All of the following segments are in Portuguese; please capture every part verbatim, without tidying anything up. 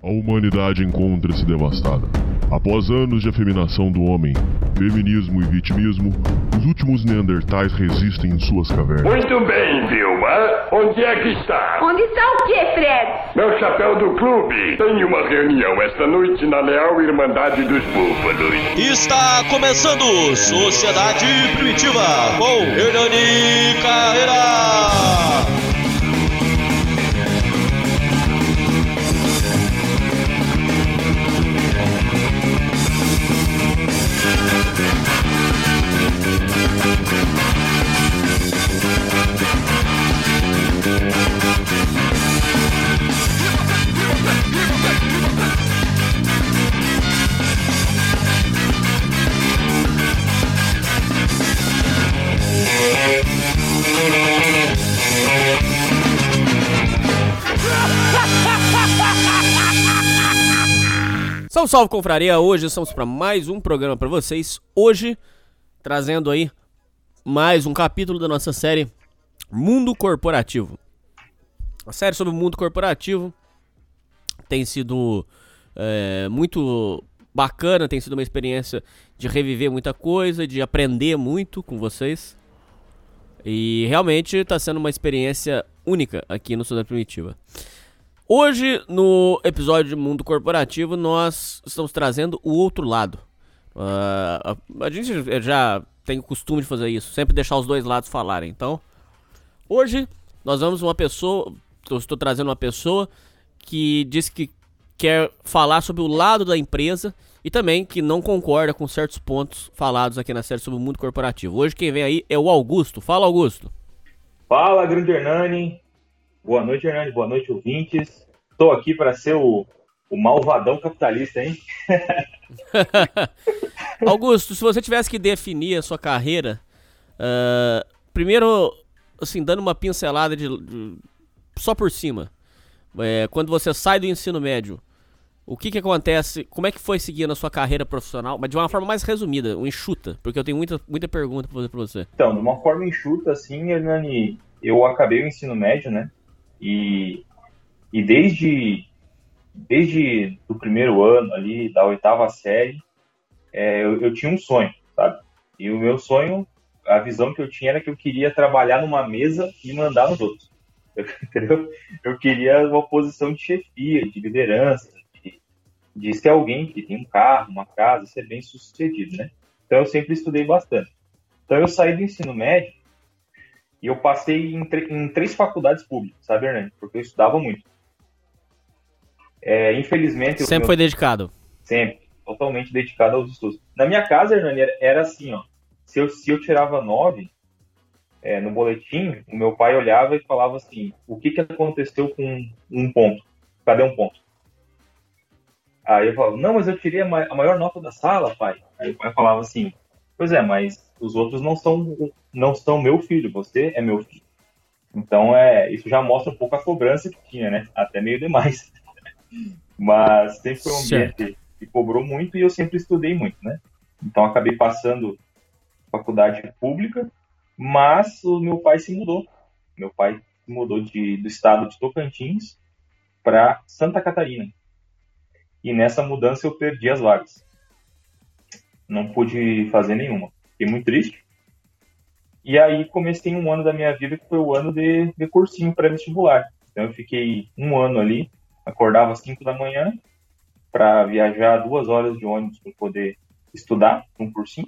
A humanidade encontra-se devastada. Após anos de afeminação do homem, feminismo e vitimismo, os últimos neandertais resistem em suas cavernas. Muito bem, Vilma. Onde é que está? Onde está o quê, Fred? Meu chapéu do clube. Tem uma reunião esta noite na Leal Irmandade dos Búfalos. Está começando Sociedade Primitiva com Hernani Carreira. Salve, salve, confraria! Hoje estamos para mais um programa para vocês. Hoje, trazendo aí mais um capítulo da nossa série Mundo Corporativo. A série sobre o mundo corporativo tem sido é, muito bacana, tem sido uma experiência de reviver muita coisa, de aprender muito com vocês. E realmente está sendo uma experiência única aqui no Sociedade Primitiva. Hoje, no episódio de Mundo Corporativo, nós estamos trazendo o outro lado. Uh, a, a gente já tem o costume de fazer isso, sempre deixar os dois lados falarem. Então, hoje nós vamos uma pessoa, eu estou trazendo uma pessoa que diz que quer falar sobre o lado da empresa e também que não concorda com certos pontos falados aqui na série sobre o mundo corporativo. Hoje quem vem aí é o Augusto. Fala, Augusto. Fala, grande Hernani. Boa noite, Hernani. Boa noite, ouvintes. Estou aqui para ser o, o malvadão capitalista, hein? Augusto, se você tivesse que definir a sua carreira, uh, primeiro, assim, dando uma pincelada de, de, só por cima, é, quando você sai do ensino médio, o que que acontece, como é que foi seguindo a sua carreira profissional, mas de uma forma mais resumida, um enxuta, porque eu tenho muita, muita pergunta para fazer para você. Então, de uma forma enxuta, assim, Hernani, eu acabei o ensino médio, né? E, e desde, desde o primeiro ano ali, da oitava série, é, eu, eu tinha um sonho, sabe? E o meu sonho, a visão que eu tinha era que eu queria trabalhar numa mesa e mandar nos outros. Eu, entendeu? Eu queria uma posição de chefia, de liderança, de, de ser alguém que tem um carro, uma casa, ser bem sucedido, né? Então eu sempre estudei bastante. Então eu saí do ensino médio e eu passei em, em três faculdades públicas, sabe, Hernani? Porque eu estudava muito. É, infelizmente... Sempre meu... foi dedicado? Sempre. Totalmente dedicado aos estudos. Na minha casa, Hernani, era, era assim, ó. Se eu, se eu tirava nove é, no boletim, o meu pai olhava e falava assim, o que, que aconteceu com um ponto? Cadê um ponto? Aí eu falava, não, mas eu tirei a, ma- a maior nota da sala, pai. Aí o pai falava assim, pois é, mas os outros não são, não são meu filho, você é meu filho. Então, é, isso já mostra um pouco a cobrança que tinha, né? Até meio demais. Mas sempre foi um ambiente que cobrou muito e eu sempre estudei muito, né? Então, acabei passando faculdade pública, mas o meu pai se mudou. Meu pai se mudou de, do estado de Tocantins para Santa Catarina. E nessa mudança eu perdi as vagas. Não pude fazer nenhuma. Fiquei muito triste. E aí comecei um ano da minha vida que foi o ano de, de cursinho pré-vestibular. Então eu fiquei um ano ali, acordava às cinco da manhã para viajar duas horas de ônibus para poder estudar um cursinho.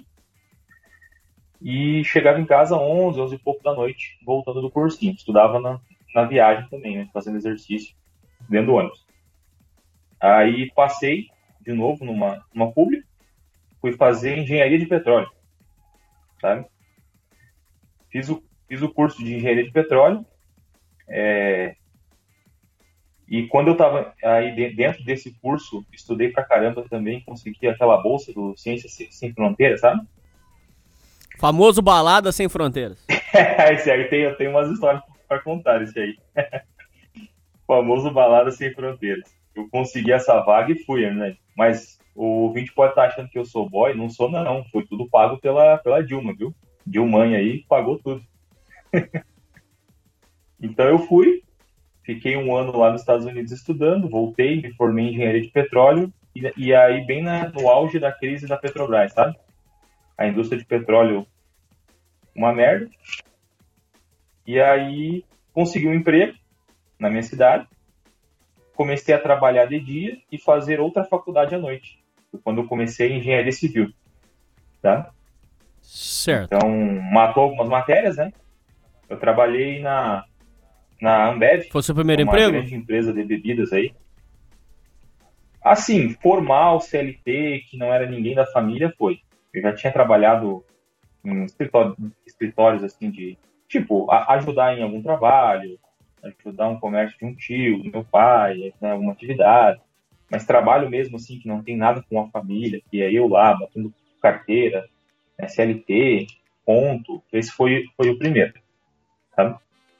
E chegava em casa às onze, onze e pouco da noite, voltando do cursinho. Estudava na, na viagem também, né, fazendo exercício dentro do ônibus. Aí passei de novo numa, numa pública, fui fazer engenharia de petróleo, sabe? Fiz o, fiz o curso de engenharia de petróleo, é, e quando eu estava aí de, dentro desse curso, estudei pra caramba também, consegui aquela bolsa do Ciências Sem Fronteiras, sabe? Famoso Balada Sem Fronteiras. Esse aí tem, eu tenho umas histórias para contar, esse aí. Famoso Balada Sem Fronteiras. Eu consegui essa vaga e fui, né? Mas o ouvinte pode estar achando que eu sou boy, não sou não, foi tudo pago pela, pela Dilma, viu? Dilma aí pagou tudo. Então eu fui, fiquei um ano lá nos Estados Unidos estudando, voltei, me formei em engenharia de petróleo, e, e aí bem na, no auge da crise da Petrobras, sabe? A indústria de petróleo, uma merda. E aí consegui um emprego na minha cidade, comecei a trabalhar de dia e fazer outra faculdade à noite, quando eu comecei em engenharia civil, tá? Certo. Então, matou algumas matérias, né? Eu trabalhei na, na Ambev. Foi o seu primeiro uma emprego? grande empresa de bebidas aí. Assim, formal, C L T, que não era ninguém da família, foi. Eu já tinha trabalhado em escritórios, escritórios assim, de, tipo, a, ajudar em algum trabalho, ajudar um comércio de um tio, do meu pai, né, alguma atividade. Mas trabalho mesmo, assim, que não tem nada com a família, que é eu lá, batendo carteira, né, C L T, ponto. Esse foi, foi o primeiro. Sabe?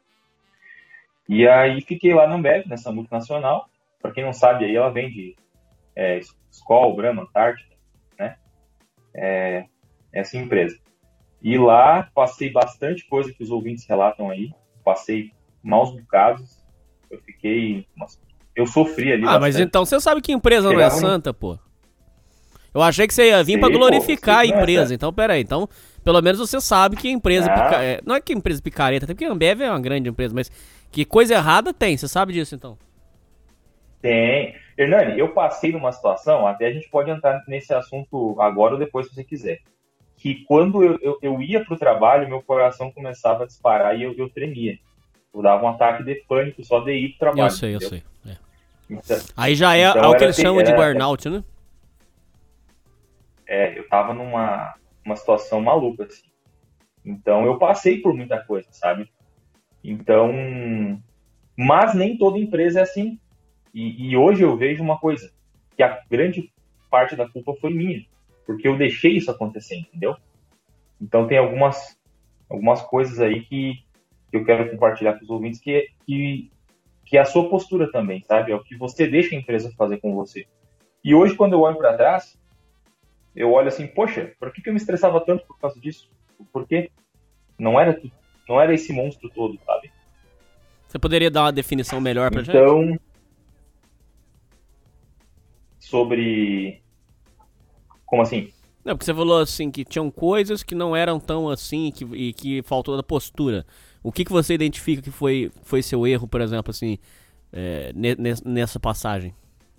E aí fiquei lá na Ambev, nessa multinacional. Para quem não sabe, aí ela vende é, Skol, Brahma, Antártica, né? É, essa empresa. E lá passei bastante coisa que os ouvintes relatam aí. Passei maus bocados. Eu fiquei... Eu sofri ali. Ah, bastante. Mas então você sabe que empresa Chegava não é santa, pô. Eu achei que você ia vir Sei, pra glorificar pô, a empresa. Então, peraí. Então, pelo menos você sabe que a empresa... Não, pica... é, não é que a empresa picareta, até porque a Ambev é uma grande empresa, mas que coisa errada tem. Você sabe disso, então? Tem. Hernani, eu passei numa situação, até a gente pode entrar nesse assunto agora ou depois, se você quiser. Que quando eu, eu, eu ia pro trabalho, meu coração começava a disparar e eu, eu tremia. Eu dava um ataque de pânico só de ir pro trabalho. Eu sei, entendeu? eu sei. É. Então, aí já é então, o que eles chamam de burnout, né? É, eu tava numa uma situação maluca, assim. Então, eu passei por muita coisa, sabe? Então, mas nem toda empresa é assim. E, e hoje eu vejo uma coisa, que a grande parte da culpa foi minha, porque eu deixei isso acontecer, entendeu? Então, tem algumas, algumas coisas aí que, que eu quero compartilhar com os ouvintes, que, que, que é a sua postura também, sabe? É o que você deixa a empresa fazer com você. E hoje, quando eu olho para trás, eu olho assim, poxa, por que, que eu me estressava tanto por causa disso? Por quê? Não era, não era esse monstro todo, sabe? Você poderia dar uma definição melhor pra então, gente? Então, sobre... Como assim? Não, porque você falou assim, que tinham coisas que não eram tão assim que, e que faltou da postura. O que, que você identifica que foi, foi seu erro, por exemplo, assim, é, nessa passagem?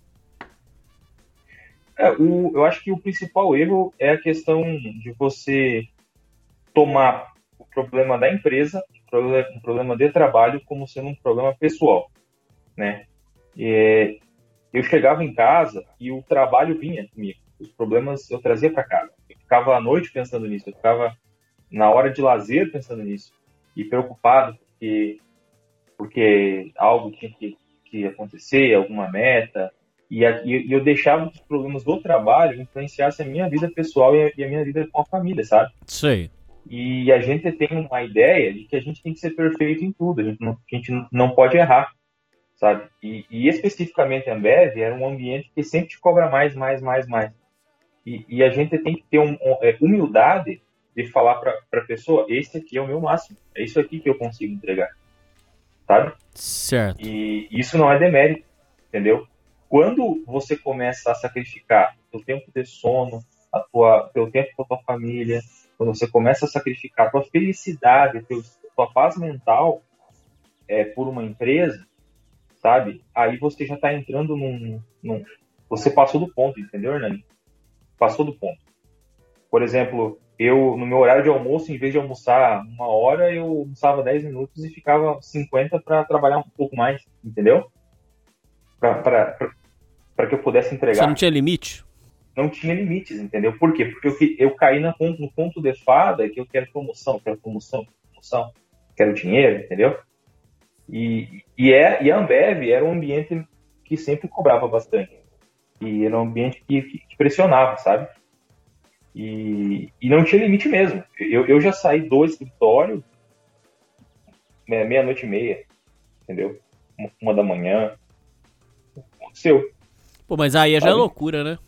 É, o, eu acho que o principal erro é a questão de você tomar o problema da empresa, o problema, o problema de trabalho, como sendo um problema pessoal, né? É, eu chegava em casa e o trabalho vinha comigo. Os problemas eu trazia para casa. Eu ficava à noite pensando nisso, eu ficava na hora de lazer pensando nisso e preocupado porque, porque algo tinha que, que acontecer, alguma meta. E, a, e eu deixava que os problemas do trabalho influenciassem a minha vida pessoal e a, e a minha vida com a família, sabe? Sei. E a gente tem uma ideia de que a gente tem que ser perfeito em tudo, a gente não, a gente não pode errar, sabe? E, e especificamente a Ambev era um ambiente que sempre te cobra mais, mais, mais, mais. E, e a gente tem que ter um, um, é, humildade de falar para a pessoa, esse aqui é o meu máximo, é isso aqui que eu consigo entregar, sabe? Certo. E isso não é demérito, entendeu? Quando você começa a sacrificar o teu tempo de sono, a tua, teu tempo com a tua família, quando você começa a sacrificar a tua felicidade, a tua paz mental é, por uma empresa, sabe? Aí você já está entrando num, num... Você passou do ponto, entendeu, Hernani? Passou do ponto. Por exemplo, eu, no meu horário de almoço, em vez de almoçar uma hora, eu almoçava dez minutos e ficava cinquenta para trabalhar um pouco mais, entendeu? Para que eu pudesse entregar. Você não tinha limite? Não tinha limites, entendeu? Por quê? Porque eu, eu caí na, no ponto de fada que eu quero promoção, quero promoção, promoção, quero dinheiro, entendeu? E, e, é, e a Ambev era um ambiente que sempre cobrava bastante. E era um ambiente que, que, que pressionava, sabe? E, e não tinha limite mesmo. Eu, eu já saí do escritório meia-noite e meia, entendeu? Uma, uma da manhã. Aconteceu. Pô, mas aí já é loucura, né?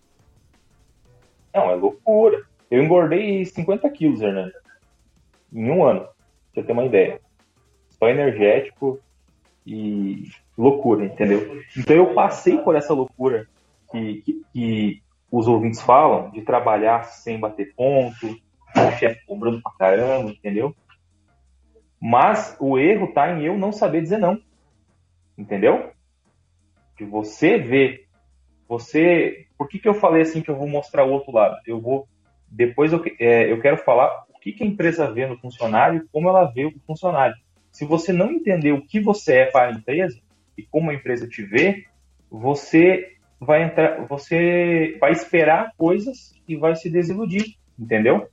Não, é loucura. Eu engordei cinquenta quilos, Hernando. Em um ano, pra você ter uma ideia. Só energético. e loucura, entendeu? Então eu passei por essa loucura que, que, que os ouvintes falam, de trabalhar sem bater ponto, o chefe cobrando pra caramba, entendeu? Mas o erro tá em eu não saber dizer não, entendeu? De você ver, você... Por que que eu falei assim que eu vou mostrar o outro lado? Eu vou... Depois eu, é, eu quero falar o que, que a empresa vê no funcionário e como ela vê o funcionário. Se você não entender o que você é para a empresa e como a empresa te vê, você vai entrar, você vai esperar coisas e vai se desiludir, entendeu?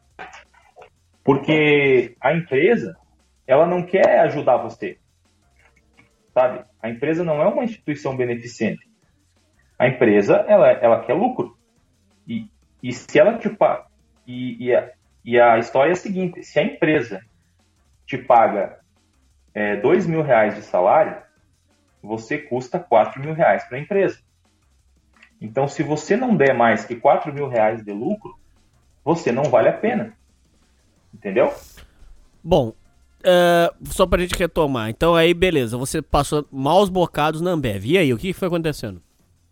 Porque a empresa, ela não quer ajudar você, sabe? A empresa não é uma instituição beneficente. A empresa, ela, ela quer lucro. E, e se ela te paga... E, e, a, e a história é a seguinte, se a empresa te paga é, dois mil reais de salário, você custa quatro mil reais para a empresa. Então, se você não der mais que quatro mil reais de lucro, você não vale a pena. Entendeu? Bom, uh, só pra gente retomar. Então aí, beleza, você passou maus bocados na Ambev. E aí, o que foi acontecendo?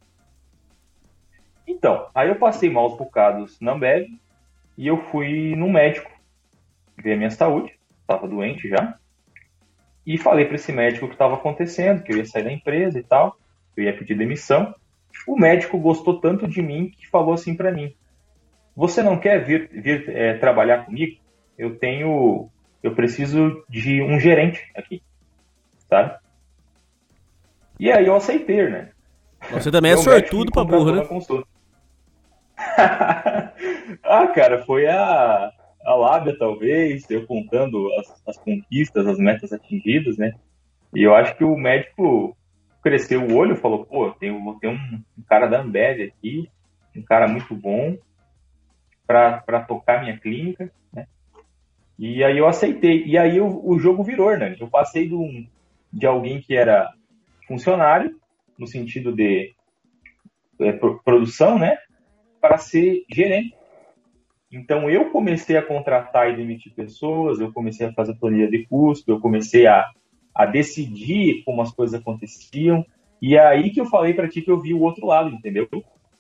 Então, aí eu passei maus bocados na Ambev e eu fui no médico ver a minha saúde. Estava doente já. E falei para esse médico o que estava acontecendo, que eu ia sair da empresa e tal, eu ia pedir demissão. O médico gostou tanto de mim que falou assim para mim: você não quer vir, vir é, trabalhar comigo? Eu tenho, eu preciso de um gerente aqui, sabe? E aí eu aceitei, né? Você também é sortudo pra burro, né? Ah, cara, foi a, a lábia, talvez, eu contando as, as conquistas, as metas atingidas, né? E eu acho que o médico cresceu o olho e falou: pô, tem, tem um, um cara da Ambev aqui, um cara muito bom para tocar minha clínica, né? E aí eu aceitei. E aí eu, o jogo virou, né? Eu passei de, um, de alguém que era funcionário, no sentido de é, produção, né? Para ser gerente. Então eu comecei a contratar e demitir pessoas, eu comecei a fazer planilha de custo, eu comecei a, a decidir como as coisas aconteciam. E é aí que eu falei para ti que eu vi o outro lado, entendeu?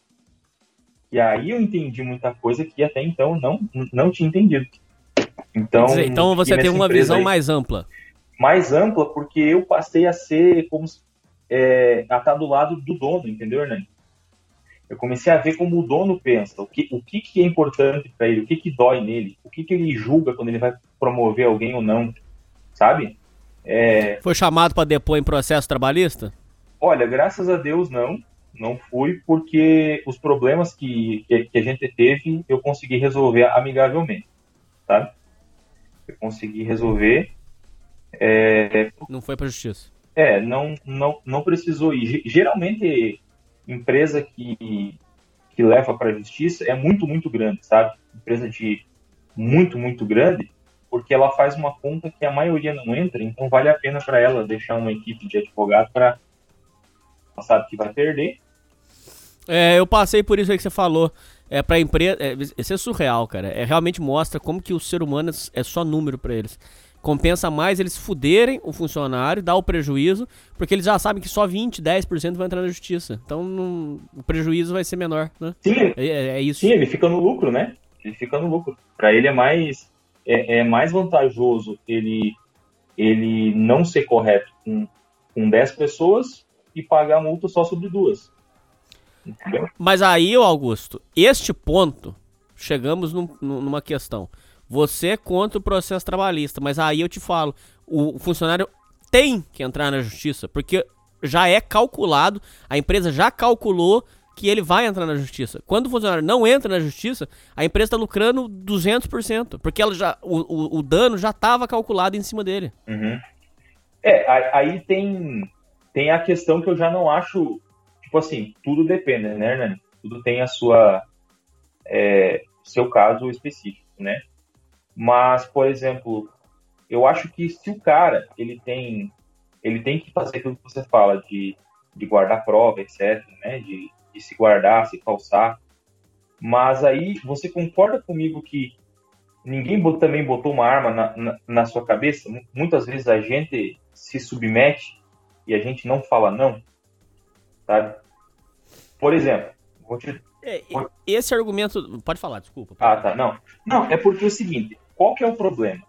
E aí eu entendi muita coisa que até então não, não tinha entendido. Então, dizer, então você tem uma visão aí, mais ampla. Mais ampla, porque eu passei a ser como é, a estar do lado do dono, entendeu, Hernani? Eu comecei a ver como o dono pensa, o que, o que, que é importante para ele, o que, que dói nele, o que, que ele julga quando ele vai promover alguém ou não, sabe? É... Foi chamado para depor em processo trabalhista? Olha, graças a Deus não, não fui, porque os problemas que, que, que a gente teve, eu consegui resolver amigavelmente, sabe? Eu consegui resolver. É... Não foi para justiça? É, não, não, não precisou ir. Geralmente, empresa que, que leva para a justiça é muito, muito grande, sabe? Empresa de muito, muito grande, porque ela faz uma conta que a maioria não entra, então vale a pena para ela deixar uma equipe de advogado para ela sabe que vai perder. É, eu passei por isso aí que você falou. É pra empresa. É, isso é surreal, cara. É, realmente mostra como que o ser humano é só número pra eles. Compensa mais eles fuderem o funcionário, dar o prejuízo, porque eles já sabem que só vinte, dez por cento vai entrar na justiça. Então não, o prejuízo vai ser menor, né? Sim, é, é isso. Sim, ele fica no lucro, né? Ele fica no lucro. Pra ele é mais, é, é mais vantajoso ele, ele não ser correto com, com dez pessoas e pagar a multa só sobre duas. Entendeu? Mas aí, Augusto, este ponto, chegamos num, numa questão. Você é contra o processo trabalhista, mas aí eu te falo, o funcionário tem que entrar na justiça, porque já é calculado, a empresa já calculou que ele vai entrar na justiça. Quando o funcionário não entra na justiça, a empresa está lucrando duzentos por cento, porque ela já, o, o, o dano já estava calculado em cima dele. Uhum. É, aí tem, tem a questão que eu já não acho... Tipo assim, tudo depende, né, Hernani? Tudo tem a sua, é, seu caso específico, né? Mas, por exemplo, eu acho que se o cara, ele tem, ele tem que fazer aquilo que você fala, de, de guardar prova, etcétera, né? De, de se guardar, se falsar. Mas aí, você concorda comigo que ninguém também botou uma arma na, na, na sua cabeça? Muitas vezes a gente se submete e a gente não fala não, sabe? Por exemplo, vou te... É, esse argumento... Pode falar, desculpa. Pode ah, falar. tá, não. Não, é porque é o seguinte, qual que é o problema?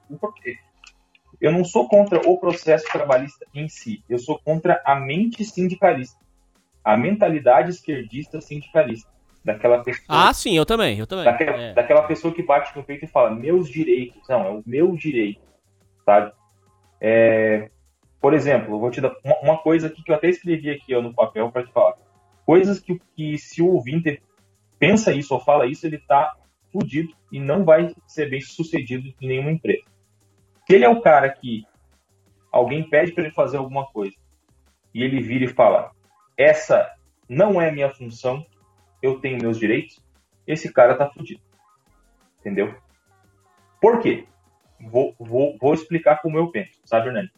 Eu não sou contra o processo trabalhista em si, eu sou contra a mente sindicalista, a mentalidade esquerdista sindicalista, daquela pessoa... Ah, sim, eu também, eu também. Daquela, é. daquela pessoa que bate no peito e fala, meus direitos, não, é o meu direito, sabe? É, por exemplo, eu vou te dar uma, uma coisa aqui que eu até escrevi aqui ó, no papel para te falar. Coisas que, que se o ouvinte pensa isso ou fala isso, ele tá fudido e não vai ser bem sucedido em nenhuma empresa. Se ele é o cara que alguém pede para ele fazer alguma coisa e ele vira e fala, essa não é minha função, eu tenho meus direitos, esse cara tá fudido. Entendeu? Por quê? Vou, vou, vou explicar como eu penso, sabe, Hernani?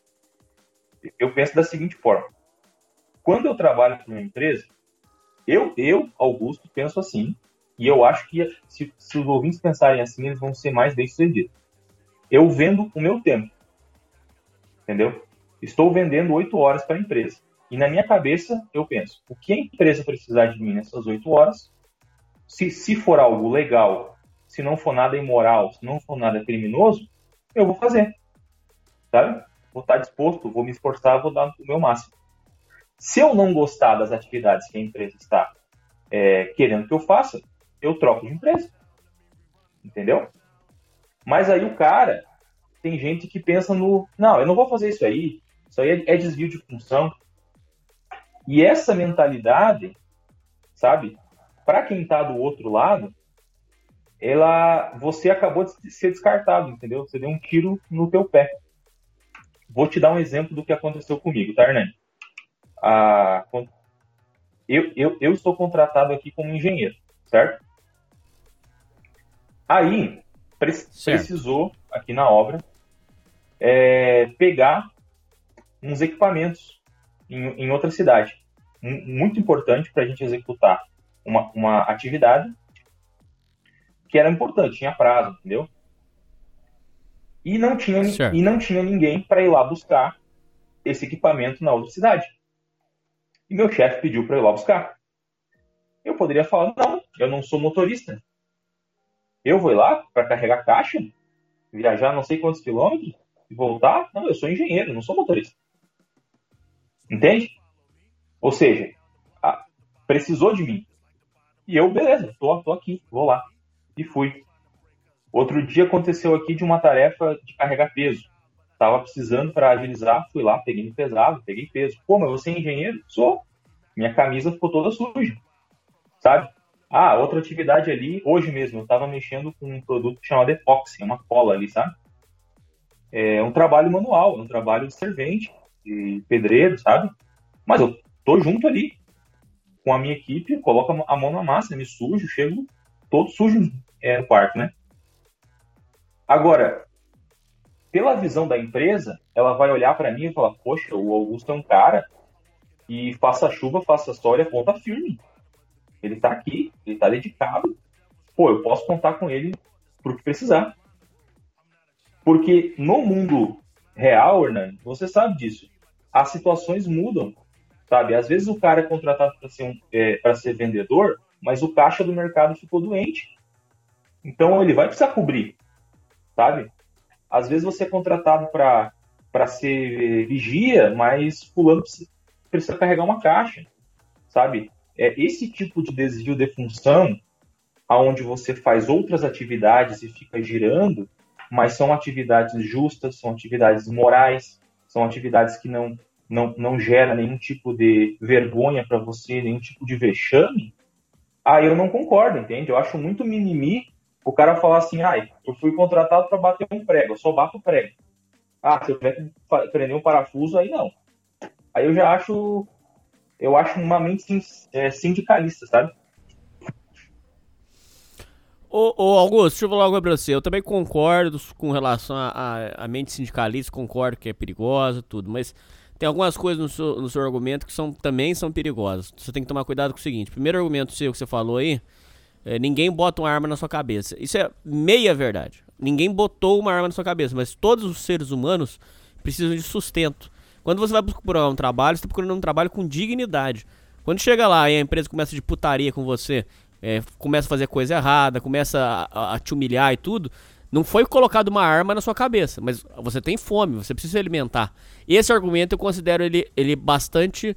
Eu penso da seguinte forma. Quando eu trabalho para uma empresa, eu, eu, Augusto, penso assim, e eu acho que se, se os ouvintes pensarem assim, eles vão ser mais bem-sucedidos. Eu vendo o meu tempo. Entendeu? Estou vendendo oito horas para a empresa. E na minha cabeça, eu penso, o que a empresa precisar de mim nessas oito horas, se, se for algo legal, se não for nada imoral, se não for nada criminoso, eu vou fazer. Sabe? Vou estar disposto, vou me esforçar, vou dar o meu máximo. Se eu não gostar das atividades que a empresa está é, querendo que eu faça, eu troco de empresa. Entendeu? Mas aí o cara, tem gente que pensa no, não, eu não vou fazer isso aí, isso aí é, é desvio de função. E essa mentalidade, sabe, para quem está do outro lado, ela, você acabou de ser descartado, entendeu? Você deu um tiro no teu pé. Vou te dar um exemplo do que aconteceu comigo, tá, Hernani? Ah, eu, eu, eu estou contratado aqui como engenheiro, certo? Aí, pre- Certo. precisou, aqui na obra, é, pegar uns equipamentos em, em outra cidade. M- muito importante para a gente executar uma, uma atividade que era importante, tinha prazo, entendeu? E não tinha, Certo. e não tinha ninguém para ir lá buscar esse equipamento na outra cidade. E meu chefe pediu para eu ir lá buscar. Eu poderia falar, não, eu não sou motorista. Eu vou ir lá para carregar caixa, viajar não sei quantos quilômetros e voltar? Não, eu sou engenheiro, não sou motorista. Entende? Ou seja, a, precisou de mim. E eu, beleza, tô, tô aqui, vou lá. E fui. Outro dia aconteceu aqui de uma tarefa de carregar peso. Tava precisando para agilizar, fui lá, peguei no pesado, peguei peso. Pô, mas você é engenheiro? Sou. Minha camisa ficou toda suja. Sabe? Ah, outra atividade ali, hoje mesmo, eu tava mexendo com um produto chamado epóxi, uma cola ali, sabe? É um trabalho manual, é um trabalho de servente, de pedreiro, sabe? Mas eu tô junto ali com a minha equipe, coloco a mão na massa, me sujo, chego todo sujo é, no quarto, né? Agora, pela visão da empresa, ela vai olhar para mim e falar, poxa, o Augusto é um cara e faça chuva, faça sol, ele é ponta firme. Ele tá aqui, ele tá dedicado. Pô, eu posso contar com ele pro que precisar. Porque no mundo real, Hernani, você sabe disso, as situações mudam, sabe? Às vezes o cara é contratado para ser, um, é, para ser vendedor, mas o caixa do mercado ficou doente. Então ele vai precisar cobrir, sabe? Às vezes você é contratado para para ser vigia, mas fulano precisa, precisa carregar uma caixa, sabe? É esse tipo de desvio de função, onde você faz outras atividades e fica girando, mas são atividades justas, são atividades morais, são atividades que não, não, não geram nenhum tipo de vergonha para você, nenhum tipo de vexame, aí eu não concordo, entende? Eu acho muito mimimi o cara falar assim, ah, eu fui contratado para bater um prego, eu só bato prego. Ah, se eu tiver que prender um parafuso, aí não. Aí eu já acho... Eu acho uma mente sindicalista, sabe? Ô, ô Augusto, deixa eu falar algo pra você. Eu também concordo com relação à mente sindicalista, concordo que é perigosa, tudo, mas tem algumas coisas no seu, no seu argumento que são, também são perigosas. Você tem que tomar cuidado com o seguinte. Primeiro argumento seu que você falou aí, é, ninguém bota uma arma na sua cabeça. Isso é meia verdade. Ninguém botou uma arma na sua cabeça, mas todos os seres humanos precisam de sustento. Quando você vai procurar um trabalho, você está procurando um trabalho com dignidade. Quando chega lá e a empresa começa de putaria com você, é, começa a fazer coisa errada, começa a, a te humilhar e tudo, não foi colocado uma arma na sua cabeça, mas você tem fome, você precisa se alimentar. Esse argumento eu considero ele, ele bastante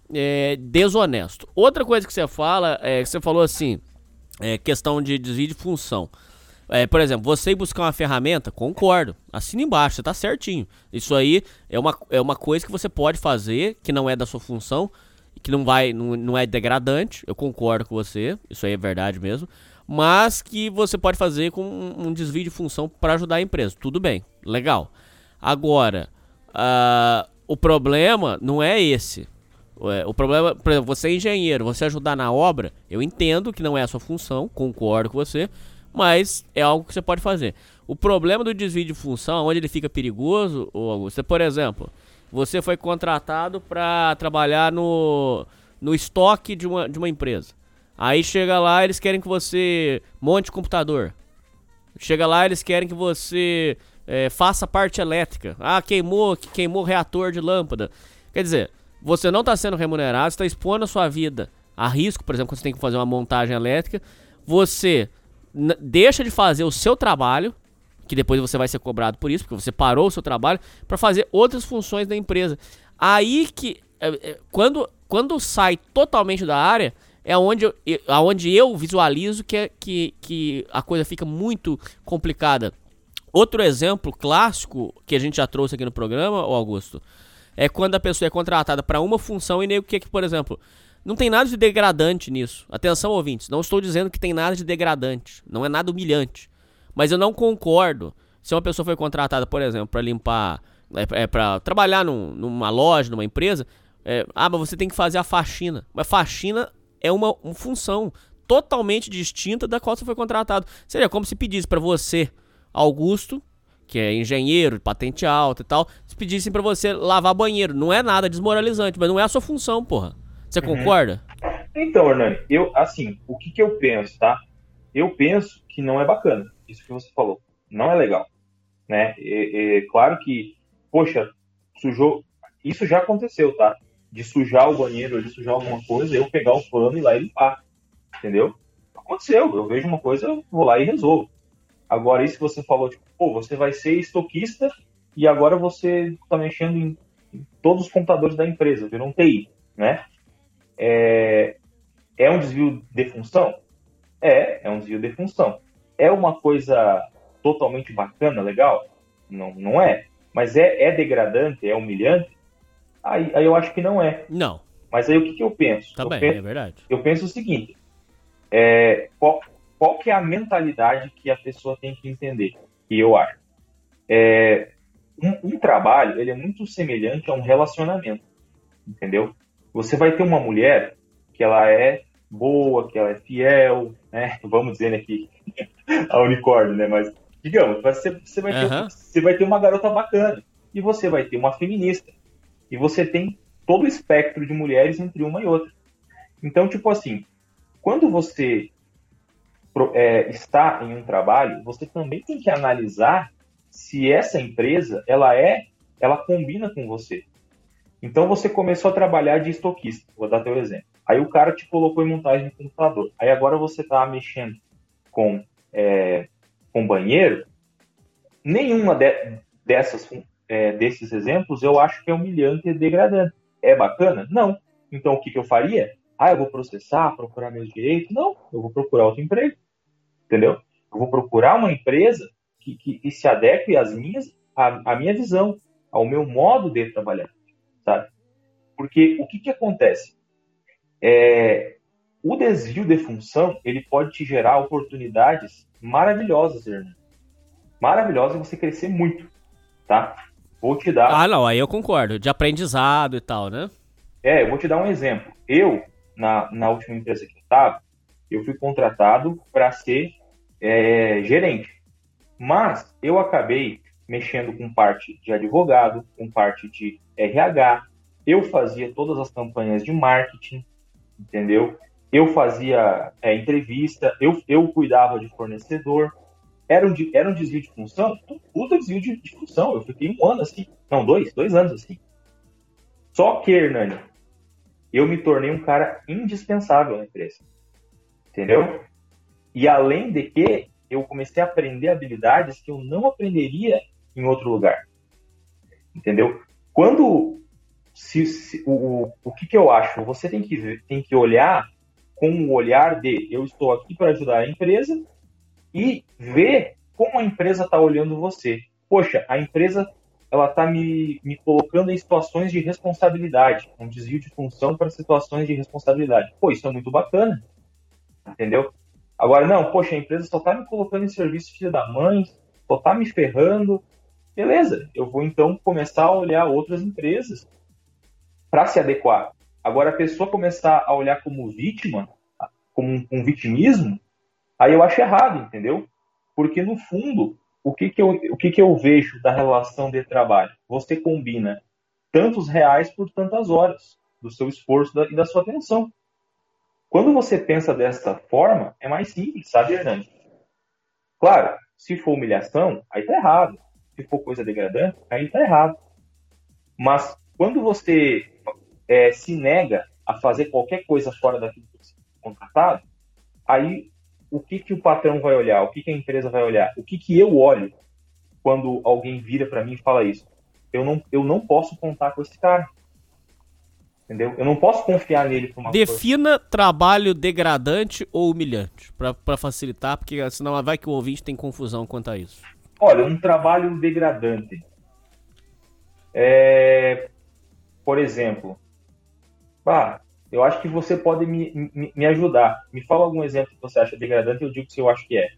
é, desonesto. Outra coisa que você fala, é que você falou assim, é, questão de desvio de função. É, por exemplo, você ir buscar uma ferramenta, concordo, assina embaixo, você tá certinho. Isso aí é uma, é uma coisa que você pode fazer, que não é da sua função, que não, vai, não, não é degradante, eu concordo com você, isso aí é verdade mesmo, mas que você pode fazer com um, um desvio de função para ajudar a empresa, tudo bem, legal. Agora, uh, o problema não é esse. O problema, por exemplo, você é engenheiro, você ajudar na obra, eu entendo que não é a sua função, concordo com você, mas é algo que você pode fazer. O problema do desvio de função, onde ele fica perigoso, Augusto, é, por exemplo, você foi contratado para trabalhar no, no estoque de uma, de uma empresa. Aí chega lá, eles querem que você monte computador. Chega lá, eles querem que você é, faça parte elétrica. Ah, queimou, queimou reator de lâmpada. Quer dizer, você não está sendo remunerado, você está expondo a sua vida a risco, por exemplo, quando você tem que fazer uma montagem elétrica. Você deixa de fazer o seu trabalho, que depois você vai ser cobrado por isso, porque você parou o seu trabalho, para fazer outras funções da empresa. Aí que, é, quando, quando sai totalmente da área, é onde eu, onde eu visualizo que, é, que, que a coisa fica muito complicada. Outro exemplo clássico que a gente já trouxe aqui no programa, Augusto, é quando a pessoa é contratada para uma função e nem o que, por exemplo... Não tem nada de degradante nisso. Atenção, ouvintes, não estou dizendo que tem nada de degradante. Não é nada humilhante. Mas eu não concordo se uma pessoa foi contratada, por exemplo, para limpar, é, é, para trabalhar num, numa loja, numa empresa. É, ah, mas você tem que fazer a faxina. Mas faxina é uma, uma função totalmente distinta da qual você foi contratado. Seria como se pedisse para você, Augusto, que é engenheiro, patente alta e tal, se pedissem para você lavar banheiro. Não é nada desmoralizante, mas não é a sua função, porra. Você concorda? Uhum. Então, Hernani, eu, assim, o que que eu penso, tá? Eu penso que não é bacana, isso que você falou. Não é legal, né? É, é claro que, poxa, sujou... Isso já aconteceu, tá? De sujar o banheiro, de sujar alguma coisa, eu pegar o pano e ir lá e limpar, entendeu? Aconteceu, eu vejo uma coisa, eu vou lá e resolvo. Agora, isso que você falou, tipo, pô, você vai ser estoquista e agora você tá mexendo em, em todos os computadores da empresa, virou um T I, né? É, é um desvio de função? É, é um desvio de função. É uma coisa totalmente bacana, legal? Não, não é. Mas é, é degradante, é humilhante? Aí, aí eu acho que não é. Não. Mas aí o que, que eu penso? Tá eu bem, penso, é verdade. Eu penso o seguinte, é, qual, qual que é a mentalidade que a pessoa tem que entender? Que eu acho. É, um, um trabalho, ele é muito semelhante a um relacionamento, entendeu? Você vai ter uma mulher que ela é boa, que ela é fiel, né? Vamos dizer aqui a unicórnio, né? Mas, digamos, você, você, vai ter, uhum. você vai ter uma garota bacana e você vai ter uma feminista. E você tem todo o espectro de mulheres entre uma e outra. Então, tipo assim, quando você é, está em um trabalho, você também tem que analisar se essa empresa, ela é, ela combina com você. Então você começou a trabalhar de estoquista, vou dar teu exemplo. Aí o cara te colocou em montagem de computador. Aí agora você está mexendo com, é, com banheiro. Nenhuma de, dessas, é, desses exemplos eu acho que é humilhante e degradante. É bacana? Não. Então o que, que eu faria? Ah, eu vou processar, procurar meus direitos? Não, eu vou procurar outro emprego. Entendeu? Eu vou procurar uma empresa que, que, que se adeque às minhas, à, à minha visão, ao meu modo de trabalhar. Sabe? Porque o que, que acontece? É, o desvio de função, ele pode te gerar oportunidades maravilhosas, Hernani. Maravilhosas você crescer muito, tá? Vou te dar... Ah, não, aí eu concordo. De aprendizado e tal, né? É, eu vou te dar um exemplo. Eu, na, na última empresa que eu estava, eu fui contratado para ser é, gerente. Mas eu acabei mexendo com parte de advogado, com parte de R H, eu fazia todas as campanhas de marketing, entendeu? Eu fazia é, entrevista, eu, eu cuidava de fornecedor. Era um, era um desvio de função? Puta desvio de, de função. Eu fiquei um ano assim, não, dois, dois anos assim. Só que, Hernani, eu me tornei um cara indispensável na empresa. Entendeu? E além de que eu comecei a aprender habilidades que eu não aprenderia em outro lugar. Entendeu? Quando... Se, se, o, o que, que eu acho? Você tem que, ver, tem que olhar com o olhar de eu estou aqui para ajudar a empresa e ver como a empresa está olhando você. Poxa, a empresa ela está me, me colocando em situações de responsabilidade, um desvio de função para situações de responsabilidade. Pô, isso é muito bacana, entendeu? Agora, não, poxa, a empresa só está me colocando em serviço filho da mãe, só está me ferrando. Beleza, eu vou então começar a olhar outras empresas para se adequar. Agora, a pessoa começar a olhar como vítima, como um, um vitimismo, aí eu acho errado, entendeu? Porque, no fundo, o que, que, eu, o que, que eu vejo da relação de trabalho? Você combina tantos reais por tantas horas do seu esforço e da sua atenção. Quando você pensa dessa forma, é mais simples, sabe, Hernani? Claro, se for humilhação, aí tá errado. Se for coisa degradante, aí tá errado. Mas quando você é, se nega a fazer qualquer coisa fora daquilo que você é contratado, aí o que, que o patrão vai olhar? O que, que a empresa vai olhar? O que, que eu olho quando alguém vira para mim e fala isso? Eu não, eu não posso contar com esse cara. Entendeu? Eu não posso confiar nele para uma coisa. Defina trabalho degradante ou humilhante, para facilitar, porque senão vai que o ouvinte tem confusão quanto a isso. Olha, um trabalho degradante. É... Por exemplo, ah, eu acho que você pode me, me, me ajudar. Me fala algum exemplo que você acha degradante e eu digo se eu acho que é.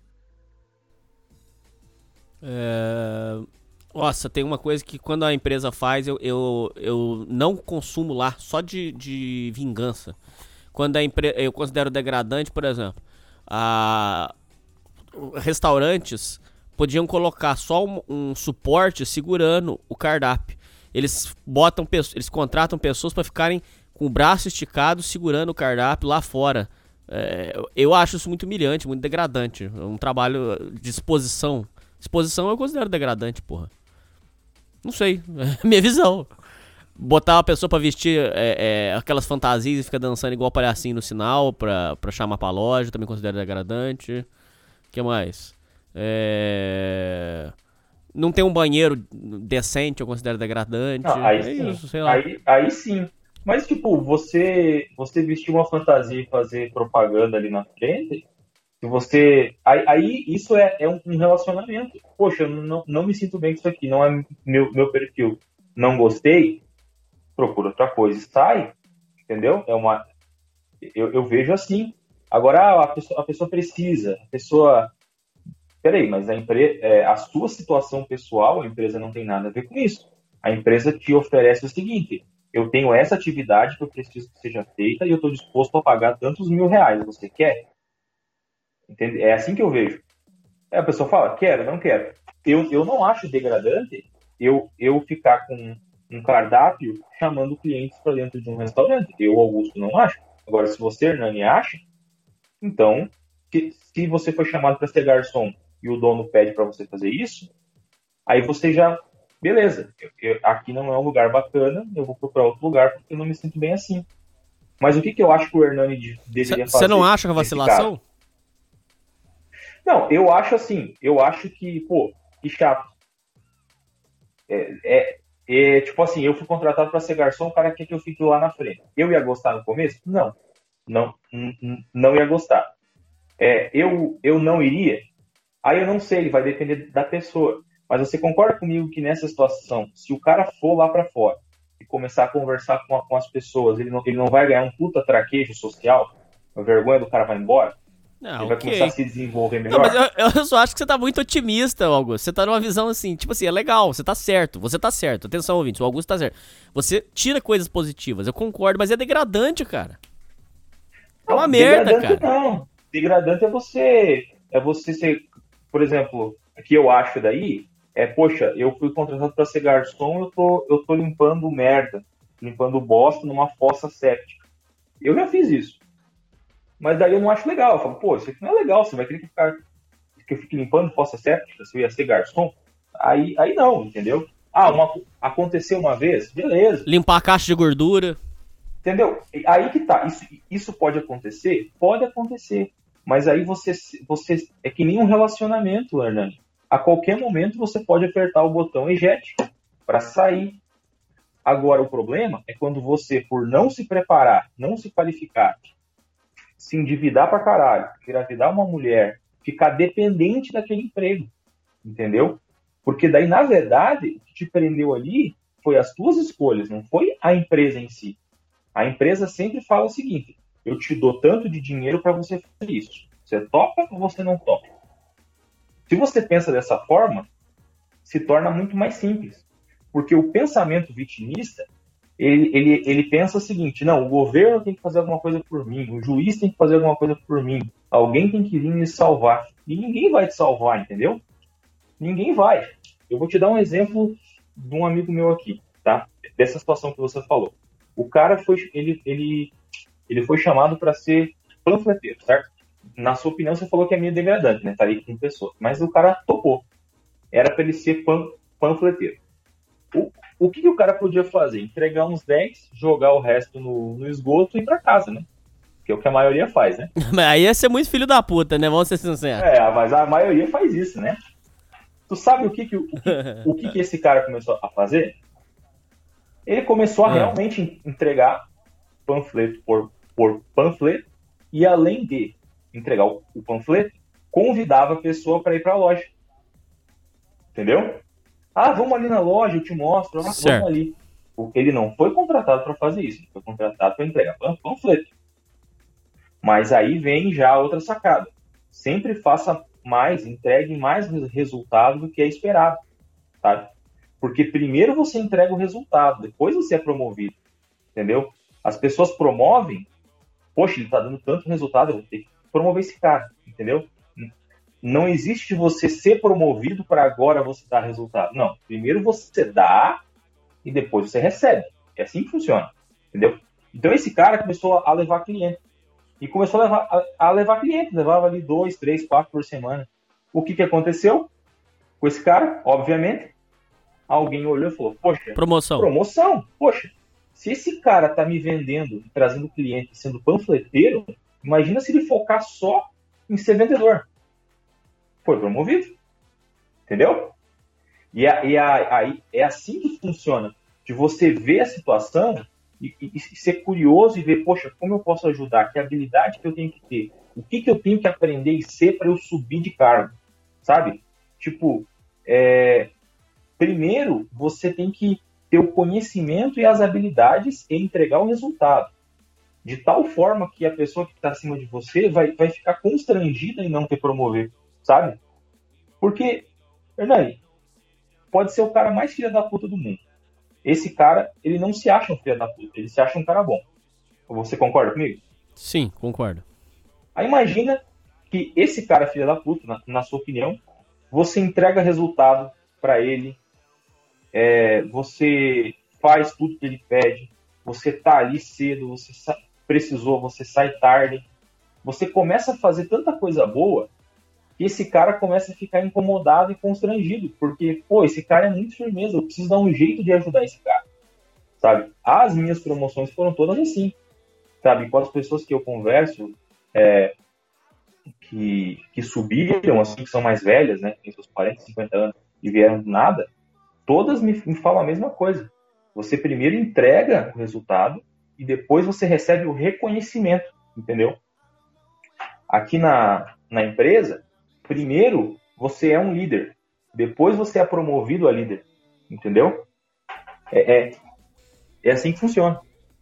É... Nossa, tem uma coisa que quando a empresa faz, eu, eu, eu não consumo lá, só de, de vingança. Quando a empresa, eu considero degradante, por exemplo, a... restaurantes podiam colocar só um, um suporte segurando o cardápio. Eles botam, eles contratam pessoas para ficarem com o braço esticado segurando o cardápio lá fora. É, eu acho isso muito humilhante, muito degradante. É um trabalho de exposição. Exposição eu considero degradante, porra. Não sei, é minha visão. Botar uma pessoa pra vestir é, é, aquelas fantasias e ficar dançando igual palhacinho no sinal pra, pra chamar pra loja, também considero degradante. O que mais? É... Não ter um banheiro decente eu considero degradante. Não, aí, é sim. Isso, sei lá. Aí, aí sim. Mas, tipo, você, você vestir uma fantasia e fazer propaganda ali na frente, se você... Aí, aí isso é, é um relacionamento. Poxa, eu não, não me sinto bem com isso aqui, não é meu, meu perfil. Não gostei, procura outra coisa e sai, entendeu? É uma... Eu, eu vejo assim. Agora, a pessoa, a pessoa precisa, a pessoa... Peraí, mas a, empre... é, a sua situação pessoal, a empresa não tem nada a ver com isso. A empresa te oferece o seguinte: eu tenho essa atividade que eu preciso que seja feita e eu estou disposto a pagar tantos mil reais. Você quer? Entende? É assim que eu vejo. Aí a pessoa fala, quero, não quero. Eu, eu não acho degradante eu, eu ficar com um cardápio chamando clientes para dentro de um restaurante. Eu, Augusto, não acho. Agora, se você, Hernani, acha, então, se, se você foi chamado para ser garçom e o dono pede para você fazer isso, aí você já, beleza, eu, eu, aqui não é um lugar bacana, eu vou procurar outro lugar porque eu não me sinto bem assim. Mas o que, que eu acho que o Hernani deveria fazer? Você não acha que é vacilação? Não, eu acho assim, eu acho que, pô, que chato. É, é, é tipo assim, eu fui contratado para ser garçom, o cara quer que eu fique lá na frente. Eu ia gostar no começo? Não, não, não ia gostar. É, eu, eu não iria? Aí eu não sei, vai depender da pessoa. Mas você concorda comigo que nessa situação, se o cara for lá para fora e começar a conversar com, a, com as pessoas, ele não, ele não vai ganhar um puta traquejo social, a vergonha do cara vai embora? Não, ele vai okay. começar a se desenvolver melhor? Não, mas eu, eu só acho que você tá muito otimista, Augusto. Você tá numa visão assim, tipo assim, é legal, você tá certo, você tá certo. Atenção, ouvintes, o Augusto tá certo. Você tira coisas positivas, eu concordo, mas é degradante, cara. É uma não, merda, cara. Não, degradante é você, é você ser, por exemplo, o que eu acho daí é, poxa, eu fui contratado para ser garçom, eu tô, eu tô limpando merda, limpando bosta numa fossa séptica. Eu já fiz isso. Mas daí eu não acho legal. Eu falo, pô, isso aqui não é legal, você vai querer que, ficar, que eu fique limpando fossa séptica se eu ia ser garçom? Aí, aí não, entendeu? Ah, uma, aconteceu uma vez? Beleza. Limpar a caixa de gordura. Entendeu? Aí que tá. Isso, isso pode acontecer? Pode acontecer. Mas aí você, você... É que nem um relacionamento, Hernani. A qualquer momento você pode apertar o botão eject para sair. Agora, o problema é quando você, por não se preparar, não se qualificar, se endividar pra caralho, engravidar uma mulher, ficar dependente daquele emprego. Entendeu? Porque daí, na verdade, o que te prendeu ali foi as tuas escolhas, não foi a empresa em si. A empresa sempre fala o seguinte: eu te dou tanto de dinheiro para você fazer isso. Você topa ou você não topa? Se você pensa dessa forma, se torna muito mais simples. Porque o pensamento vitimista, ele, ele, ele pensa o seguinte: não, o governo tem que fazer alguma coisa por mim, o juiz tem que fazer alguma coisa por mim, alguém tem que vir me salvar. E ninguém vai te salvar, entendeu? Ninguém vai. Eu vou te dar um exemplo de um amigo meu aqui, tá? Dessa situação que você falou. O cara foi, ele, ele, ele foi chamado para ser panfleteiro, certo? Na sua opinião, você falou que é meio degradante, né? Tá ali com pessoas. Mas o cara topou. Era para ele ser pan, panfleteiro. O, o que, que o cara podia fazer? Entregar uns dez, jogar o resto no, no esgoto e ir para casa, né? Que é o que a maioria faz, né? Mas aí ia ser muito filho da puta, né? Vamos ser sinceros. É, mas a maioria faz isso, né? Tu sabe o que que, o, que, o que que esse cara começou a fazer? Ele começou a ah. realmente entregar panfleto por, por panfleto, e além de entregar o, o panfleto, convidava a pessoa para ir para a loja. Entendeu? Ah, vamos ali na loja, eu te mostro. Ah, vamos ali. Porque ele não foi contratado para fazer isso. Ele foi contratado para entregar panfleto. Mas aí vem já outra sacada. Sempre faça mais, entregue mais resultado do que é esperado, sabe? Porque primeiro você entrega o resultado, depois você é promovido, entendeu? As pessoas promovem, poxa, ele tá dando tanto resultado, eu vou ter que promover esse cara, entendeu? Não existe você ser promovido para agora você dar resultado. Não, primeiro você dá e depois você recebe. É assim que funciona, entendeu? Então esse cara começou a levar cliente. E começou a levar, a, a levar cliente, levava ali dois, três, quatro por semana. O que que aconteceu com esse cara? Obviamente, alguém olhou e falou, poxa, promoção. promoção, poxa, se esse cara tá me vendendo, trazendo cliente, sendo panfleteiro, imagina se ele focar só em ser vendedor. Foi promovido, entendeu? E, a, e a, a, é assim que funciona, de você ver a situação e, e, e ser curioso e ver, poxa, como eu posso ajudar, que habilidade que eu tenho que ter, o que, que eu tenho que aprender e ser para eu subir de cargo, sabe? Tipo, é... primeiro, você tem que ter o conhecimento e as habilidades e entregar o resultado. De tal forma que a pessoa que está acima de você vai, vai ficar constrangida em não te promover, sabe? Porque, Hernani, pode ser o cara mais filha da puta do mundo. Esse cara, ele não se acha um filho da puta, ele se acha um cara bom. Você concorda comigo? Sim, concordo. Aí imagina que esse cara filha da puta, na, na sua opinião, você entrega resultado para ele, é, você faz tudo que ele pede, você tá ali cedo, você sa- precisou, você sai tarde, você começa a fazer tanta coisa boa que esse cara começa a ficar incomodado e constrangido, porque, pô, esse cara é muito firmeza, eu preciso dar um jeito de ajudar esse cara, sabe? As minhas promoções foram todas assim, sabe? Com as pessoas que eu converso, é, que, que subiram, assim, que são mais velhas, né, tem seus quarenta, cinquenta anos e vieram do nada, todas me, me falam a mesma coisa. Você primeiro entrega o resultado e depois você recebe o reconhecimento, entendeu? Aqui na, na empresa, primeiro você é um líder, depois você é promovido a líder, entendeu? É, é, é assim que funciona.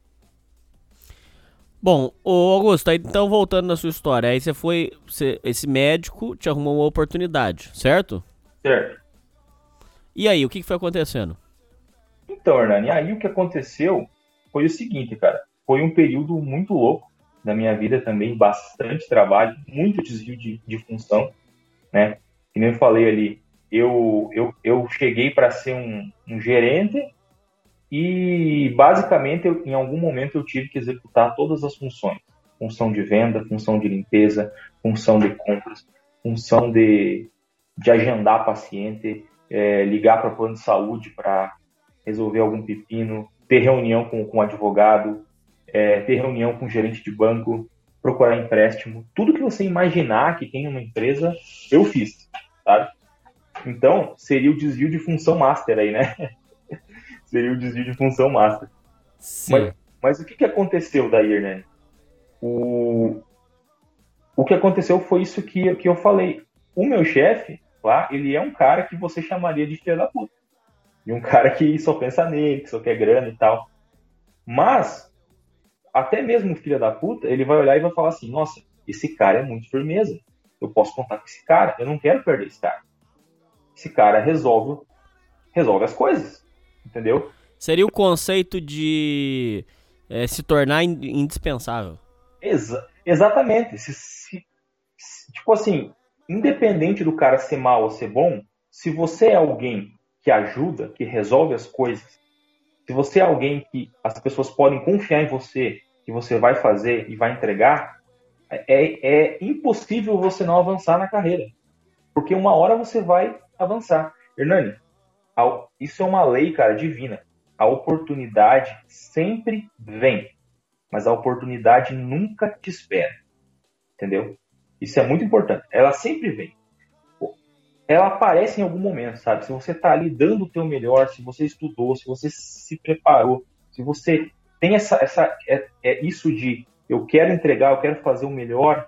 Bom, ô Augusto, aí, então voltando na sua história, aí você foi, você, esse médico te arrumou uma oportunidade, certo? Certo. E aí, o que, que foi acontecendo? Então, Hernani, aí o que aconteceu foi o seguinte, cara, foi um período muito louco na minha vida também, bastante trabalho, muito desvio de, de função, né? Que nem eu falei ali, eu, eu, eu cheguei para ser um, um gerente e basicamente eu, em algum momento eu tive que executar todas as funções, função de venda, função de limpeza, função de compras, função de, de agendar paciente, é, ligar para plano de saúde para resolver algum pepino, ter reunião com, com advogado, é, ter reunião com gerente de banco, procurar empréstimo. Tudo que você imaginar que tem uma empresa, eu fiz, sabe? Então, seria o desvio de função master aí, né? Seria o desvio de função master. Sim. Mas, mas o que, que aconteceu daí, né? O, o que aconteceu foi isso que, que eu falei. O meu chefe, lá, ele é um cara que você chamaria de filho da puta. E um cara que só pensa nele, que só quer grana e tal. Mas, até mesmo o filho da puta, ele vai olhar e vai falar assim, nossa, esse cara é muito firmeza. Eu posso contar com esse cara, eu não quero perder esse cara. Esse cara resolve, resolve as coisas, entendeu? Seria o conceito de é, se tornar indispensável. Exa- exatamente. Se, se, se, tipo assim, independente do cara ser mal ou ser bom, se você é alguém que ajuda, que resolve as coisas, se você é alguém que as pessoas podem confiar em você, que você vai fazer e vai entregar, é, é impossível você não avançar na carreira. Porque uma hora você vai avançar. Hernani, isso é uma lei, cara, divina. A oportunidade sempre vem, mas a oportunidade nunca te espera. Entendeu? Isso é muito importante. Ela sempre vem. Ela aparece em algum momento, sabe? Se você tá ali dando o teu melhor, se você estudou, se você se preparou, se você tem essa, essa é, é isso de eu quero entregar, eu quero fazer o melhor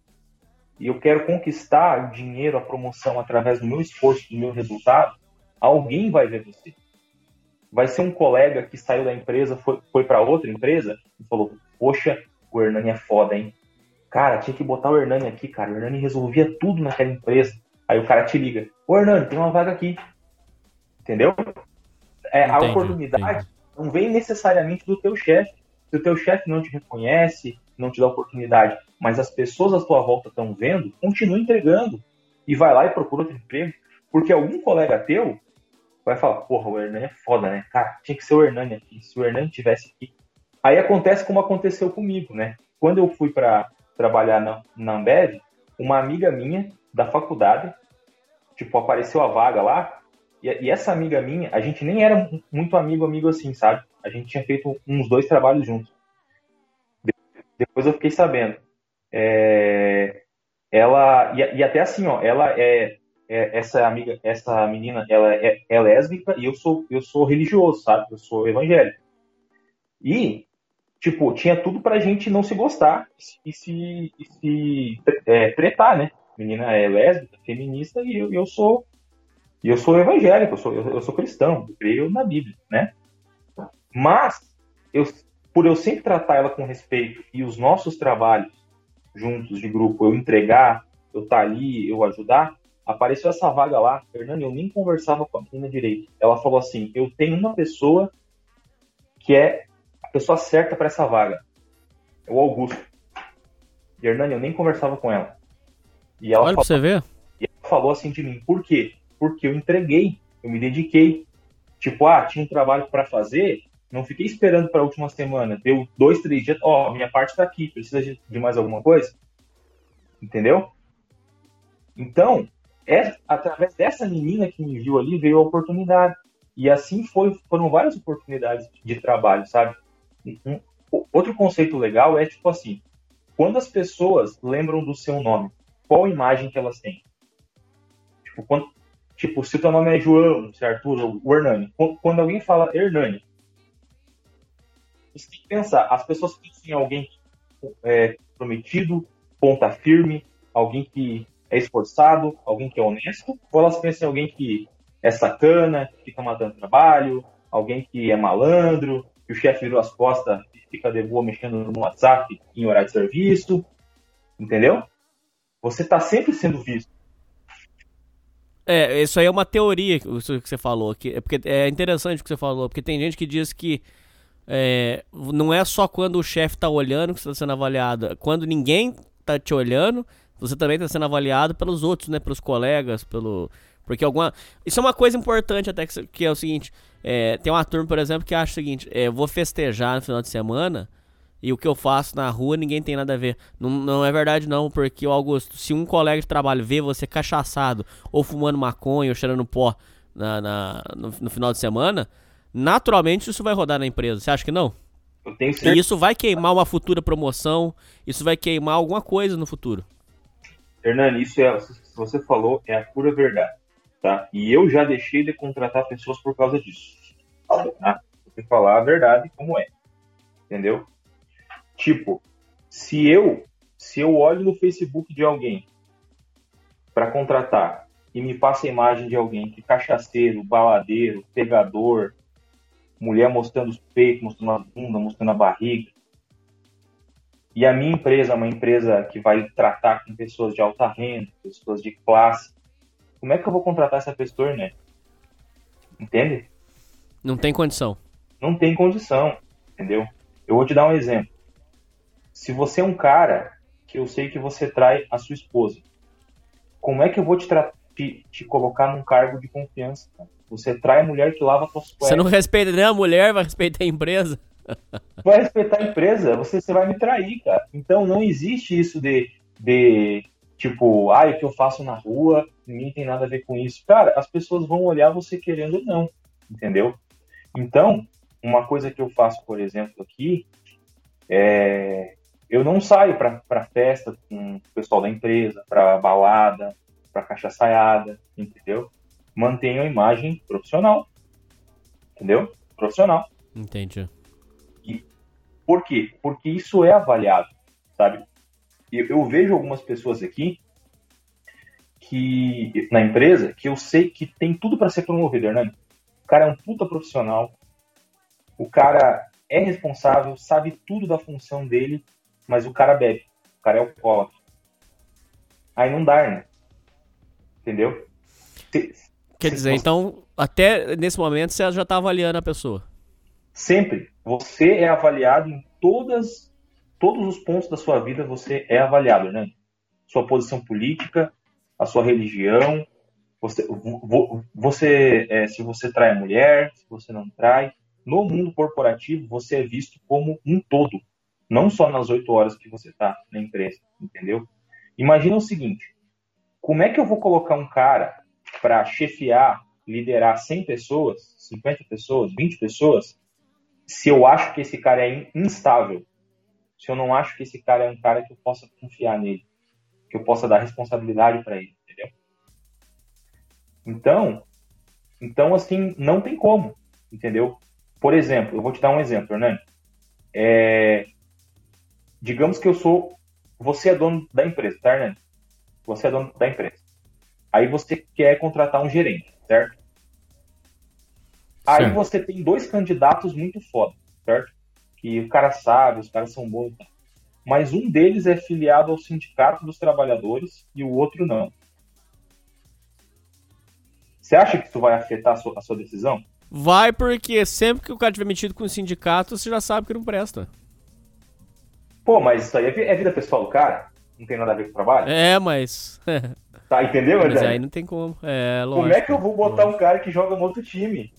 e eu quero conquistar o dinheiro, a promoção através do meu esforço, do meu resultado, alguém vai ver você. Vai ser um colega que saiu da empresa, foi, foi para outra empresa e falou, poxa, o Hernani é foda, hein? Cara, tinha que botar o Hernani aqui, cara. O Hernani resolvia tudo naquela empresa. Aí o cara te liga, ô Hernani, tem uma vaga aqui. Entendeu? É, entendi, a oportunidade entendi. Não vem necessariamente do teu chefe. Se o teu chefe não te reconhece, não te dá oportunidade, mas as pessoas à tua volta estão vendo, continua entregando. E vai lá e procura outro emprego. Porque algum colega teu vai falar, porra, o Hernani é foda, né? Cara, tinha que ser o Hernani aqui. Se o Hernani tivesse aqui. Aí acontece como aconteceu comigo, né? Quando eu fui para trabalhar na, na Ambev, uma amiga minha da faculdade, tipo, apareceu a vaga lá, e, e essa amiga minha, a gente nem era muito amigo, amigo assim, sabe? A gente tinha feito uns dois trabalhos juntos. Depois eu fiquei sabendo. É, ela, e, e até assim, ó, ela é, é, essa amiga, essa menina, ela é, é lésbica e eu sou, eu sou religioso, sabe? Eu sou evangélico. E, tipo, tinha tudo pra gente não se gostar e se, e se é, tretar, né? A menina é lésbica, feminista e eu, eu sou e eu sou evangélico, eu sou, eu, eu sou cristão, eu creio na Bíblia, né? Mas, eu, por eu sempre tratar ela com respeito e os nossos trabalhos juntos de grupo, eu entregar, eu estar ali, eu ajudar, apareceu essa vaga lá, Fernando, eu nem conversava com a menina direito. Ela falou assim, eu tenho uma pessoa que é a pessoa certa para essa vaga, é o Augusto. E Hernani, eu nem conversava com ela. E ela Olha falou, pra você ver. E ela falou assim de mim, por quê? Porque eu entreguei, eu me dediquei. Tipo, ah, tinha um trabalho para fazer, não fiquei esperando para a última semana. Deu dois, três dias, ó, oh, minha parte tá aqui, precisa de, de mais alguma coisa? Entendeu? Então, é, através dessa menina que me viu ali, veio a oportunidade. E assim foi, foram várias oportunidades de trabalho, sabe? Um, outro conceito legal é, tipo assim, quando as pessoas lembram do seu nome, qual imagem que elas têm? Tipo, quando, tipo se o teu nome é João, se é Arthur ou o Hernani, quando alguém fala Hernani, você tem que pensar, as pessoas pensam em alguém é, prometido, ponta firme, alguém que é esforçado, alguém que é honesto, ou elas pensam em alguém que é sacana, que fica matando trabalho, alguém que é malandro, que o chefe virou as costas e fica de boa mexendo no WhatsApp em horário de serviço, entendeu? Você está sempre sendo visto. É, isso aí é uma teoria, isso que você falou, que, é, porque é interessante o que você falou, porque tem gente que diz que é, não é só quando o chefe está olhando que você está sendo avaliado, quando ninguém está te olhando, você também está sendo avaliado pelos outros, né, pelos colegas, pelo... Porque alguma... Isso é uma coisa importante até, que, que é o seguinte, é, tem uma turma, por exemplo, que acha o seguinte, é, eu vou festejar no final de semana e o que eu faço na rua ninguém tem nada a ver. Não, não é verdade não, porque, Augusto, se um colega de trabalho vê você cachaçado, ou fumando maconha, ou cheirando pó na, na no, no final de semana, naturalmente isso vai rodar na empresa. Você acha que não? Eu tenho certeza. E isso vai queimar uma futura promoção, isso vai queimar alguma coisa no futuro. Hernani, isso é, se você falou, é a pura verdade, tá? E eu já deixei de contratar pessoas por causa disso, tá? Você falar a verdade como é, entendeu? Tipo, se eu, se eu olho no Facebook de alguém para contratar e me passa a imagem de alguém que é cachaceiro, baladeiro, pegador, mulher mostrando os peitos, mostrando a bunda, mostrando a barriga, e a minha empresa é uma empresa que vai tratar com pessoas de alta renda, pessoas de classe, como é que eu vou contratar essa pessoa, né? Entende? Não tem condição. Não tem condição, entendeu? Eu vou te dar um exemplo. Se você é um cara que eu sei que você trai a sua esposa, como é que eu vou te, tra- te, te colocar num cargo de confiança, cara? Você trai a mulher que lava suas cuecas. Você não respeita nem a mulher, vai respeitar a empresa? Vai respeitar a empresa, você, você vai me trair, cara. Então não existe isso de, de tipo, ah, o que eu faço na rua, ninguém tem nada a ver com isso. Cara, as pessoas vão olhar você querendo ou não, entendeu? Então, uma coisa que eu faço, por exemplo, aqui, é... eu não saio pra, pra festa com o pessoal da empresa, pra balada, pra cachaçaiada, entendeu? Mantenho a imagem profissional, entendeu? Profissional. Entendi. E por quê? Porque isso é avaliado, sabe? Eu, eu vejo algumas pessoas aqui que na empresa que eu sei que tem tudo para ser promovido, né? O cara é um puta profissional, o cara é responsável, sabe tudo da função dele, mas o cara bebe, o cara é alcoólatra. Aí não dá, né? Entendeu? Se, Quer se dizer, você... então, até nesse momento você já tá avaliando a pessoa. Sempre. Você é avaliado em todas, todos os pontos da sua vida, você é avaliado, né? Sua posição política, a sua religião, você, você é, se você trai a mulher, se você não trai. No mundo corporativo, você é visto como um todo, não só nas oito horas que você está na empresa, entendeu? Imagina o seguinte, como é que eu vou colocar um cara para chefiar, liderar cem pessoas, cinquenta pessoas, vinte pessoas, se eu acho que esse cara é instável, se eu não acho que esse cara é um cara que eu possa confiar nele, que eu possa dar responsabilidade para ele, entendeu? Então, então, assim, não tem como, entendeu? Por exemplo, eu vou te dar um exemplo, né? É, digamos que eu sou, você é dono da empresa, tá, Hernani? Você é dono da empresa. Aí você quer contratar um gerente, certo? Aí certo. Você tem dois candidatos muito foda, certo? Que o cara sabe, os caras são bons, mas um deles é filiado ao sindicato dos trabalhadores e o outro não. Você acha que isso vai afetar a sua, a sua decisão? Vai, porque sempre que o cara tiver metido com o sindicato, você já sabe que não presta. Pô, mas isso aí é vida pessoal do cara? Não tem nada a ver com o trabalho? É, mas... Tá, entendeu, Mas André? aí não tem como. É, lógico. Como é que eu vou botar lógico. um cara que joga no outro time?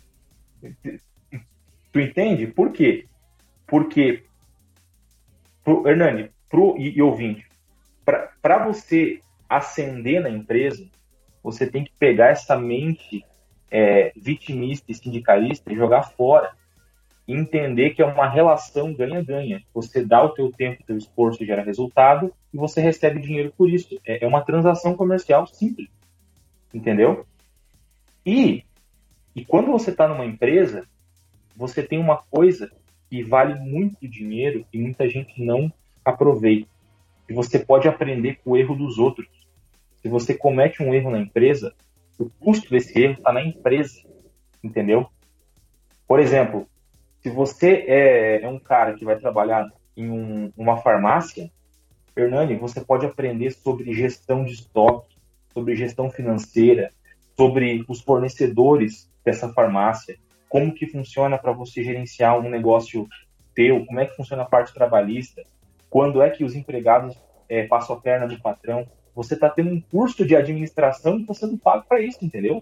Tu entende? Por quê? Porque, pro, Hernani, pro, e, e ouvinte, para você ascender na empresa, você tem que pegar essa mente é, vitimista e sindicalista e jogar fora. E entender que é uma relação ganha-ganha. Você dá o teu tempo, o teu esforço gera resultado e você recebe dinheiro por isso. É, é uma transação comercial simples. Entendeu? E, e quando você está numa empresa, você tem uma coisa que vale muito dinheiro e muita gente não aproveita. E você pode aprender com o erro dos outros. Se você comete um erro na empresa, o custo desse erro está na empresa. Entendeu? Por exemplo, se você é, é um cara que vai trabalhar em um, uma farmácia, Hernani, você pode aprender sobre gestão de estoque, sobre gestão financeira, sobre os fornecedores dessa farmácia, como que funciona para você gerenciar um negócio teu, como é que funciona a parte trabalhista, quando é que os empregados é, passam a perna do patrão. Você está tendo um curso de administração e você não paga para isso, entendeu?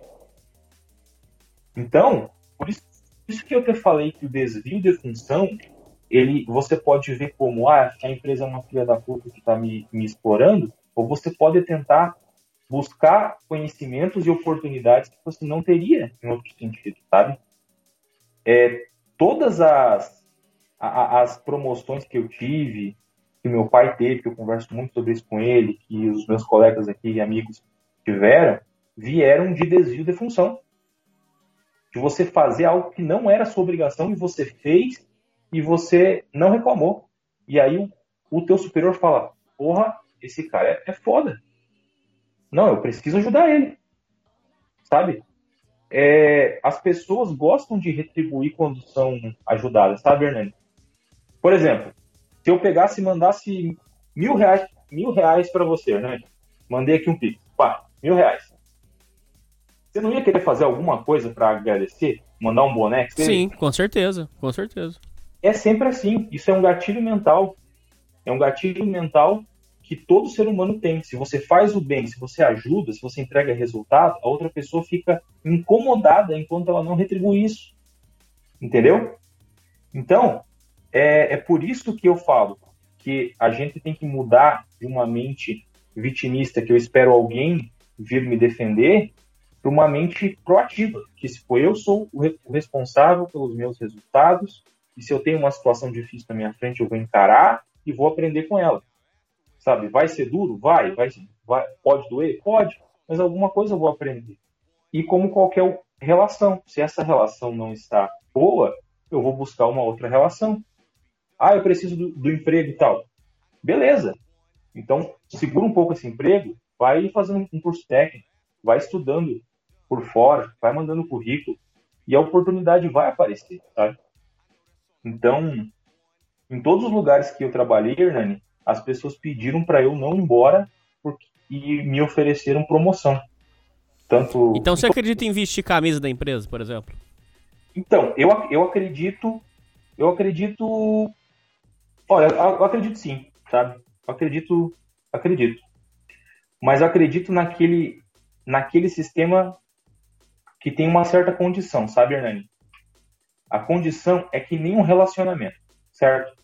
Então, por isso Por isso que eu te falei que o desvio de função, ele, você pode ver como ah, a empresa é uma filha da puta que está me, me explorando, ou você pode tentar buscar conhecimentos e oportunidades que você não teria em outro sentido, sabe? É, todas as, a, as promoções que eu tive, que meu pai teve, que eu converso muito sobre isso com ele, que os meus colegas aqui e amigos tiveram, vieram de desvio de função. De você fazer algo que não era sua obrigação e você fez e você não reclamou. E aí o, o teu superior fala, porra, esse cara é, é foda. Não, eu preciso ajudar ele. Sabe? É, as pessoas gostam de retribuir quando são ajudadas, sabe, Hernani? Por exemplo, se eu pegasse e mandasse mil reais, mil reais para você, Hernani, mandei aqui um pix, pá, mil reais. Você não ia querer fazer alguma coisa para agradecer? Mandar um boné? Sim, com certeza, com certeza. É sempre assim. Isso é um gatilho mental. É um gatilho mental que todo ser humano tem. Se você faz o bem, se você ajuda, se você entrega resultado, a outra pessoa fica incomodada enquanto ela não retribui isso. Entendeu? Então, é, é por isso que eu falo que a gente tem que mudar de uma mente vitimista, que eu espero alguém vir me defender, para uma mente proativa, que se for eu sou o responsável pelos meus resultados, e se eu tenho uma situação difícil na minha frente, eu vou encarar e vou aprender com ela. Sabe, vai ser duro? Vai. vai, vai pode doer? Pode. Mas alguma coisa eu vou aprender. E como qualquer relação, se essa relação não está boa, eu vou buscar uma outra relação. Ah, eu preciso do, do emprego e tal. Beleza. Então, segura um pouco esse emprego, vai fazendo um curso técnico, vai estudando por fora, vai mandando currículo e a oportunidade vai aparecer, sabe? Então, em todos os lugares que eu trabalhei, Hernani, as pessoas pediram para eu não ir embora porque, e me ofereceram promoção. Tanto... Então você acredita em vestir camisa da empresa, por exemplo? Então, eu, eu acredito, eu acredito, olha, eu acredito sim, sabe? Eu acredito, acredito. Mas eu acredito naquele, naquele sistema que tem uma certa condição, sabe, Hernani? A condição é que nem um relacionamento, certo?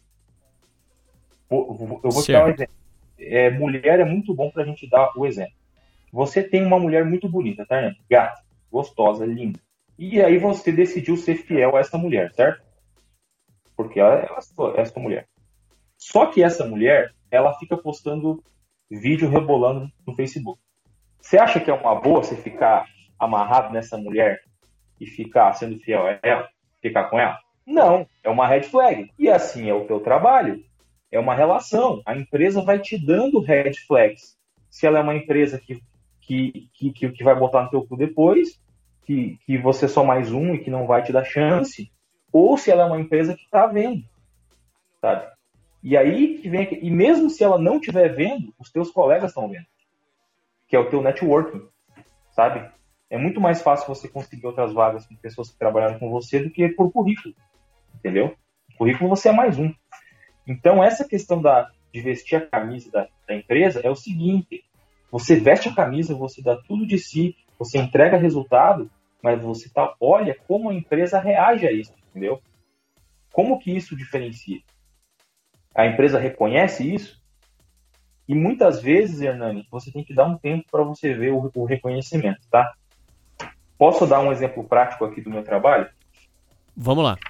Eu vou certo. te dar um exemplo. É, mulher é muito bom pra gente dar o exemplo. Você tem uma mulher muito bonita, tá, Hernani? Gata, gostosa, linda. E aí você decidiu ser fiel a essa mulher, certo? Porque ela é a sua, é a sua mulher. Só que essa mulher, ela fica postando vídeo rebolando no Facebook. Você acha que é uma boa você ficar amarrado nessa mulher e ficar sendo fiel a ela? Ficar com ela? Não, é uma red flag. E assim é o teu trabalho. É uma relação. A empresa vai te dando red flags. Se ela é uma empresa que, que, que, que vai botar no teu cu depois, que, que você é só mais um e que não vai te dar chance, ou se ela é uma empresa que está vendo, sabe? E aí que vem, e mesmo se ela não estiver vendo, os teus colegas estão vendo, que é o teu networking, sabe? É muito mais fácil você conseguir outras vagas com pessoas que trabalharam com você do que por currículo, entendeu? Currículo você é mais um. Então essa questão da, de vestir a camisa da, da empresa é o seguinte: você veste a camisa, você dá tudo de si, você entrega resultado, mas você tá, olha como a empresa reage a isso, entendeu? Como que isso diferencia? A empresa reconhece isso? E muitas vezes, Hernani, você tem que dar um tempo para você ver o, o reconhecimento, tá? Posso dar um exemplo prático aqui do meu trabalho? Vamos lá.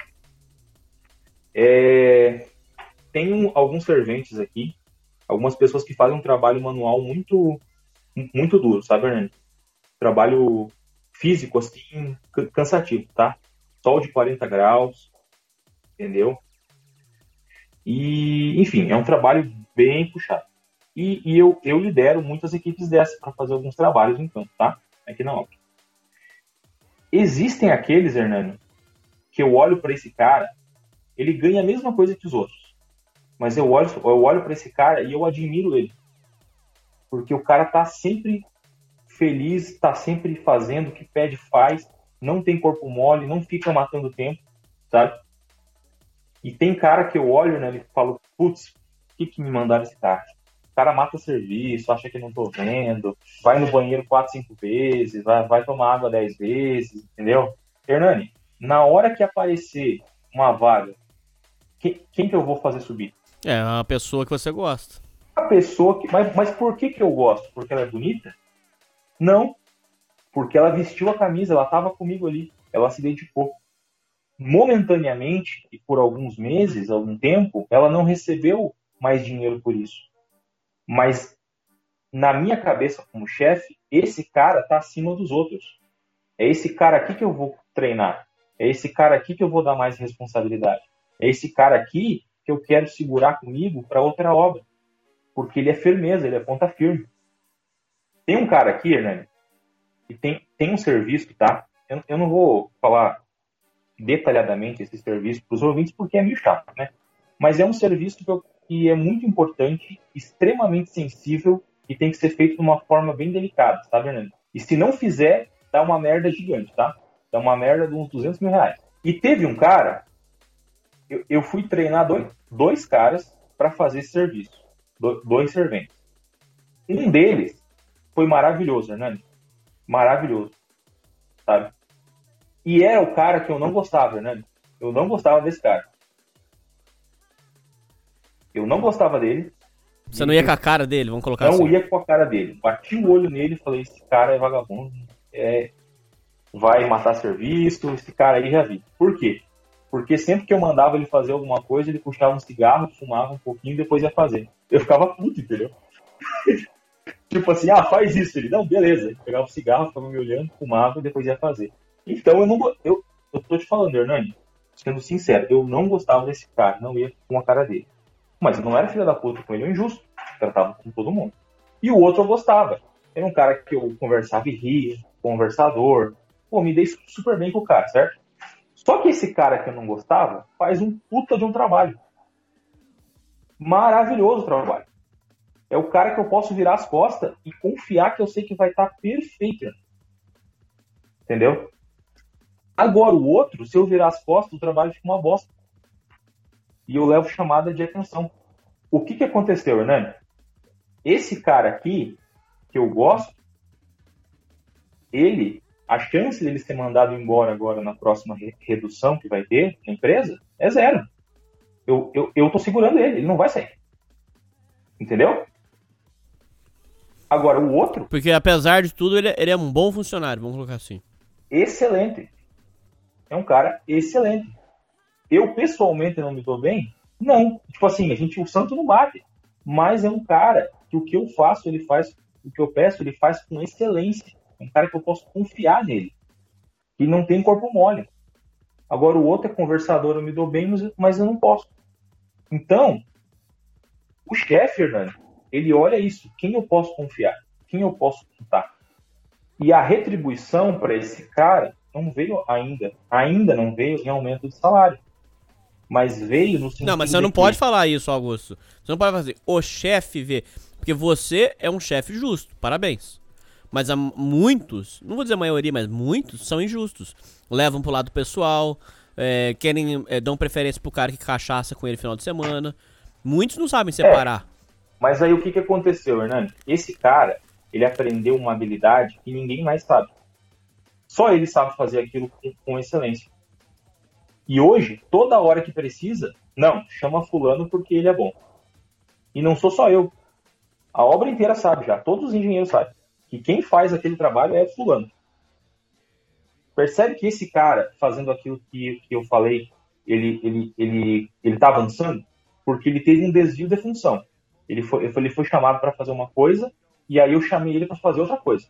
É, tem um, alguns serventes aqui, algumas pessoas que fazem um trabalho manual muito, muito duro, sabe, Hernani? Trabalho físico, assim, cansativo, tá? Sol de quarenta graus, entendeu? E, enfim, é um trabalho bem puxado. E, e eu, eu lidero muitas equipes dessas para fazer alguns trabalhos em campo, tá? Aqui na obra. Existem aqueles, Hernani, que eu olho para esse cara, ele ganha a mesma coisa que os outros. Mas eu olho, eu olho para esse cara e eu admiro ele. Porque o cara tá sempre feliz, tá sempre fazendo o que pede, faz, não tem corpo mole, não fica matando tempo, sabe? E tem cara que eu olho, né, e falo, putz, o que que me mandaram esse cara? O cara mata serviço, acha que não tô vendo, vai no banheiro quatro, cinco vezes, vai, vai tomar água dez vezes, entendeu? Hernani, na hora que aparecer uma vaga, que, quem que eu vou fazer subir? É, a pessoa que você gosta. A pessoa que... Mas, mas por que que eu gosto? Porque ela é bonita? Não, porque ela vestiu a camisa, ela estava comigo ali, ela se dedicou. Momentaneamente, e por alguns meses, algum tempo, ela não recebeu mais dinheiro por isso. Mas, na minha cabeça como chefe, esse cara está acima dos outros. É esse cara aqui que eu vou treinar. É esse cara aqui que eu vou dar mais responsabilidade. É esse cara aqui que eu quero segurar comigo para outra obra. Porque ele é firmeza, ele é ponta firme. Tem um cara aqui, Hernani, que tem, tem um serviço, tá? Eu, eu não vou falar detalhadamente esse serviço para os ouvintes, porque é meio chato, né? Mas é um serviço que, eu, que é muito importante, extremamente sensível e tem que ser feito de uma forma bem delicada, tá, Hernani? E se não fizer, dá uma merda gigante, tá? Dá uma merda de uns duzentos mil reais. E teve um cara, eu, eu fui treinar dois, dois caras para fazer esse serviço. Do, dois serventes. Um deles foi maravilhoso, Hernani. Maravilhoso. Sabe? E era o cara que eu não gostava, Hernani. Eu não gostava desse cara. Eu não gostava dele. Você não ia com a cara dele, vamos colocar não assim. Não ia com a cara dele. Bati o olho nele e falei, esse cara é vagabundo. É, vai matar serviço, esse cara aí já vi. Por quê? Porque sempre que eu mandava ele fazer alguma coisa, ele puxava um cigarro, fumava um pouquinho e depois ia fazer. Eu ficava puto, entendeu? Tipo assim, ah, faz isso. Ele, não, beleza. Ele pegava o cigarro, ficava me olhando, fumava e depois ia fazer. Então eu não eu, eu tô te falando, Hernani, sendo sincero, eu não gostava desse cara, não ia com a cara dele. Mas eu não era filha da puta com ele, eu injusto. Tratava com todo mundo. E o outro eu gostava. Era um cara que eu conversava e ria, conversador. Pô, me dei super bem com o cara, certo? Só que esse cara que eu não gostava faz um puta de um trabalho. Maravilhoso trabalho. É o cara que eu posso virar as costas e confiar que eu sei que vai estar perfeito. Entendeu? Agora o outro, se eu virar as costas, o trabalho fica uma bosta. E eu levo chamada de atenção. O que que aconteceu, Hernani? Esse cara aqui, que eu gosto, ele, a chance dele ser mandado embora agora na próxima re- redução que vai ter na empresa é zero. Eu, eu, eu tô segurando ele, ele não vai sair. Entendeu? Agora, o outro... Porque, apesar de tudo, ele, ele é um bom funcionário, vamos colocar assim. Excelente. É um cara excelente. Eu, pessoalmente, não me dou bem? Não. Tipo assim, a gente, o santo não bate. Mas é um cara que o que eu faço, ele faz... O que eu peço, ele faz com excelência. É um cara que eu posso confiar nele. E não tem corpo mole. Agora, o outro é conversador, eu me dou bem, mas eu não posso. Então, o chefe, Hernani, ele olha isso. Quem eu posso confiar? Quem eu posso contar? E a retribuição para esse cara não veio ainda. Ainda não veio em aumento de salário. Mas veio no sentido... Não, mas você não pode falar isso, Augusto. Você não pode fazer, o chefe vê. Porque você é um chefe justo. Parabéns. Mas há muitos, não vou dizer a maioria, mas muitos são injustos. Levam pro lado pessoal, é, querem, é, dão preferência pro cara que cachaça com ele no final de semana. Muitos não sabem separar. É, mas aí o que, que aconteceu, Hernani? Esse cara, ele aprendeu uma habilidade que ninguém mais sabe. Só ele sabe fazer aquilo com, com excelência. E hoje, toda hora que precisa, não, chama fulano porque ele é bom. E não sou só eu. A obra inteira sabe já, todos os engenheiros sabem. Que quem faz aquele trabalho é fulano. Percebe que esse cara, fazendo aquilo que, que eu falei, ele ele ele ele está avançando porque ele teve um desvio de função. Ele foi, ele foi chamado para fazer uma coisa e aí eu chamei ele para fazer outra coisa.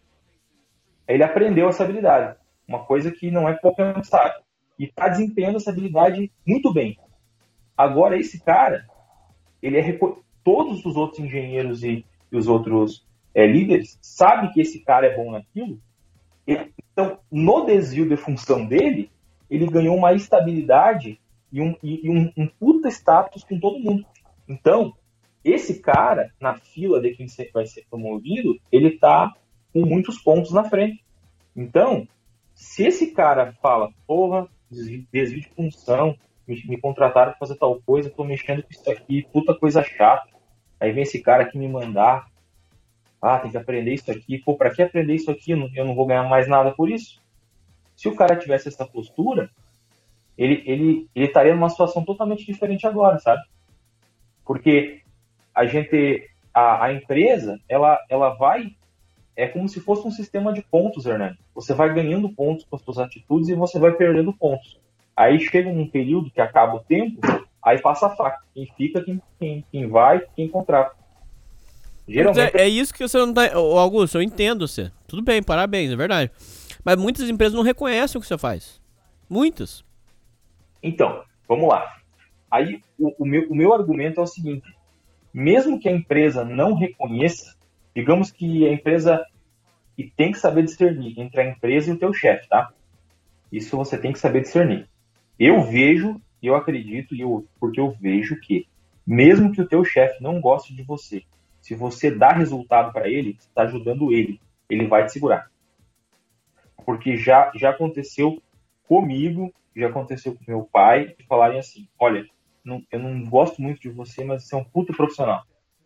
Ele aprendeu essa habilidade, uma coisa que não é qualquer um sabe. E está desempenhando essa habilidade muito bem. Agora, esse cara, ele é reco... todos os outros engenheiros e, e os outros é, líderes sabem que esse cara é bom naquilo. Ele, então, no desvio de função dele, ele ganhou uma estabilidade e um, e, e um, um puta status com todo mundo. Então, esse cara, na fila de quem vai ser promovido, ele está com muitos pontos na frente. Então, se esse cara fala, porra, desvio de função, me, me contrataram para fazer tal coisa, tô mexendo com isso aqui, puta coisa chata. Aí vem esse cara aqui me mandar, ah, tem que aprender isso aqui, pô, pra que aprender isso aqui? Eu não, eu não vou ganhar mais nada por isso. Se o cara tivesse essa postura, ele, ele, ele estaria numa situação totalmente diferente agora, sabe? Porque a gente, a, a empresa, ela, ela vai é como se fosse um sistema de pontos, Hernani. Você vai ganhando pontos com as suas atitudes e você vai perdendo pontos. Aí chega um período que acaba o tempo, aí passa a faca. Quem fica, quem, quem, quem vai, quem contrata. Geralmente... É, é isso que você não tá... Augusto, eu entendo você. Tudo bem, parabéns, é verdade. Mas muitas empresas não reconhecem o que você faz. Muitas. Então, vamos lá. Aí o, o, meu, o meu argumento é o seguinte. Mesmo que a empresa não reconheça, digamos que a empresa... E tem que saber discernir entre a empresa e o teu chefe, tá? Isso você tem que saber discernir. Eu vejo, eu acredito, e eu, porque eu vejo que, mesmo que o teu chefe não goste de você, se você dá resultado para ele, você está ajudando ele, ele vai te segurar. Porque já, já aconteceu comigo, já aconteceu com meu pai, de falarem assim, olha, não, eu não gosto muito de você, mas você é um puta profissional.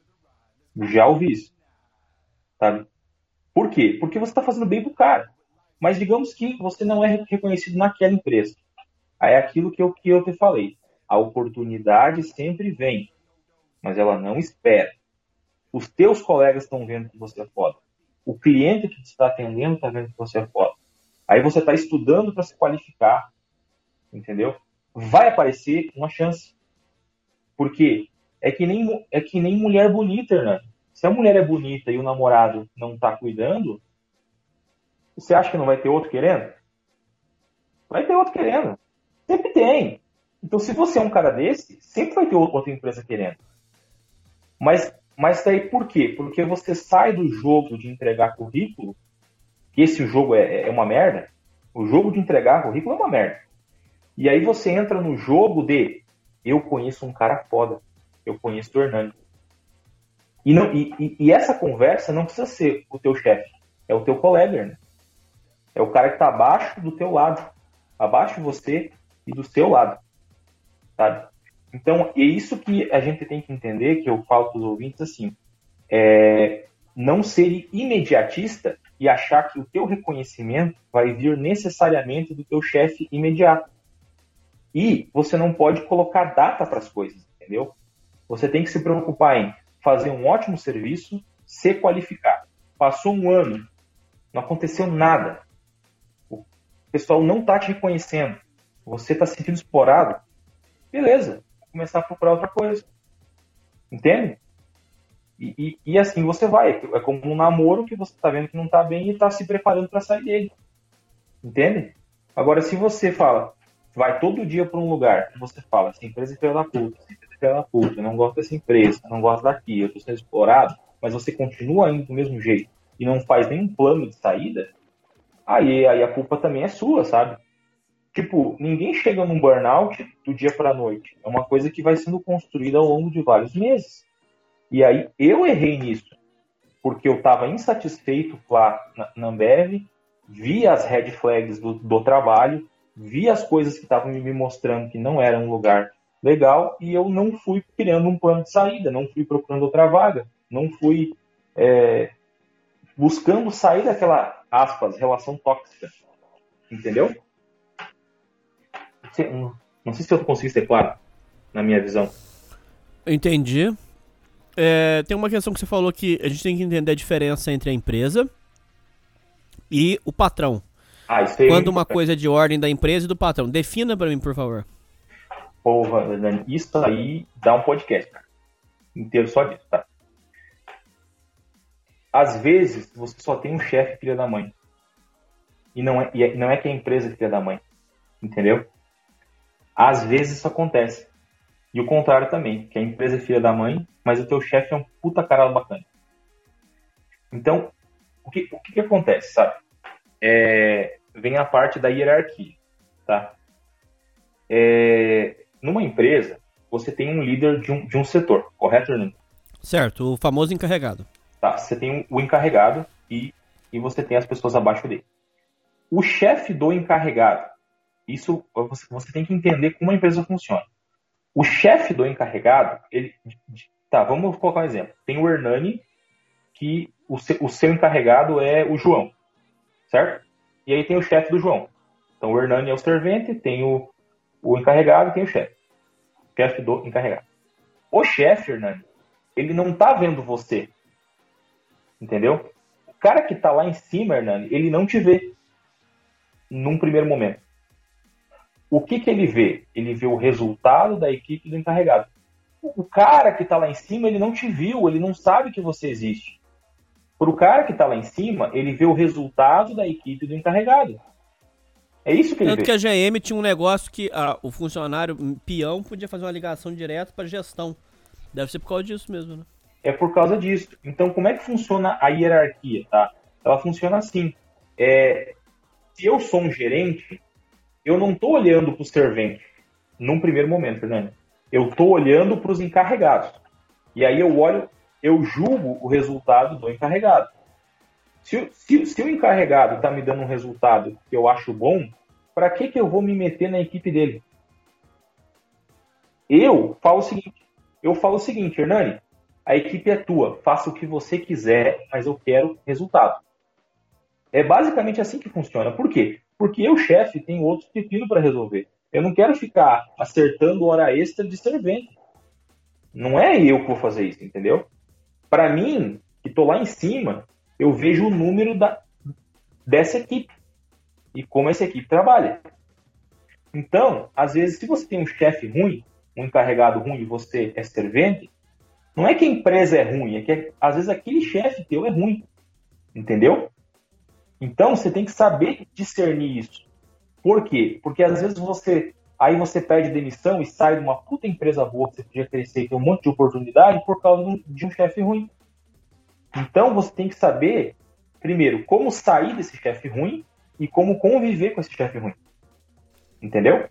Já ouvi isso. Sabe? Por quê? Porque você está fazendo bem pro cara. Mas digamos que você não é reconhecido naquela empresa. Aí é aquilo que eu, que eu te falei. A oportunidade sempre vem, mas ela não espera. Os teus colegas estão vendo que você é foda. O cliente que te está atendendo está vendo que você é foda. Aí você está estudando para se qualificar. Entendeu? Vai aparecer uma chance. Por quê? É que nem, é que nem mulher bonita, né? Se a mulher é bonita e o namorado não está cuidando, você acha que não vai ter outro querendo? Vai ter outro querendo. Sempre tem. Então, se você é um cara desse, sempre vai ter outra empresa querendo. Mas, mas daí por quê? Porque você sai do jogo de entregar currículo, que esse jogo é, é uma merda. O jogo de entregar currículo é uma merda. E aí você entra no jogo de eu conheço um cara foda. Eu conheço o Hernani. E, não, e, e essa conversa não precisa ser o teu chefe. É o teu colega, né? É o cara que está abaixo do teu lado. Abaixo de você e do seu lado. Sabe? Então, é isso que a gente tem que entender, que eu falo para os ouvintes assim. É, não ser imediatista e achar que o teu reconhecimento vai vir necessariamente do teu chefe imediato. E você não pode colocar data para as coisas, entendeu? Você tem que se preocupar em fazer um ótimo serviço, se qualificar. Passou um ano, não aconteceu nada. O pessoal não está te reconhecendo. Você está se sentindo explorado. Beleza, vou começar a procurar outra coisa. Entende? E, e, e assim você vai. É como um namoro que você está vendo que não está bem e está se preparando para sair dele. Entende? Agora, se você fala, vai todo dia para um lugar, e você fala, essa empresa é filha da puta, essa empresa é filha da puta, eu não gosto dessa empresa, eu não gosto daqui, eu estou sendo explorado, mas você continua indo do mesmo jeito e não faz nenhum plano de saída, aí, aí a culpa também é sua, sabe? Tipo, ninguém chega num burnout do dia para a noite. É uma coisa que vai sendo construída ao longo de vários meses. E aí eu errei nisso, porque eu estava insatisfeito lá na, na Ambev, vi as red flags do, do trabalho, vi as coisas que estavam me mostrando que não era um lugar legal e eu não fui criando um plano de saída, não fui procurando outra vaga, não fui é, buscando sair daquela, aspas, relação tóxica. Entendeu? Não sei se eu consegui ser claro na minha visão. Entendi. É, tem uma questão que você falou que a gente tem que entender a diferença entre a empresa e o patrão. Ah, isso aí. Quando uma coisa é de ordem da empresa e do patrão. Defina pra mim, por favor. Porra, isso aí dá um podcast, cara. Inteiro só disso, tá? Às vezes, você só tem um chefe filha da mãe. E não é, e não é que a empresa é filha da mãe. Entendeu? Às vezes isso acontece. E o contrário também, que a empresa é filha da mãe, mas o teu chefe é um puta cara bacana. Então, o que, o que, que acontece, sabe? É, vem a parte da hierarquia, tá? É, numa empresa, você tem um líder de um, de um setor, correto, Hernani? Certo, o famoso encarregado. Tá, você tem o encarregado e, e você tem as pessoas abaixo dele. O chefe do encarregado, isso você, você tem que entender como a empresa funciona. O chefe do encarregado, ele, tá, vamos colocar um exemplo. Tem o Hernani, que o seu, o seu encarregado é o João, certo? E aí tem o chefe do João. Então o Hernani é o servente, tem o, o encarregado e tem o chefe. Chefe do encarregado. O chefe, Hernani, ele não tá vendo você. Entendeu? cara que tá lá em cima, Hernani, ele não te vê num primeiro momento. O que que ele vê? Ele vê o resultado da equipe do encarregado. O cara que tá lá em cima, ele não te viu, ele não sabe que você existe. Para o cara que tá lá em cima, ele vê o resultado da equipe do encarregado. É isso que ele Tanto vê. que a G M tinha um negócio que ah, o funcionário peão podia fazer uma ligação direto para gestão. Deve ser por causa disso mesmo, né? É por causa disso. Então, como é que funciona a hierarquia, tá? Ela funciona assim. É, se eu sou um gerente, eu não estou olhando para o servente num primeiro momento, Fernando. Eu estou olhando para os encarregados. E aí eu olho, eu julgo o resultado do encarregado. Se, se, se o encarregado está me dando um resultado que eu acho bom, para que, que eu vou me meter na equipe dele? Eu falo o seguinte, eu falo o seguinte, Hernani, a equipe é tua, faça o que você quiser, mas eu quero resultado. É basicamente assim que funciona. Por quê? Porque eu, chefe, tenho outros pepinos para resolver. Eu não quero ficar acertando hora extra de servente. Não é eu que vou fazer isso, entendeu? Para mim, que estou lá em cima, eu vejo o número da, dessa equipe e como essa equipe trabalha. Então, às vezes, se você tem um chefe ruim, um encarregado ruim e você é servente, não é que a empresa é ruim, é que às vezes aquele chefe teu é ruim, entendeu? Então, você tem que saber discernir isso. Por quê? Porque às vezes você, aí você pede demissão e sai de uma puta empresa boa que você podia crescer e ter um monte de oportunidade por causa de um chefe ruim. Então, você tem que saber, primeiro, como sair desse chefe ruim e como conviver com esse chefe ruim. Entendeu?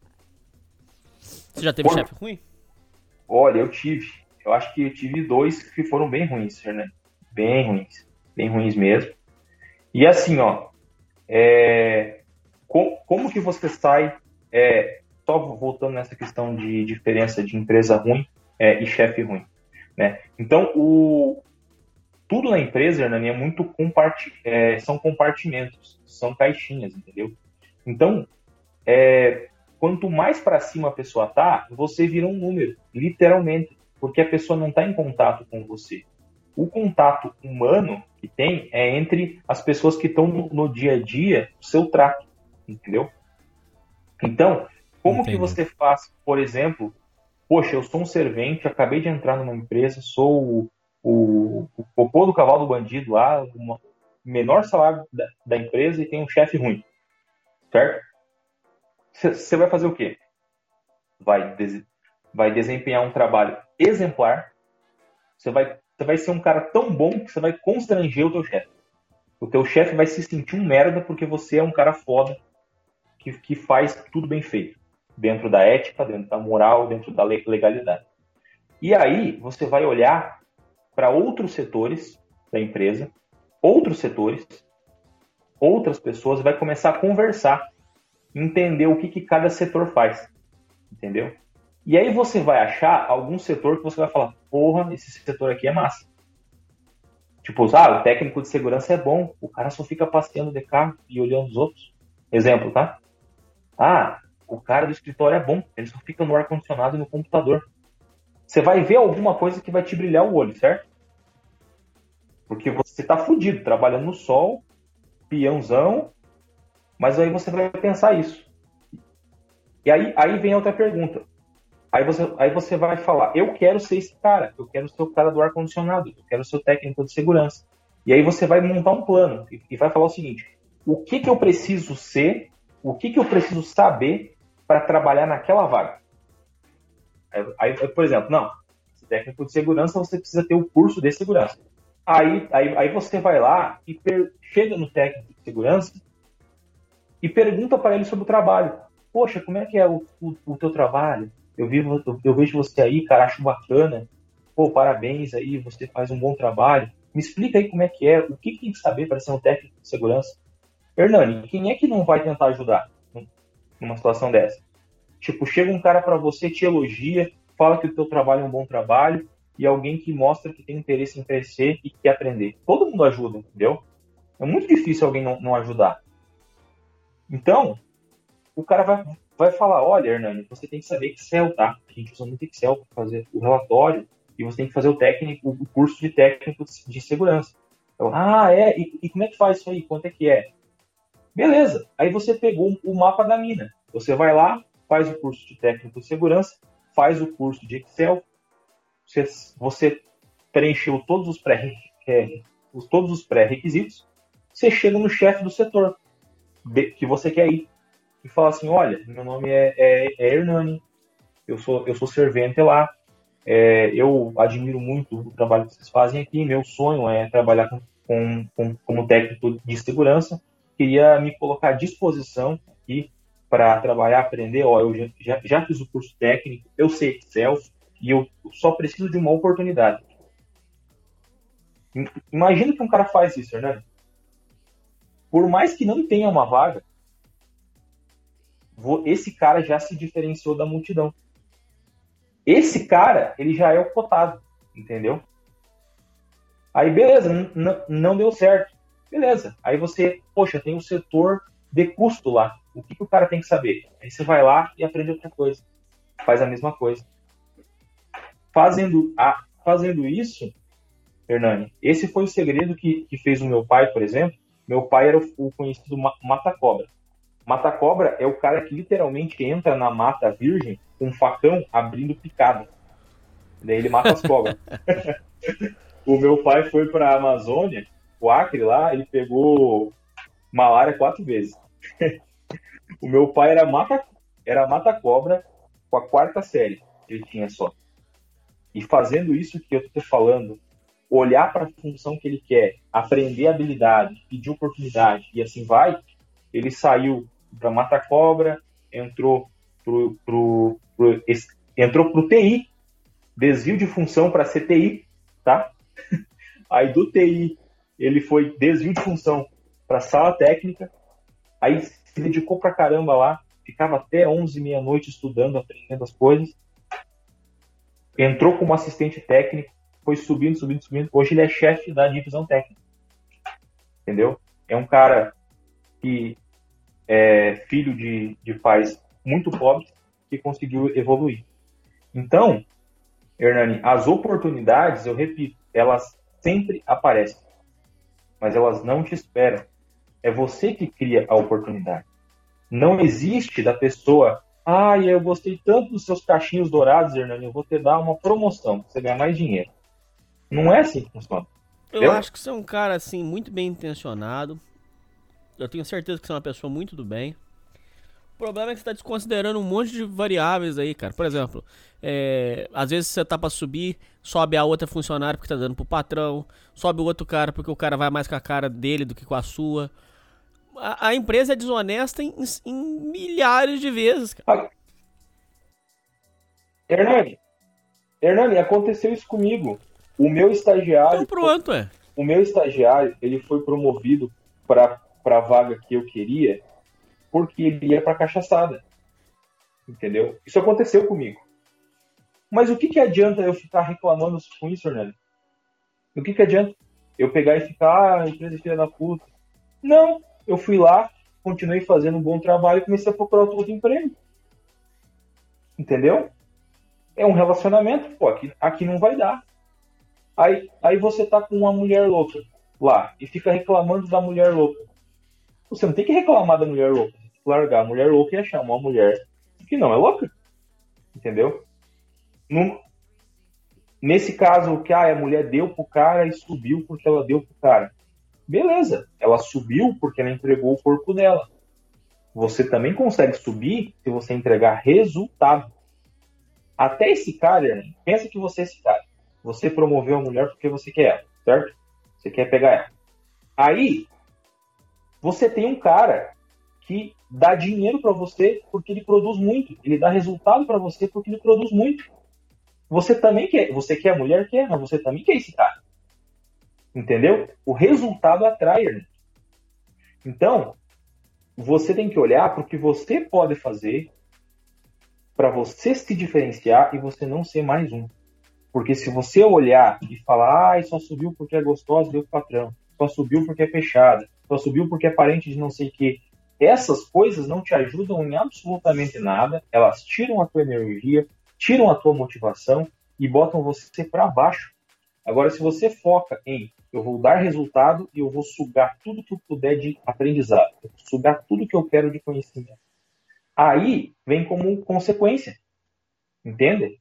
Você já teve Por... chefe ruim? Olha, eu tive. Eu acho que eu tive dois que foram bem ruins, Fernando. Bem ruins. Bem ruins mesmo. E assim, ó, é... como, como que você sai, é... só voltando nessa questão de diferença de empresa ruim é, e chefe ruim, né? Então, o... tudo na empresa, Hernani, é muito compart... é... são compartimentos, são caixinhas, entendeu? Então, é... quanto mais para cima a pessoa tá, você vira um número, literalmente, porque a pessoa não está em contato com você. O contato humano que tem é entre as pessoas que estão no, no dia a dia, o seu trato, entendeu? Então, como Entendi. Que você faz, por exemplo, poxa, eu sou um servente, acabei de entrar numa empresa, sou o, o, o popô do cavalo do bandido lá, o menor salário da, da empresa e tem um chefe ruim, certo? Você vai fazer o quê? Vai, des, vai desempenhar um trabalho exemplar, você vai Você vai ser um cara tão bom que você vai constranger o teu chefe. O teu chefe vai se sentir um merda porque você é um cara foda que, que faz tudo bem feito. Dentro da ética, dentro da moral, dentro da legalidade. E aí você vai olhar para outros setores da empresa, outros setores, outras pessoas, e vai começar a conversar, entender o que, que cada setor faz. Entendeu? E aí você vai achar algum setor que você vai falar, porra, esse setor aqui é massa. Tipo, ah, o técnico de segurança é bom, o cara só fica passeando de carro e olhando os outros. Exemplo, tá? Ah, o cara do escritório é bom, ele só fica no ar-condicionado e no computador. Você vai ver alguma coisa que vai te brilhar o olho, certo? Porque você tá fudido, trabalhando no sol, peãozão, mas aí você vai pensar isso. E aí, aí vem outra pergunta. Aí você, aí você vai falar, eu quero ser esse cara, eu quero ser o cara do ar-condicionado, eu quero ser o técnico de segurança. E aí você vai montar um plano e, e vai falar o seguinte, o que, que eu preciso ser, o que, que eu preciso saber para trabalhar naquela vaga? Aí, aí, por exemplo, não, esse técnico de segurança você precisa ter o curso de segurança. Aí, aí, aí você vai lá e per, chega no técnico de segurança e pergunta para ele sobre o trabalho. Poxa, como é que é o, o, o teu trabalho? Eu, vivo, eu, eu vejo você aí, cara, acho bacana. Pô, parabéns aí, você faz um bom trabalho. Me explica aí como é que é, o que, que tem que saber para ser um técnico de segurança. Hernani, quem é que não vai tentar ajudar numa situação dessa? Tipo, chega um cara para você, te elogia, fala que o teu trabalho é um bom trabalho e alguém que mostra que tem interesse em crescer e quer aprender. Todo mundo ajuda, entendeu? É muito difícil alguém não, não ajudar. Então, o cara vai... vai falar, olha, Hernani, você tem que saber Excel, tá? A gente usa muito Excel para fazer o relatório e você tem que fazer o técnico, o curso de técnico de segurança. Eu, ah, é? E, e como é que faz isso aí? Quanto é que é? Beleza. Aí você pegou o mapa da mina. Você vai lá, faz o curso de técnico de segurança, faz o curso de Excel, você, você preencheu todos os pré, é, todos os pré-requisitos, você chega no chefe do setor de, que você quer ir e fala assim, olha, meu nome é, é, é Hernani, eu sou, eu sou servente lá, é, eu admiro muito o trabalho que vocês fazem aqui, meu sonho é trabalhar com, com, com, como técnico de segurança, queria me colocar à disposição aqui para trabalhar, aprender, ó, eu já, já, já fiz o curso técnico, eu sei Excel e eu só preciso de uma oportunidade. Imagina que um cara faz isso, né? Por mais que não tenha uma vaga, esse cara já se diferenciou da multidão. Esse cara, ele já é o cotado, entendeu? Aí, beleza, não deu certo. Beleza. Aí você, poxa, tem o setor de custo lá. O que, que o cara tem que saber? Aí você vai lá e aprende outra coisa. Faz a mesma coisa. Fazendo, a, fazendo isso, Hernani, esse foi o segredo que, que fez o meu pai, por exemplo. Meu pai era o, o conhecido mata-cobra. Mata-cobra é o cara que literalmente entra na mata virgem com um facão abrindo picada. Daí ele mata as cobras. O meu pai foi para a Amazônia, o Acre lá, ele pegou malária quatro vezes. O meu pai era mata, era mata-cobra com a quarta série, ele tinha só. E fazendo isso que eu estou falando, olhar para a função que ele quer, aprender habilidade, pedir oportunidade e assim vai, ele saiu para mata-cobra, entrou pro, pro, pro, entrou pro T I, desvio de função para C T I, tá? Aí do T I ele foi desvio de função para sala técnica, aí se dedicou pra caramba lá, ficava até onze, meia-noite estudando, aprendendo as coisas, entrou como assistente técnico, foi subindo, subindo, subindo, hoje ele é chefe da divisão técnica, entendeu? É um cara que é filho de, de pais muito pobres que conseguiu evoluir. Então, Hernani, as oportunidades, eu repito, elas sempre aparecem, mas elas não te esperam. É você que cria a oportunidade. Não existe da pessoa, ah, eu gostei tanto dos seus cachinhos dourados, Hernani, eu vou te dar uma promoção para você ganhar mais dinheiro. Não é assim que funciona. Eu Entendeu? acho que você é um cara, assim, muito bem intencionado. Eu tenho certeza que você é uma pessoa muito do bem. O problema é que você está desconsiderando um monte de variáveis aí, cara. Por exemplo, é, às vezes você tá pra subir, sobe a outra funcionária porque tá dando pro patrão, sobe o outro cara porque o cara vai mais com a cara dele do que com a sua. A, a empresa é desonesta em, em milhares de vezes, cara. Ah, Hernani, Hernani, aconteceu isso comigo. O meu estagiário... Então pronto, é. O meu estagiário, ele foi promovido para a vaga que eu queria porque ele ia para cachaçada. Entendeu? Isso aconteceu comigo. Mas o que, que adianta eu ficar reclamando com isso, Hernani? O que, que adianta eu pegar e ficar, ah, a empresa é filha da puta? Não, eu fui lá, continuei fazendo um bom trabalho e comecei a procurar outro emprego. Entendeu? É um relacionamento, pô, aqui, aqui não vai dar. Aí, aí você tá com uma mulher louca lá e fica reclamando da mulher louca. Você não tem que reclamar da mulher louca. Você tem que largar a mulher louca e achar uma mulher que não é louca. Entendeu? Num, nesse caso, que ah, a mulher deu pro cara e subiu porque ela deu pro cara. Beleza, ela subiu porque ela entregou o corpo dela. Você também consegue subir se você entregar resultado. Até esse cara, né? Pensa que você é esse cara. Você promoveu a mulher porque você quer ela, certo? Você quer pegar ela. Aí, você tem um cara que dá dinheiro para você porque ele produz muito. Ele dá resultado para você porque ele produz muito. Você também quer. Você quer a mulher? Quer, mas você também quer esse cara. Entendeu? O resultado atrai. Né? Então, você tem que olhar para o que você pode fazer para você se diferenciar e você não ser mais um. Porque se você olhar e falar, ah, só subiu porque é gostosa, deu pro patrão. Só subiu porque é fechada. Só subiu porque é parente de não sei o quê. Essas coisas não te ajudam em absolutamente nada. Elas tiram a tua energia, tiram a tua motivação e botam você para baixo. Agora, se você foca em eu vou dar resultado e eu vou sugar tudo que eu puder de aprendizado, eu vou sugar tudo que eu quero de conhecimento. Aí vem como consequência, entende?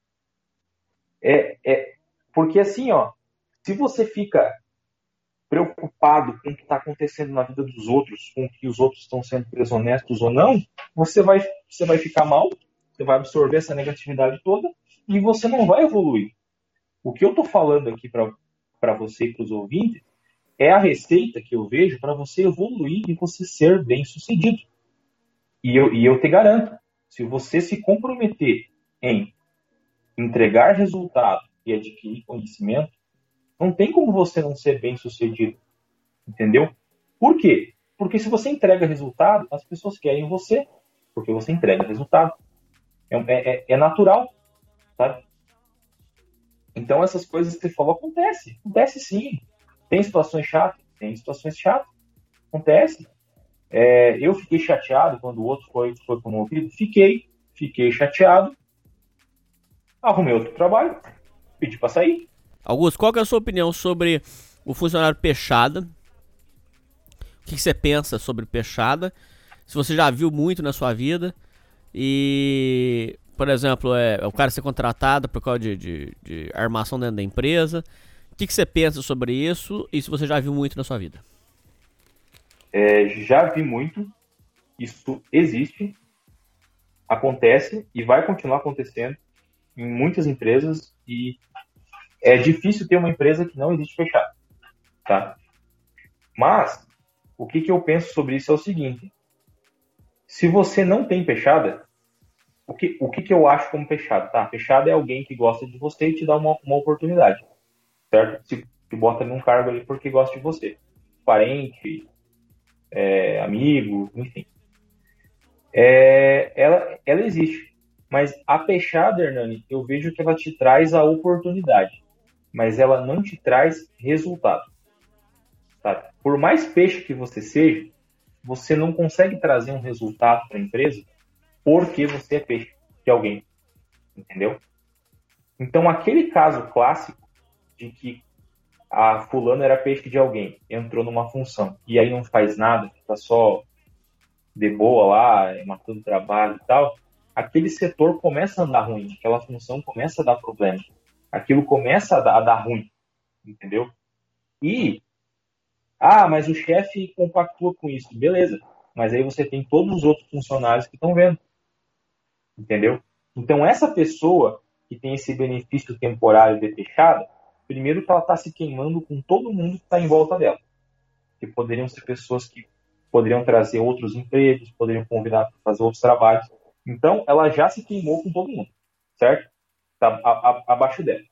É, é, porque assim, ó, se você fica preocupado com o que está acontecendo na vida dos outros, com que os outros estão sendo desonestos ou não, você vai, você vai ficar mal, você vai absorver essa negatividade toda e você não vai evoluir. O que eu estou falando aqui para você e para os ouvintes é a receita que eu vejo para você evoluir e você ser bem sucedido. E eu, e eu te garanto, se você se comprometer em entregar resultado e adquirir conhecimento, não tem como você não ser bem sucedido. Entendeu? Por quê? Porque se você entrega resultado, as pessoas querem você, porque você entrega resultado. É, é, é natural, sabe? Então essas coisas que você falou acontece. Acontece sim. Tem situações chatas? Tem situações chatas. Acontece. É, eu fiquei chateado quando o outro foi, foi promovido. Fiquei. Fiquei chateado. Arrumei outro trabalho. Pedi para sair. Augusto, qual que é a sua opinião sobre o funcionário peixada? O que, que você pensa sobre peixada? Se você já viu muito na sua vida. E, por exemplo, é, o cara ser contratado por causa de, de, de armação dentro da empresa. O que, que você pensa sobre isso? E se você já viu muito na sua vida? É, já vi muito. Isso existe. Acontece e vai continuar acontecendo em muitas empresas. E é difícil ter uma empresa que não existe fechada, tá? Mas, o que, que eu penso sobre isso é o seguinte. Se você não tem fechada, o que, o que, que eu acho como fechado, tá? Fechado é alguém que gosta de você e te dá uma, uma oportunidade, certo? Se te bota num cargo ali porque gosta de você. Parente, é, amigo, enfim. É, ela, ela existe. Mas a fechada, Hernani, eu vejo que ela te traz a oportunidade. Mas ela não te traz resultado. Tá? Por mais peixe que você seja, você não consegue trazer um resultado para a empresa porque você é peixe de alguém. Entendeu? Então, aquele caso clássico de que a fulano era peixe de alguém, entrou numa função e aí não faz nada, fica só de boa lá, matando trabalho e tal, aquele setor começa a andar ruim, aquela função começa a dar problema. Aquilo começa a dar, a dar ruim, entendeu? E, ah, mas o chefe compactua com isso. Beleza, mas aí você tem todos os outros funcionários que estão vendo, entendeu? Então, essa pessoa que tem esse benefício temporário de fechada, primeiro que ela está se queimando com todo mundo que está em volta dela. Que poderiam ser pessoas que poderiam trazer outros empregos, poderiam convidar para fazer outros trabalhos. Então, ela já se queimou com todo mundo, certo? Tá abaixo dela.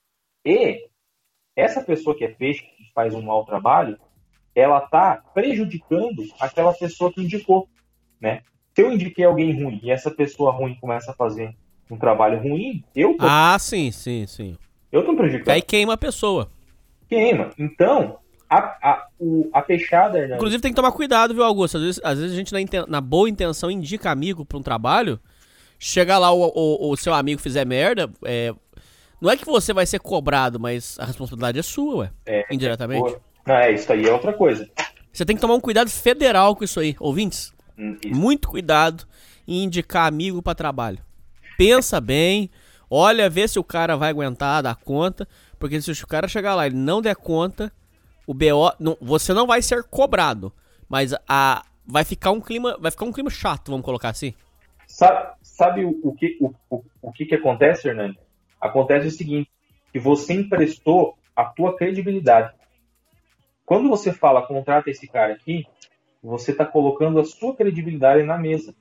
E essa pessoa que é peixe, que faz um mau trabalho, ela está prejudicando aquela pessoa que indicou, né? Se eu indiquei alguém ruim e essa pessoa ruim começa a fazer um trabalho ruim, eu tô... Ah, sim, sim, sim. Eu tô prejudicando. Aí queima a pessoa. Queima. Então, a, a, o, a fechada... Né? Inclusive tem que tomar cuidado, viu, Augusto? Às vezes, às vezes a gente, na, inten... na boa intenção, indica amigo para um trabalho... Chega lá, o, o, o seu amigo fizer merda, é, não é que você vai ser cobrado, mas a responsabilidade é sua, ué, é, indiretamente. É, não, é, isso aí é outra coisa. Você tem que tomar um cuidado federal com isso aí, ouvintes. Hum, isso. Muito cuidado em indicar amigo pra trabalho. Pensa bem, olha, vê se o cara vai aguentar, dar conta, porque se o cara chegar lá e não der conta, o B O, não, você não vai ser cobrado, mas a, vai ficar um clima, vai ficar um clima chato, vamos colocar assim. Sabe, sabe o, o, que, o, o, o que que acontece, Hernani? Acontece o seguinte, que você emprestou a tua credibilidade. Quando você fala, contrata esse cara aqui, você está colocando a sua credibilidade na mesa.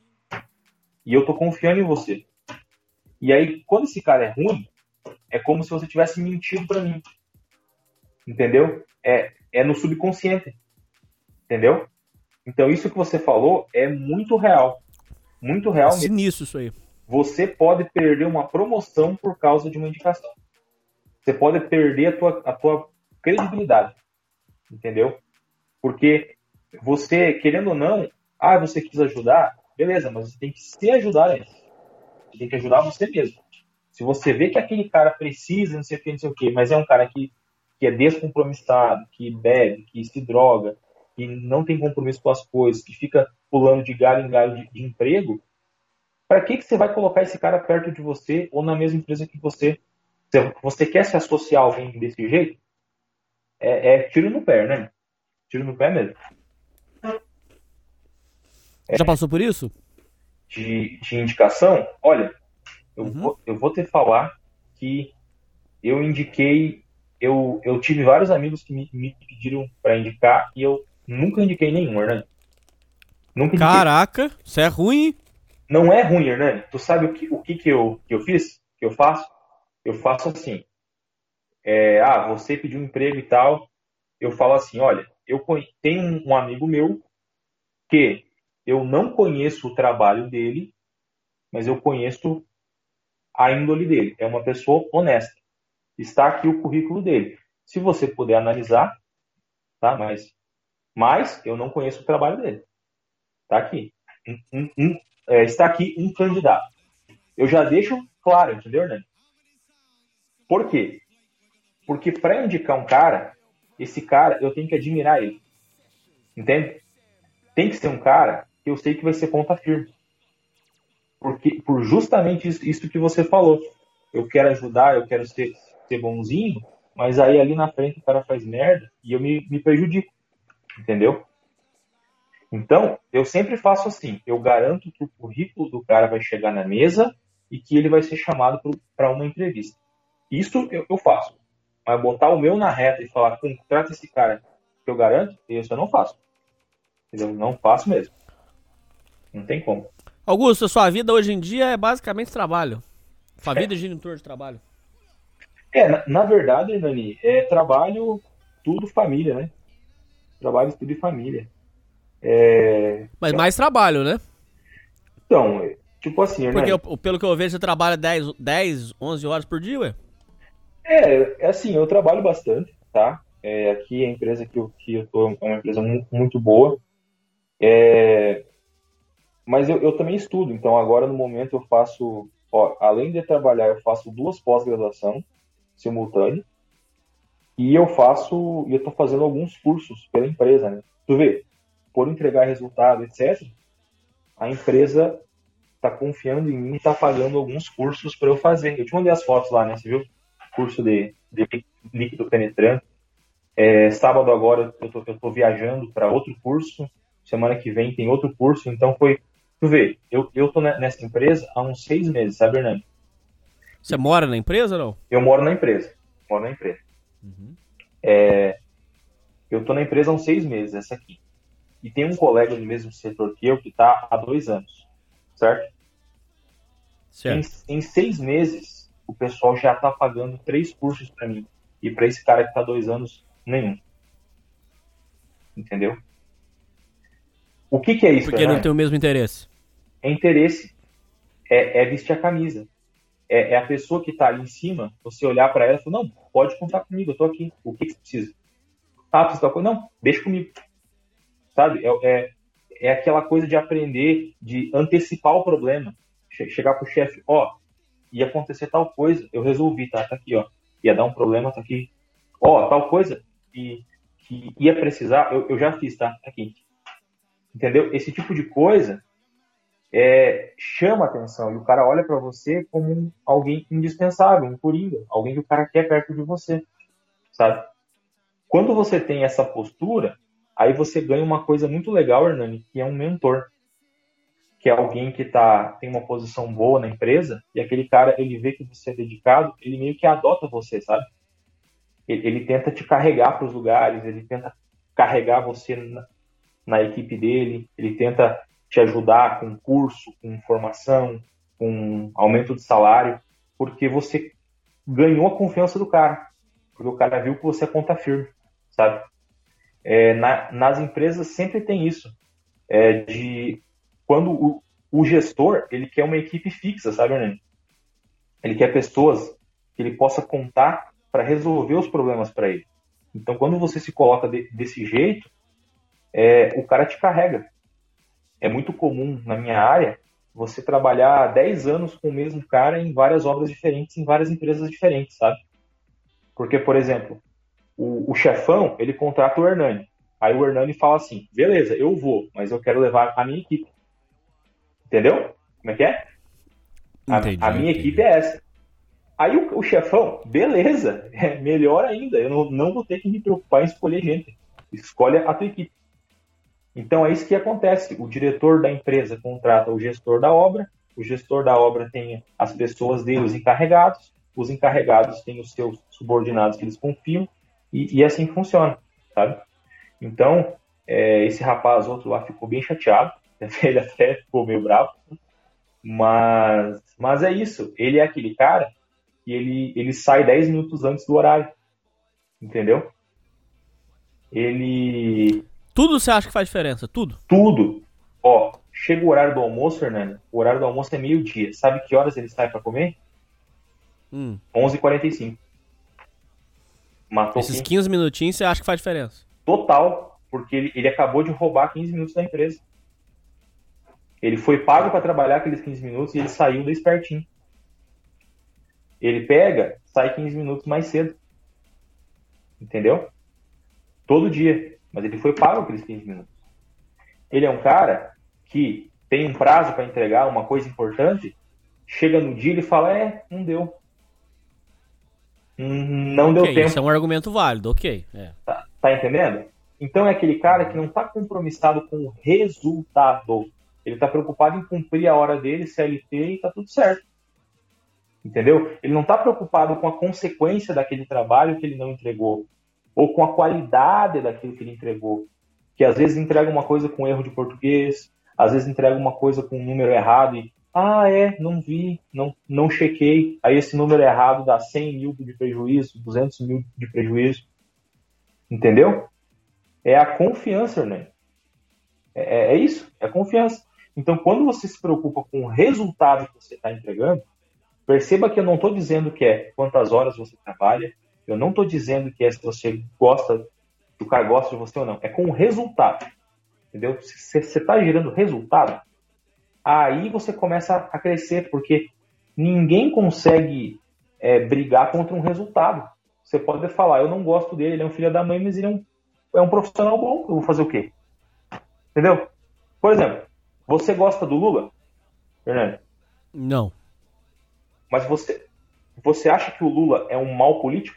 E eu estou confiando em você. E aí, quando esse cara é ruim, é como se você tivesse mentido para mim. Entendeu? É, é no subconsciente. Entendeu? Então, isso que você falou é muito real. Muito real mesmo. Sinistro isso aí. Você pode perder uma promoção por causa de uma indicação. Você pode perder a tua, a tua credibilidade. Entendeu? Porque você, querendo ou não, ah, você quis ajudar, beleza, mas você tem que se ajudar antes. Você tem que ajudar você mesmo. Se você vê que aquele cara precisa, não sei o que, não sei o que, mas é um cara que que é descompromissado, que bebe, que se droga, que não tem compromisso com as coisas, que fica pulando de galho em galho de, de emprego, para que, que você vai colocar esse cara perto de você ou na mesma empresa que você? Você quer se associar a alguém desse jeito? É, é tiro no pé, né? Tiro no pé mesmo. É, já passou por isso? De, de indicação? Olha, eu, uhum. vou, eu vou te falar que eu indiquei, eu, eu tive vários amigos que me, me pediram para indicar e eu nunca indiquei nenhum, Hernani. Nunca indiquei. Caraca, isso é ruim. Não é ruim, Hernani. Tu sabe o que, o que, que, eu, que eu fiz? Que eu faço? Eu faço assim. É, ah, você pediu um emprego e tal. Eu falo assim, olha, eu tenho um amigo meu que eu não conheço o trabalho dele, mas eu conheço a índole dele. É uma pessoa honesta. Está aqui o currículo dele. Se você puder analisar, tá? Mas, mas eu não conheço o trabalho dele. Está aqui. Um, um, um, é, está aqui um candidato. Eu já deixo claro, entendeu, né? Por quê? Porque para indicar um cara, esse cara, eu tenho que admirar ele. Entende? Tem que ser um cara que eu sei que vai ser ponta firme. Porque, por justamente isso, isso que você falou. Eu quero ajudar, eu quero ser, ser bonzinho, mas aí ali na frente o cara faz merda e eu me, me prejudico. Entendeu? Então, eu sempre faço assim. Eu garanto que o currículo do cara vai chegar na mesa e que ele vai ser chamado para uma entrevista. Isso eu, eu faço. Mas botar o meu na reta e falar, contrata esse cara que eu garanto, isso eu não faço. Eu não faço mesmo. Não tem como. Augusto, a sua vida hoje em dia é basicamente trabalho. Sua vida é gira em torno de trabalho. É, na, na verdade, Nani, é trabalho, tudo família, né? Trabalho, tudo e família. É... Mas mais trabalho, né? Então, tipo assim, né? Porque eu, pelo que eu vejo, você trabalha dez, dez, onze horas por dia, ué? É, é assim, eu trabalho bastante, tá? É, aqui a empresa que eu, que eu tô é uma empresa muito, muito boa. É... Mas eu, eu também estudo, então agora no momento eu faço, ó, além de trabalhar, eu faço duas pós-graduação simultâneas e eu faço, e eu tô fazendo alguns cursos pela empresa, né? Tu vê, por entregar resultado, etcétera, a empresa tá confiando em mim e tá pagando alguns cursos para eu fazer. Eu te mandei as fotos lá, né? Você viu? Curso de, de líquido penetrante. É, sábado agora eu tô, eu tô viajando para outro curso. Semana que vem tem outro curso. Então foi... Tu vê, eu, eu tô nessa empresa há uns seis meses, sabe, Hernani? Você mora na empresa ou não? Eu moro na empresa. Moro na empresa. Uhum. É, eu tô na empresa há uns seis meses, essa aqui. E tem um colega do mesmo setor que eu que tá há dois anos. Certo? Certo. Em, em seis meses, o pessoal já tá pagando três cursos para mim. E para esse cara que tá há dois anos, nenhum. Entendeu? O que que é isso, Porque Hernani? não tem o mesmo interesse. É interesse. É, é vestir a camisa. É, é a pessoa que tá ali em cima, você olhar para ela e falar, não, pode contar comigo, eu tô aqui. O que que você precisa? Ah, precisa de coisa? Não, deixa comigo. Sabe? É, é, é aquela coisa de aprender, de antecipar o problema. Chegar pro chefe, ó, ia acontecer tal coisa, eu resolvi, tá? Tá aqui, ó. Ia dar um problema, tá aqui. Ó, tal coisa que, que ia precisar, eu, eu já fiz, tá? Tá aqui. Entendeu? Esse tipo de coisa é, chama atenção e o cara olha para você como um, alguém indispensável, um coringa, alguém que o cara quer perto de você, sabe? Quando você tem essa postura, aí você ganha uma coisa muito legal, Hernani, que é um mentor, que é alguém que tá, tem uma posição boa na empresa e aquele cara, ele vê que você é dedicado, ele meio que adota você, sabe? Ele, ele tenta te carregar para os lugares, ele tenta carregar você na, na equipe dele, ele tenta te ajudar com curso, com formação, com aumento de salário, porque você ganhou a confiança do cara, porque o cara viu que você é ponta firme, sabe? É, na, nas empresas sempre tem isso, é, de quando o, o gestor, ele quer uma equipe fixa, sabe, Hernani? Ele quer pessoas que ele possa contar para resolver os problemas para ele. Então, quando você se coloca de, desse jeito, é, o cara te carrega. É muito comum na minha área você trabalhar dez anos com o mesmo cara em várias obras diferentes, em várias empresas diferentes, sabe? Porque, por exemplo, o, o chefão, ele contrata o Hernani. Aí o Hernani fala assim, beleza, eu vou, mas eu quero levar a minha equipe. Entendeu? Como é que é? A, Entendi, a minha entendi. equipe é essa. Aí o, o chefão, beleza, é melhor ainda, eu não, não vou ter que me preocupar em escolher gente. Escolhe a tua equipe. Então é isso que acontece. O diretor da empresa contrata o gestor da obra, o gestor da obra tem as pessoas dele, os encarregados, os encarregados têm os seus subordinados que eles confiam, e, e assim funciona, sabe? Então, é, esse rapaz, outro lá, ficou bem chateado, ele até ficou meio bravo, mas, mas é isso, ele é aquele cara que ele, ele sai dez minutos antes do horário, entendeu? Ele... Tudo você acha que faz diferença? Tudo? Tudo. Ó, chega o horário do almoço, Fernando, o horário do almoço é meio-dia, sabe que horas ele sai para comer? Hum. onze e quarenta e cinco. Matou Esses quinze minutinhos você acha que faz diferença? Total, porque ele, ele acabou de roubar quinze minutos da empresa. Ele foi pago para trabalhar aqueles quinze minutos e ele saiu da espertinho. Ele pega, sai quinze minutos mais cedo. Entendeu? Todo dia. Mas ele foi pago aqueles quinze minutos. Ele é um cara que tem um prazo para entregar uma coisa importante, chega no dia e fala, é, não deu. Não deu okay, tempo. Isso é um argumento válido, ok. É. Tá, tá entendendo? Então é aquele cara que não está compromissado com o resultado. Ele está preocupado em cumprir a hora dele, C L T, e tá tudo certo. Entendeu? Ele não está preocupado com a consequência daquele trabalho que ele não entregou, ou com a qualidade daquilo que ele entregou. Que às vezes entrega uma coisa com erro de português, às vezes entrega uma coisa com um número errado e, ah, é, não vi, não, não chequei. Aí esse número errado dá cem mil de prejuízo, duzentos mil de prejuízo. Entendeu? É a confiança, né? É, é isso, é a confiança. Então, quando você se preocupa com o resultado que você está entregando, perceba que eu não estou dizendo que é quantas horas você trabalha, eu não estou dizendo que é se você gosta, se o cara gosta de você ou não. É com o resultado. Entendeu? Se você está gerando resultado, aí você começa a crescer, porque ninguém consegue é, brigar contra um resultado. Você pode falar, eu não gosto dele, ele é um filho da mãe, mas ele é um, é um profissional bom, eu vou fazer o quê? Entendeu? Por exemplo, você gosta do Lula, Fernando? Não. Mas você, você acha que o Lula é um mau político?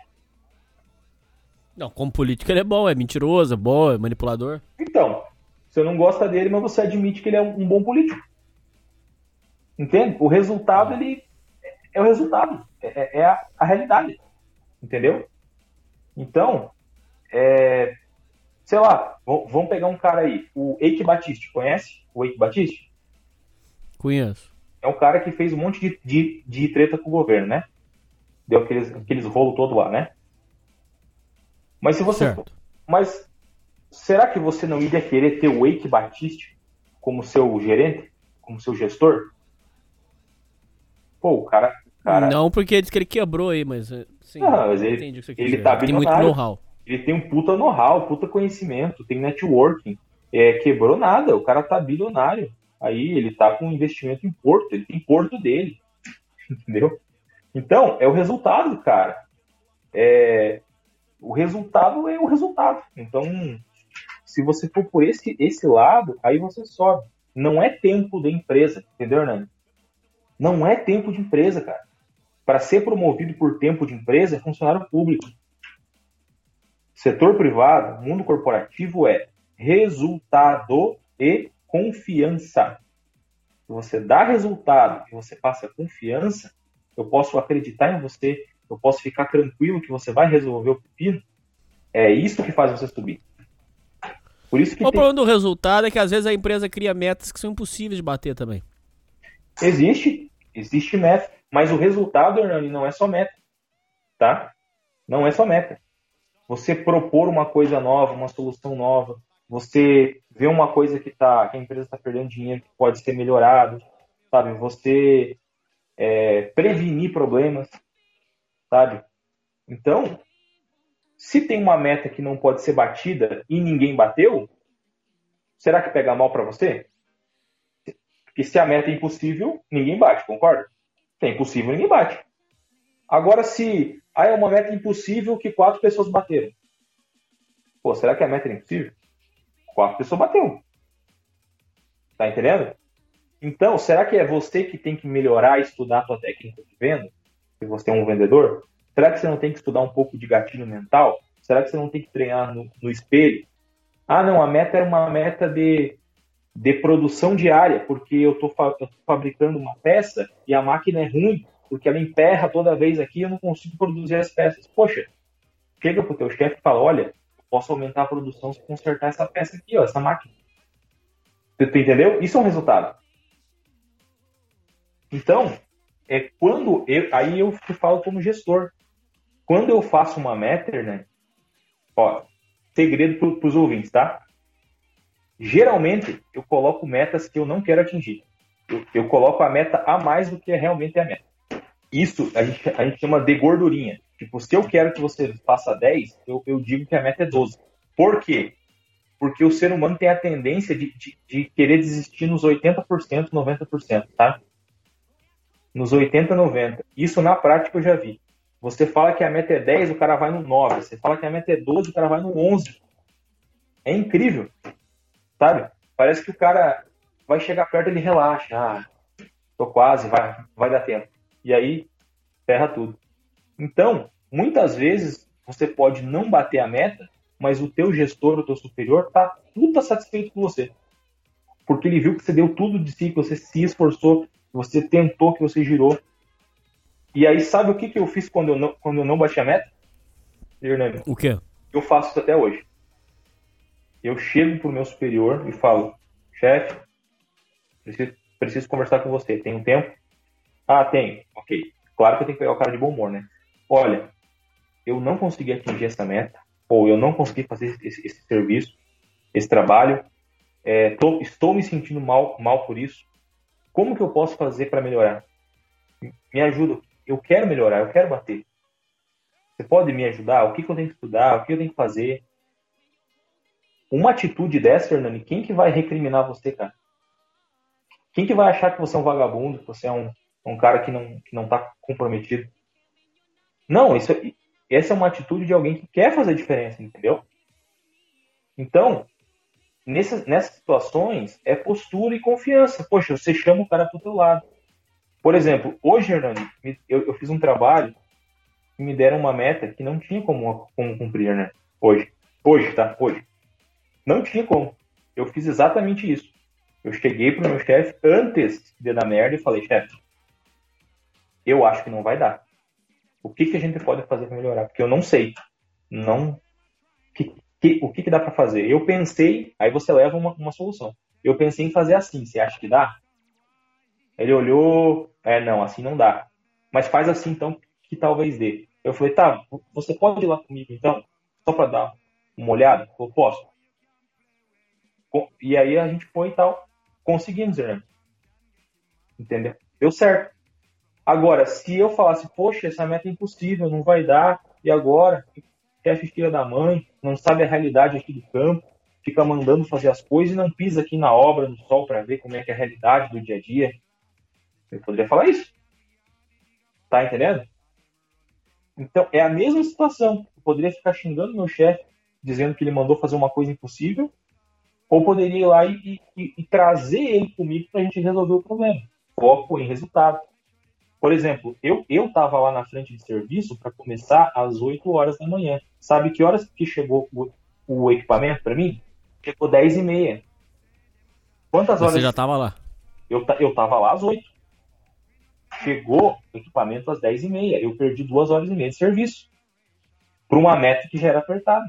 Não, como político ele é bom, é mentiroso, é bom, é manipulador. Então, você não gosta dele, mas você admite que ele é um, um bom político. Entende? O resultado, ele é o resultado. É, é a, a realidade. Entendeu? Então, é, sei lá, vamos pegar um cara aí, o Eike Batiste, conhece o Eike Batiste? Conheço. É um cara que fez um monte de, de, de treta com o governo, né? Deu aqueles, aqueles rolos todo lá, né? Mas se você... Certo. Mas será que você não iria querer ter o Eike Batiste como seu gerente? Como seu gestor? Pô, o cara... cara... Não, porque diz que ele quebrou aí, mas... Sim, ah, mas ele, entendi o que você quer ele dizer. tá Ele tem muito know-how. Ele tem um puta know-how, puta conhecimento, tem networking. É, quebrou nada, o cara tá bilionário. Aí ele tá com investimento em porto, ele tem porto dele. Entendeu? Então, é o resultado, cara. É... O resultado é o resultado. Então, se você for por esse, esse lado, aí você sobe. Não é tempo da empresa, entendeu, Hernani? Não é tempo de empresa, cara. Para ser promovido por tempo de empresa, é funcionário público. Setor privado, mundo corporativo é resultado e confiança. Se você dá resultado e você passa confiança, eu posso acreditar em você, eu posso ficar tranquilo que você vai resolver o pepino. É isso que faz você subir. Por isso que o tem... problema do resultado é que às vezes a empresa cria metas que são impossíveis de bater também. Existe, existe meta, mas o resultado, Hernani, não é só meta, tá? Não é só meta. Você propor uma coisa nova, uma solução nova, você vê uma coisa que, tá, que a empresa está perdendo dinheiro, que pode ser melhorado, sabe? Você é, prevenir problemas, sabe? Então, se tem uma meta que não pode ser batida e ninguém bateu, será que pega mal para você? Porque se a meta é impossível, ninguém bate, concorda? Se é impossível, ninguém bate. Agora, se ah, é uma meta impossível que quatro pessoas bateram, Pô, será que a meta é impossível? Quatro pessoas bateu. Tá entendendo? Então, será que é você que tem que melhorar e estudar a tua técnica de venda? Se você é um vendedor? Será que você não tem que estudar um pouco de gatilho mental? Será que você não tem que treinar no, no espelho? Ah, não, a meta é uma meta de, de produção diária, porque eu estou fa- fabricando uma peça e a máquina é ruim, porque ela emperra toda vez aqui e eu não consigo produzir as peças. Poxa, chega pro teu chefe e fala, olha, posso aumentar a produção se consertar essa peça aqui, ó, essa máquina. Tu, tu entendeu? Isso é um resultado. Então, é quando eu, aí eu te falo como gestor. Quando eu faço uma meta, né? Ó, segredo para os ouvintes, tá? Geralmente, eu coloco metas que eu não quero atingir. Eu, eu coloco a meta a mais do que realmente é a meta. Isso a gente, a gente chama de gordurinha. Tipo, se eu quero que você faça dez, eu, eu digo que a meta é doze. Por quê? Porque o ser humano tem a tendência de, de, de querer desistir nos oitenta por cento, noventa por cento, tá? Nos oitenta, noventa. Isso na prática eu já vi. Você fala que a meta é dez, o cara vai no nove. Você fala que a meta é doze, o cara vai no onze. É incrível. Sabe? Parece que o cara vai chegar perto e ele relaxa. Ah, tô quase, vai, vai dar tempo. E aí, ferra tudo. Então, muitas vezes, você pode não bater a meta, mas o teu gestor, o teu superior, tá puta satisfeito com você. Porque ele viu que você deu tudo de si, que você se esforçou, que você tentou, que você girou. E aí, sabe o que, que eu fiz quando eu não, quando eu não bati a meta? Hernani? O quê? Eu faço isso até hoje. Eu chego pro meu superior e falo, chefe, preciso, preciso conversar com você. Tem um tempo? Ah, tem. Ok. Claro que eu tenho que pegar o cara de bom humor, né? Olha, eu não consegui atingir essa meta, ou eu não consegui fazer esse, esse serviço, esse trabalho, é, tô, estou me sentindo mal, mal por isso. Como que eu posso fazer para melhorar? Me ajuda. Eu quero melhorar, eu quero bater. Você pode me ajudar? O que, que eu tenho que estudar? O que eu tenho que fazer? Uma atitude dessa, Hernani, quem que vai recriminar você, cara? Quem que vai achar que você é um vagabundo, que você é um, um cara que não, que não tá comprometido? Não, isso, essa é uma atitude de alguém que quer fazer diferença, entendeu? Então, nessas, nessas situações, é postura e confiança. Poxa, você chama o cara pro teu lado. Por exemplo, hoje, Hernani, eu, eu fiz um trabalho e me deram uma meta que não tinha como, como cumprir, né? Hoje. Hoje, tá? Hoje. Não tinha como. Eu fiz exatamente isso. Eu cheguei pro meu chefe antes de dar merda e falei, chefe, eu acho que não vai dar. O que, que a gente pode fazer para melhorar? Porque eu não sei. Não. Que, que, o que, que dá para fazer? Eu pensei, aí você leva uma, uma solução. Eu pensei em fazer assim, você acha que dá? Ele olhou, é, não, assim não dá. Mas faz assim então, que talvez dê. Eu falei, tá, você pode ir lá comigo então? Só para dar uma olhada? Eu posso. E aí a gente foi e tal. Conseguimos, né? Entendeu? Deu certo. Agora, se eu falasse, poxa, essa meta é impossível, não vai dar, e agora? Chefe filha da mãe, não sabe a realidade aqui do campo, fica mandando fazer as coisas e não pisa aqui na obra, no sol, para ver como é que é a realidade do dia a dia. Eu poderia falar isso. Tá entendendo? Então, é a mesma situação. Eu poderia ficar xingando meu chefe, dizendo que ele mandou fazer uma coisa impossível, ou poderia ir lá e, e, e trazer ele comigo para a gente resolver o problema. Foco em resultado. Por exemplo, eu eu tava lá na frente de serviço para começar às oito horas da manhã. Sabe que horas que chegou o, o equipamento para mim? Chegou dez e meia. Quantas horas? Você já tava lá? Eu, eu tava lá às oito. Chegou o equipamento às dez e meia. Eu perdi duas horas e meia de serviço. Para uma meta que já era apertada.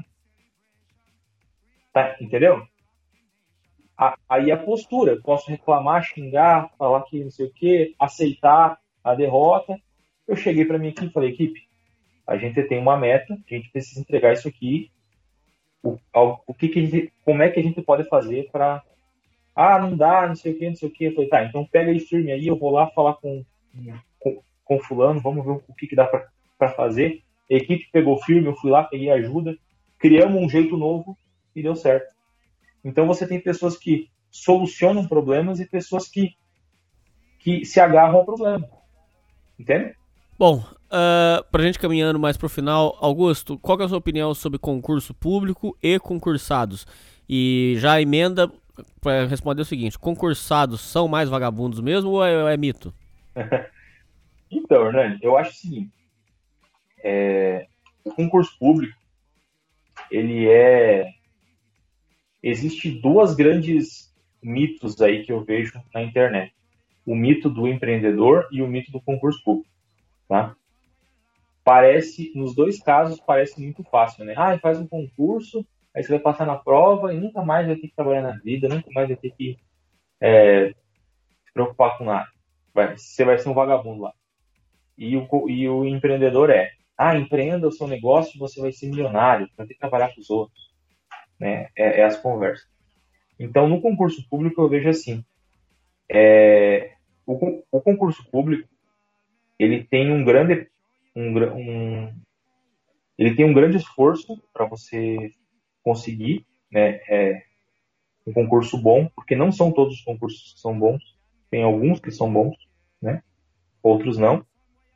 Tá, entendeu? Aí a postura. Eu posso reclamar, xingar, falar que não sei o que, aceitar a derrota. Eu cheguei para minha equipe e falei, equipe, a gente tem uma meta, a gente precisa entregar isso aqui. O, o que que a gente, como é que a gente pode fazer para... Ah, não dá, não sei o que, não sei o que. Eu falei, tá, então pega aí firme aí, eu vou lá falar com, com, com fulano, vamos ver o que que dá para fazer. A equipe pegou firme, eu fui lá, peguei ajuda, criamos um jeito novo e deu certo. Então você tem pessoas que solucionam problemas e pessoas que, que se agarram ao problema. Entende? Bom, uh, pra gente caminhando mais pro final, Augusto, qual que é a sua opinião sobre concurso público e concursados? E já emenda para responder o seguinte, concursados são mais vagabundos mesmo ou é, é mito? Então, Hernani, eu acho o seguinte, é, o concurso público, ele é... Existe duas grandes mitos aí que eu vejo na internet. O mito do empreendedor e o mito do concurso público. Tá? Parece, nos dois casos, parece muito fácil, né? Ah, faz um concurso, aí você vai passar na prova e nunca mais vai ter que trabalhar na vida, nunca mais vai ter que é, se preocupar com nada. Vai, você vai ser um vagabundo lá. E o, e o empreendedor é, ah, empreenda o seu negócio e você vai ser milionário, vai ter que trabalhar com os outros. Né? É, é as conversas. Então, no concurso público, eu vejo assim, é, o, o concurso público, ele tem um grande, um, um, ele tem um grande esforço para você conseguir, né, é, um concurso bom, porque não são todos os concursos que são bons, tem alguns que são bons, né, outros não.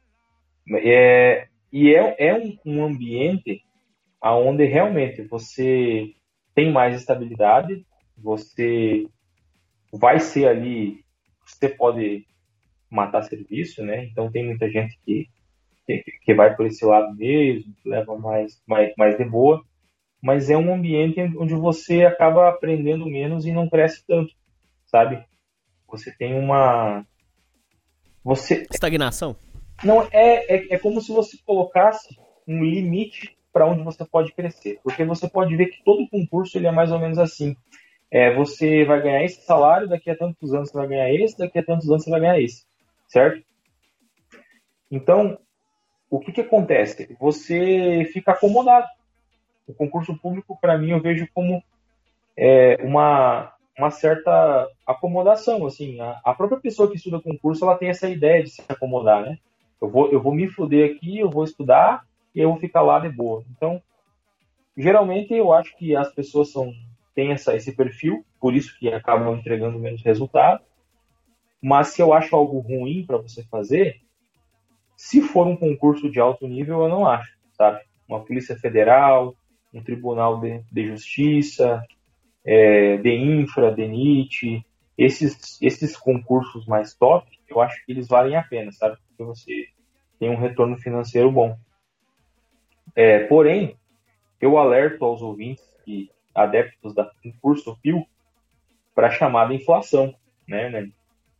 É, e é, é um, um ambiente onde realmente você tem mais estabilidade, você vai ser ali, você pode matar serviço, né? Então tem muita gente que, que, que vai por esse lado mesmo, que leva mais, mais, mais de boa, mas é um ambiente onde você acaba aprendendo menos e não cresce tanto, sabe? Você tem uma... Você... Estagnação? Não, é, é, é como se você colocasse um limite para onde você pode crescer, porque você pode ver que todo concurso ele é mais ou menos assim. É, você vai ganhar esse salário, daqui a tantos anos você vai ganhar esse, daqui a tantos anos você vai ganhar esse, certo? Então, o que que acontece? Você fica acomodado. O concurso público, para mim, eu vejo como é, uma, uma certa acomodação, assim. A, a própria pessoa que estuda concurso, ela tem essa ideia de se acomodar, né? Eu vou, eu vou me fuder aqui, eu vou estudar e eu vou ficar lá de boa. Então, geralmente, eu acho que as pessoas são, têm essa, esse perfil, por isso que acabam entregando menos resultado. Mas se eu acho algo ruim para você fazer, se for um concurso de alto nível, eu não acho, sabe? Uma Polícia Federal, um Tribunal de, de Justiça, é, de Infra, de N I T, esses, esses concursos mais top, eu acho que eles valem a pena, sabe? Porque você tem um retorno financeiro bom. É, porém, eu alerto aos ouvintes e adeptos da concurso P I U para a chamada inflação, né, né?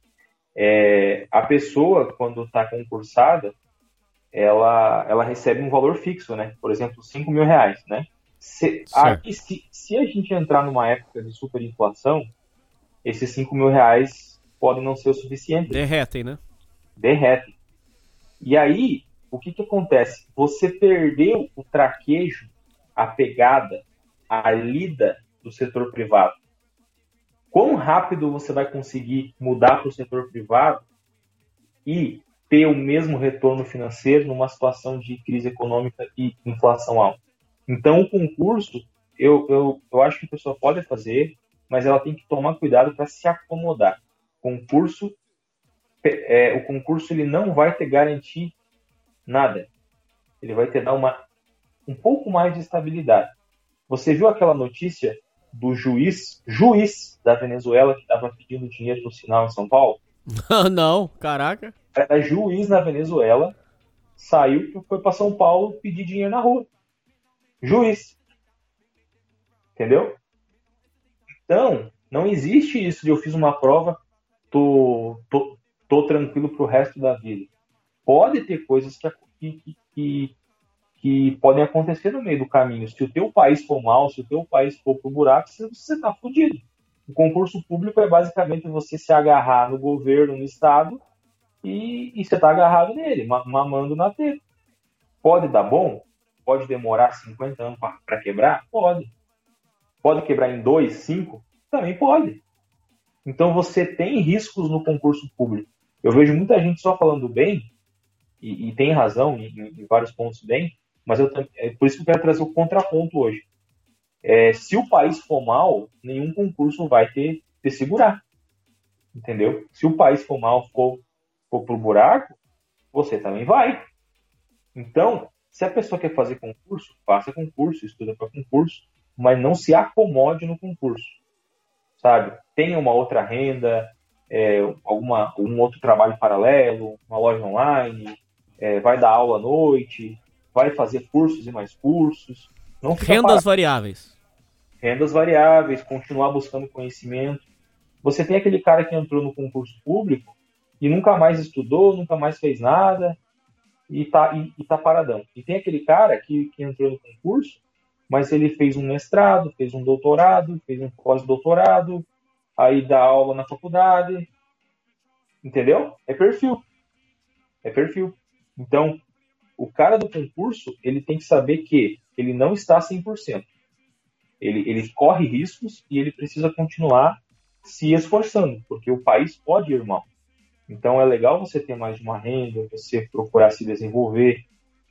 É, a pessoa, quando está concursada, ela, ela recebe um valor fixo, né? Por exemplo, cinco mil reais, né? Se, aqui, se, se a gente entrar numa época de superinflação, esses cinco mil reais podem não ser o suficiente. Derretem, né? Derretem. E aí, o que que acontece? Você perdeu o traquejo, a pegada, a lida do setor privado. Quão rápido você vai conseguir mudar para o setor privado e ter o mesmo retorno financeiro numa situação de crise econômica e inflação alta? Então, o concurso, eu, eu, eu acho que a pessoa pode fazer, mas ela tem que tomar cuidado para se acomodar. Concurso, é, o concurso ele não vai te garantir nada. Ele vai te dar uma, um pouco mais de estabilidade. Você viu aquela notícia do juiz, juiz da Venezuela que estava pedindo dinheiro no sinal em São Paulo? Não, caraca. Era juiz na Venezuela, saiu e foi para São Paulo pedir dinheiro na rua. Juiz. Entendeu? Então, não existe isso de eu fiz uma prova, tô, tô, tô tranquilo pro resto da vida. Pode ter coisas que, que, que, que podem acontecer no meio do caminho. Se o teu país for mal, se o teu país for pro buraco, você tá fudido. O concurso público é basicamente você se agarrar no governo, no estado, e, e você tá agarrado nele, mamando na teta. Pode dar bom? Pode demorar cinquenta anos para quebrar? Pode. Pode quebrar em dois, cinco? Também pode. Então você tem riscos no concurso público. Eu vejo muita gente só falando bem, e, e tem razão em, em vários pontos bem, mas eu, é por isso que eu quero trazer o contraponto hoje. É, se o país for mal, nenhum concurso vai ter, ter segurar. Entendeu? Se o país for mal, for, for pro buraco, você também vai. Então, se a pessoa quer fazer concurso, faça concurso, estuda para concurso, mas não se acomode no concurso, sabe? Tenha uma outra renda, é, alguma, um outro trabalho paralelo, uma loja online, é, vai dar aula à noite, vai fazer cursos e mais cursos. Não fica Rendas parado. variáveis. Rendas variáveis, continuar buscando conhecimento. Você tem aquele cara que entrou no concurso público e nunca mais estudou, nunca mais fez nada e tá, e, e tá paradão. E tem aquele cara que, que entrou no concurso, mas ele fez um mestrado, fez um doutorado, fez um pós-doutorado, aí dá aula na faculdade, entendeu? É perfil. É perfil. Então, o cara do concurso, ele tem que saber que ele não está cem por cento. Ele, ele corre riscos e ele precisa continuar se esforçando, porque o país pode ir mal. Então, é legal você ter mais de uma renda, você procurar se desenvolver.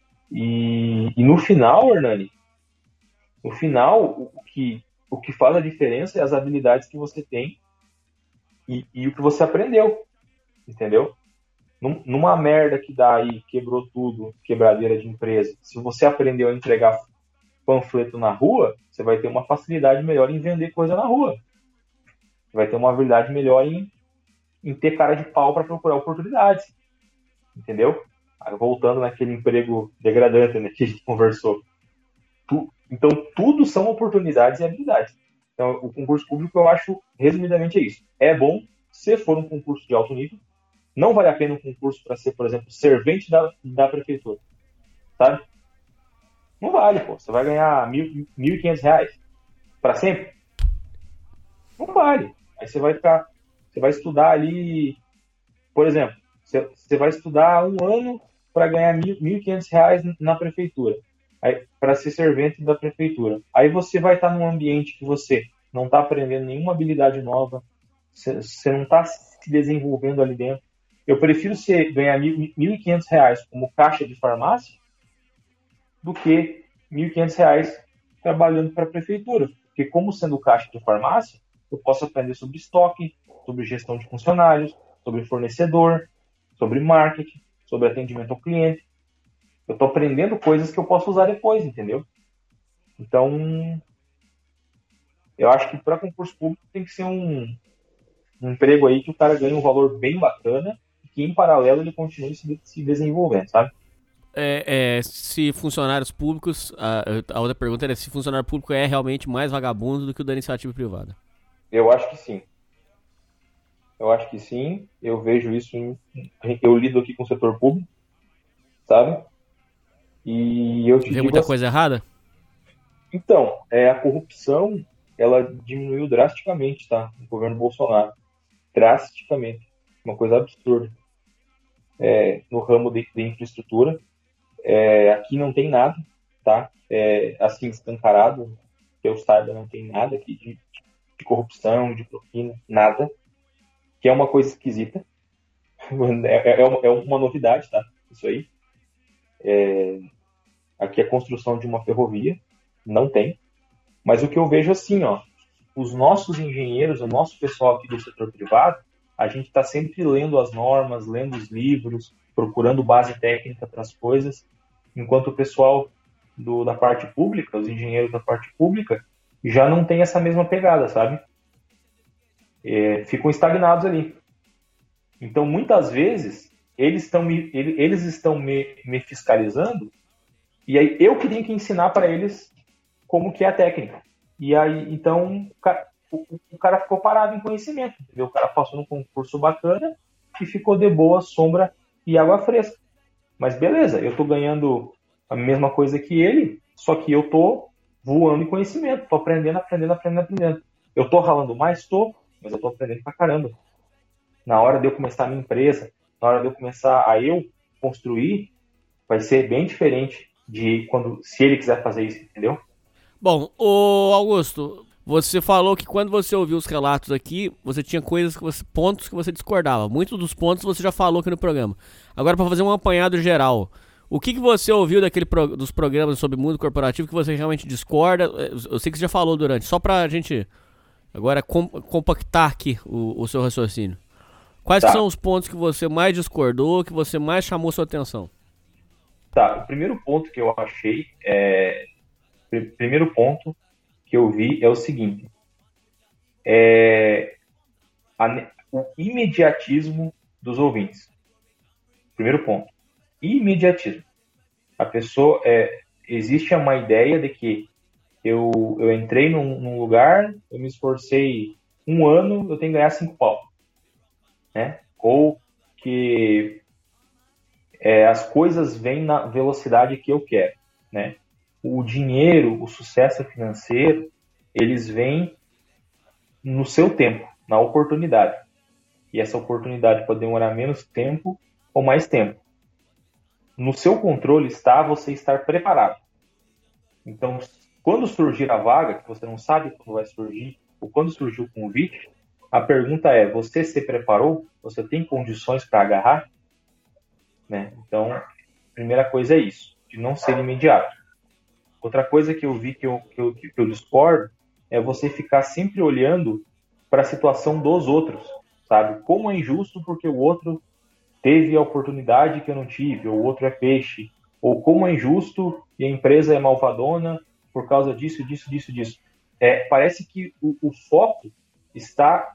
E, e no final, Hernani, no final, o que, o que faz a diferença é as habilidades que você tem e, e o que você aprendeu, entendeu? Num, numa merda que dá aí, quebrou tudo, quebradeira de empresa, se você aprendeu a entregar panfleto na rua, você vai ter uma facilidade melhor em vender coisa na rua. Você vai ter uma habilidade melhor em, em ter cara de pau para procurar oportunidades, entendeu? Aí, voltando naquele emprego degradante, né, que a gente conversou. Tu, então, tudo são oportunidades e habilidades. Então, o concurso público, eu acho, resumidamente, é isso. É bom se for um concurso de alto nível. Não vale a pena um concurso para ser, por exemplo, servente da, da prefeitura. Sabe? Não vale, pô. Você vai ganhar mil, mil e quinhentos reais para sempre? Não vale. Aí você vai ficar... Você vai estudar ali... Por exemplo, você, você vai estudar um ano para ganhar mil e quinhentos reais na prefeitura. Para ser servente da prefeitura. Aí você vai estar num ambiente que você não está aprendendo nenhuma habilidade nova, você, você não está se desenvolvendo ali dentro. Eu prefiro ser, ganhar mil e quinhentos reais como caixa de farmácia do que mil e quinhentos reais trabalhando para a prefeitura. Porque como sendo caixa de farmácia, eu posso aprender sobre estoque, sobre gestão de funcionários, sobre fornecedor, sobre marketing, sobre atendimento ao cliente. Eu estou aprendendo coisas que eu posso usar depois, entendeu? Então, eu acho que para concurso público tem que ser um, um emprego aí que o cara ganha um valor bem bacana e que, em paralelo, ele continue se, se desenvolvendo, sabe? É, é, se funcionários públicos... A, a outra pergunta era se funcionário público é realmente mais vagabundo do que o da iniciativa privada. Eu acho que sim. Eu acho que sim. Eu vejo isso... Em, eu lido aqui com o setor público, sabe? E eu te Vê digo muita assim, coisa errada? Então, é, a corrupção, ela diminuiu drasticamente, tá? No governo Bolsonaro. Drasticamente. Uma coisa absurda. É, no ramo de, de infraestrutura. É, aqui não tem nada, tá? É, assim, escancarado, que eu saiba, não tem nada aqui de, de corrupção, de propina, nada. Que é uma coisa esquisita. É, é, uma, é uma novidade, tá? Isso aí. É, aqui a construção de uma ferrovia, não tem. Mas o que eu vejo assim, ó, os nossos engenheiros, o nosso pessoal aqui do setor privado, a gente está sempre lendo as normas, lendo os livros, procurando base técnica para as coisas, enquanto o pessoal do, da parte pública, os engenheiros da parte pública, já não tem essa mesma pegada, sabe? É, ficam estagnados ali. Então, muitas vezes, eles estão me, eles estão me, me fiscalizando, e aí eu que tenho que ensinar para eles como que é a técnica. E aí, então, o cara, o, o cara ficou parado em conhecimento, entendeu? O cara passou num concurso bacana e ficou de boa, sombra e água fresca. Mas beleza, eu tô ganhando a mesma coisa que ele, só que eu tô voando em conhecimento, tô aprendendo, aprendendo, aprendendo, aprendendo. Eu tô ralando mais? Tô, mas eu tô aprendendo pra caramba. Na hora de eu começar a minha empresa, na hora de eu começar a eu construir, vai ser bem diferente de quando, se ele quiser fazer isso, entendeu? Bom, ô Augusto, você falou que quando você ouviu os relatos aqui, você tinha coisas, que você, pontos que você discordava. Muitos dos pontos você já falou aqui no programa. Agora, para fazer um apanhado geral, o que, que você ouviu daquele pro, dos programas sobre mundo corporativo que você realmente discorda? Eu sei que você já falou durante, só pra gente agora com, compactar aqui o, o seu raciocínio. Quais tá. são os pontos que você mais discordou, que você mais chamou sua atenção? Tá, o primeiro ponto que eu achei, é, pr- primeiro ponto que eu vi é o seguinte, é a ne- o imediatismo dos ouvintes. Primeiro ponto, imediatismo. A pessoa, é, existe uma ideia de que eu, eu entrei num, num lugar, eu me esforcei um ano, eu tenho que ganhar cinco pau, né? Ou que é, as coisas vêm na velocidade que eu quero, né? O dinheiro, o sucesso financeiro, eles vêm no seu tempo, na oportunidade. E essa oportunidade pode demorar menos tempo ou mais tempo. No seu controle está você estar preparado. Então, quando surgir a vaga, que você não sabe quando vai surgir, ou quando surgiu o convite, a pergunta é, você se preparou? Você tem condições para agarrar? Né? Então, a primeira coisa é isso, de não ser imediato. Outra coisa que eu vi que eu, que eu, que eu discordo é você ficar sempre olhando para a situação dos outros, sabe? Como é injusto porque o outro teve a oportunidade que eu não tive, ou o outro é peixe, ou como é injusto e a empresa é malvadona por causa disso, disso, disso, disso. É, parece que o, o foco está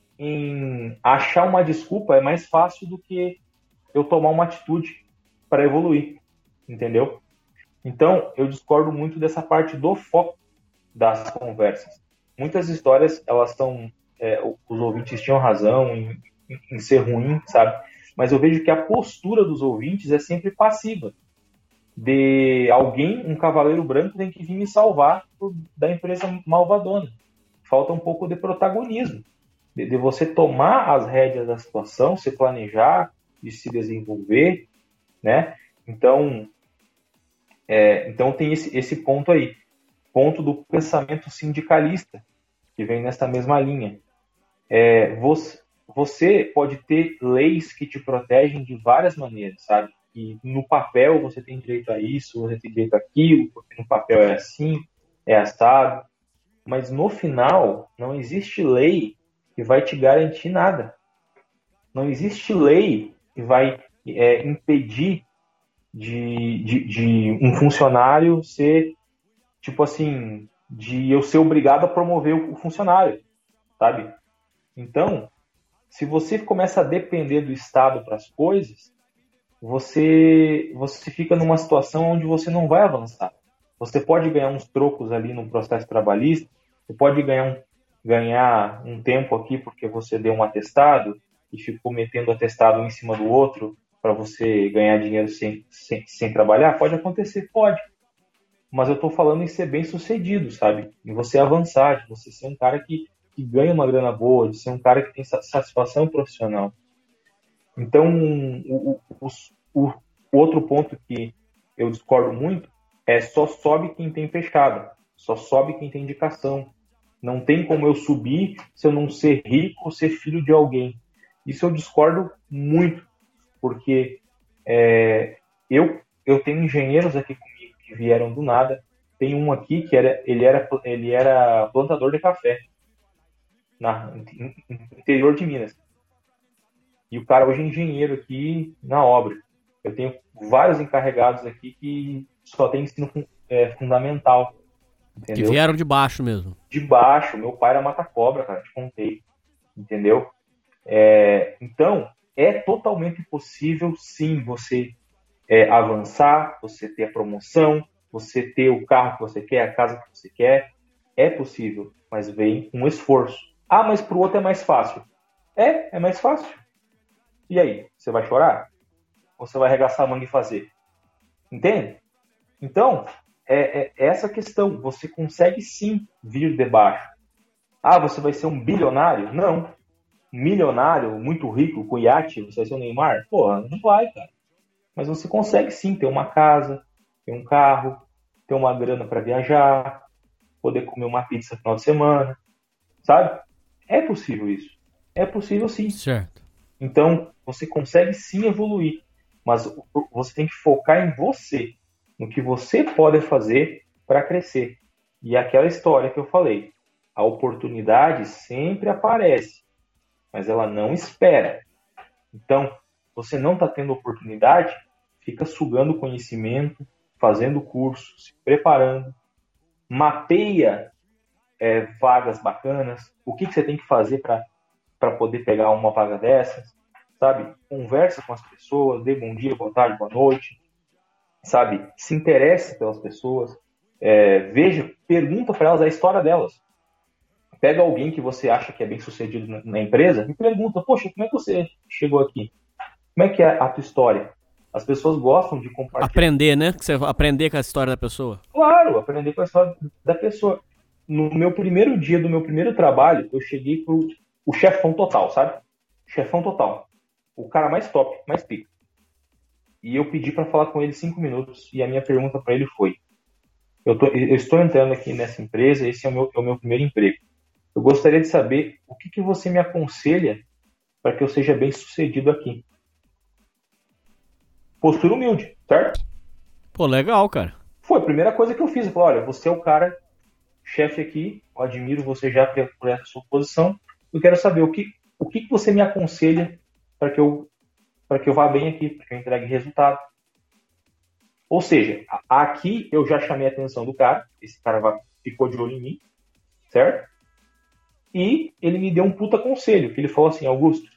em achar uma desculpa é mais fácil do que eu tomar uma atitude para evoluir, entendeu? Então, eu discordo muito dessa parte do foco das conversas. Muitas histórias, elas são, é, os ouvintes tinham razão em, em, em ser ruim, sabe? Mas eu vejo que a postura dos ouvintes é sempre passiva. De alguém, um cavaleiro branco tem que vir me salvar por, da empresa malvadona. Falta um pouco de protagonismo, de, de você tomar as rédeas da situação, se planejar, de se desenvolver, né? Então, é, então tem esse, esse ponto aí, ponto do pensamento sindicalista, que vem nessa mesma linha. É, você, você pode ter leis que te protegem de várias maneiras, sabe? E no papel você tem direito a isso, você tem direito àquilo, porque no papel é assim, é assado, mas no final não existe lei que vai te garantir nada. Não existe lei que vai é, impedir de, de, de um funcionário ser, tipo assim, de eu ser obrigado a promover o funcionário, sabe? Então, se você começa a depender do Estado para as coisas, você, você fica numa situação onde você não vai avançar. Você pode ganhar uns trocos ali no processo trabalhista, você pode ganhar um, ganhar um tempo aqui porque você deu um atestado, e ficou metendo atestado um em cima do outro para você ganhar dinheiro sem, sem, sem trabalhar? Pode acontecer, pode. Mas eu estou falando em ser bem sucedido, sabe? Em você avançar, de você ser um cara que, que ganha uma grana boa, de ser um cara que tem satisfação profissional. Então, o, o, o, o outro ponto que eu discordo muito é só sobe quem tem fechada, só sobe quem tem indicação. Não tem como eu subir se eu não ser rico ou ser filho de alguém. Isso eu discordo muito, porque é, eu, eu tenho engenheiros aqui comigo que vieram do nada. Tem um aqui que era, ele, era, ele era plantador de café na, no interior de Minas. E o cara hoje é engenheiro aqui na obra. Eu tenho vários encarregados aqui que só tem ensino é, fundamental. Entendeu? Que vieram de baixo mesmo. De baixo. Meu pai era mata-cobra, cara, te contei. Entendeu? É, então, é totalmente possível, sim, você é, avançar, você ter a promoção, você ter o carro que você quer, a casa que você quer. É possível, mas vem um esforço. Ah, mas para o outro é mais fácil. É, é mais fácil. E aí, você vai chorar? Ou você vai arregaçar a manga e fazer? Entende? Então, é, é essa questão. Você consegue sim vir de baixo. Ah, você vai ser um bilionário? Não. Milionário, muito rico, com iate, você vai ser o Neymar? Porra, não vai, cara. Mas você consegue sim ter uma casa, ter um carro, ter uma grana para viajar, poder comer uma pizza no final de semana, sabe? É possível isso. É possível sim. Certo. Então, você consegue sim evoluir, mas você tem que focar em você, no que você pode fazer para crescer. E aquela história que eu falei, a oportunidade sempre aparece, mas ela não espera. Então, você não está tendo oportunidade, fica sugando conhecimento, fazendo curso, se preparando, mapeia é, vagas bacanas, o que, que você tem que fazer para poder pegar uma vaga dessas, sabe? Conversa com as pessoas, dê bom dia, boa tarde, boa noite, sabe? Se interesse pelas pessoas, é, veja, pergunta para elas a história delas. Pega alguém que você acha que é bem sucedido na, na empresa e pergunta, poxa, como é que você chegou aqui? Como é que é a tua história? As pessoas gostam de compartilhar. Aprender, né? Que você aprender com a história da pessoa. Claro, aprender com a história da pessoa. No meu primeiro dia do meu primeiro trabalho, eu cheguei pro o chefão total, sabe? Chefão total. O cara mais top, mais pica. E eu pedi para falar com ele cinco minutos e a minha pergunta para ele foi, eu, tô, eu estou entrando aqui nessa empresa, esse é o meu, é o meu primeiro emprego. Eu gostaria de saber o que, que você me aconselha para que eu seja bem sucedido aqui. Postura humilde, certo? Pô, legal, cara. Foi a primeira coisa que eu fiz. Eu falei, olha, você é o cara, chefe aqui, eu admiro você já por essa sua posição. Eu quero saber o que, o que, que você me aconselha para que eu, para que eu vá bem aqui, para que eu entregue resultado. Ou seja, aqui eu já chamei a atenção do cara, esse cara ficou de olho em mim, certo? E ele me deu um puta conselho, que ele falou assim, Augusto,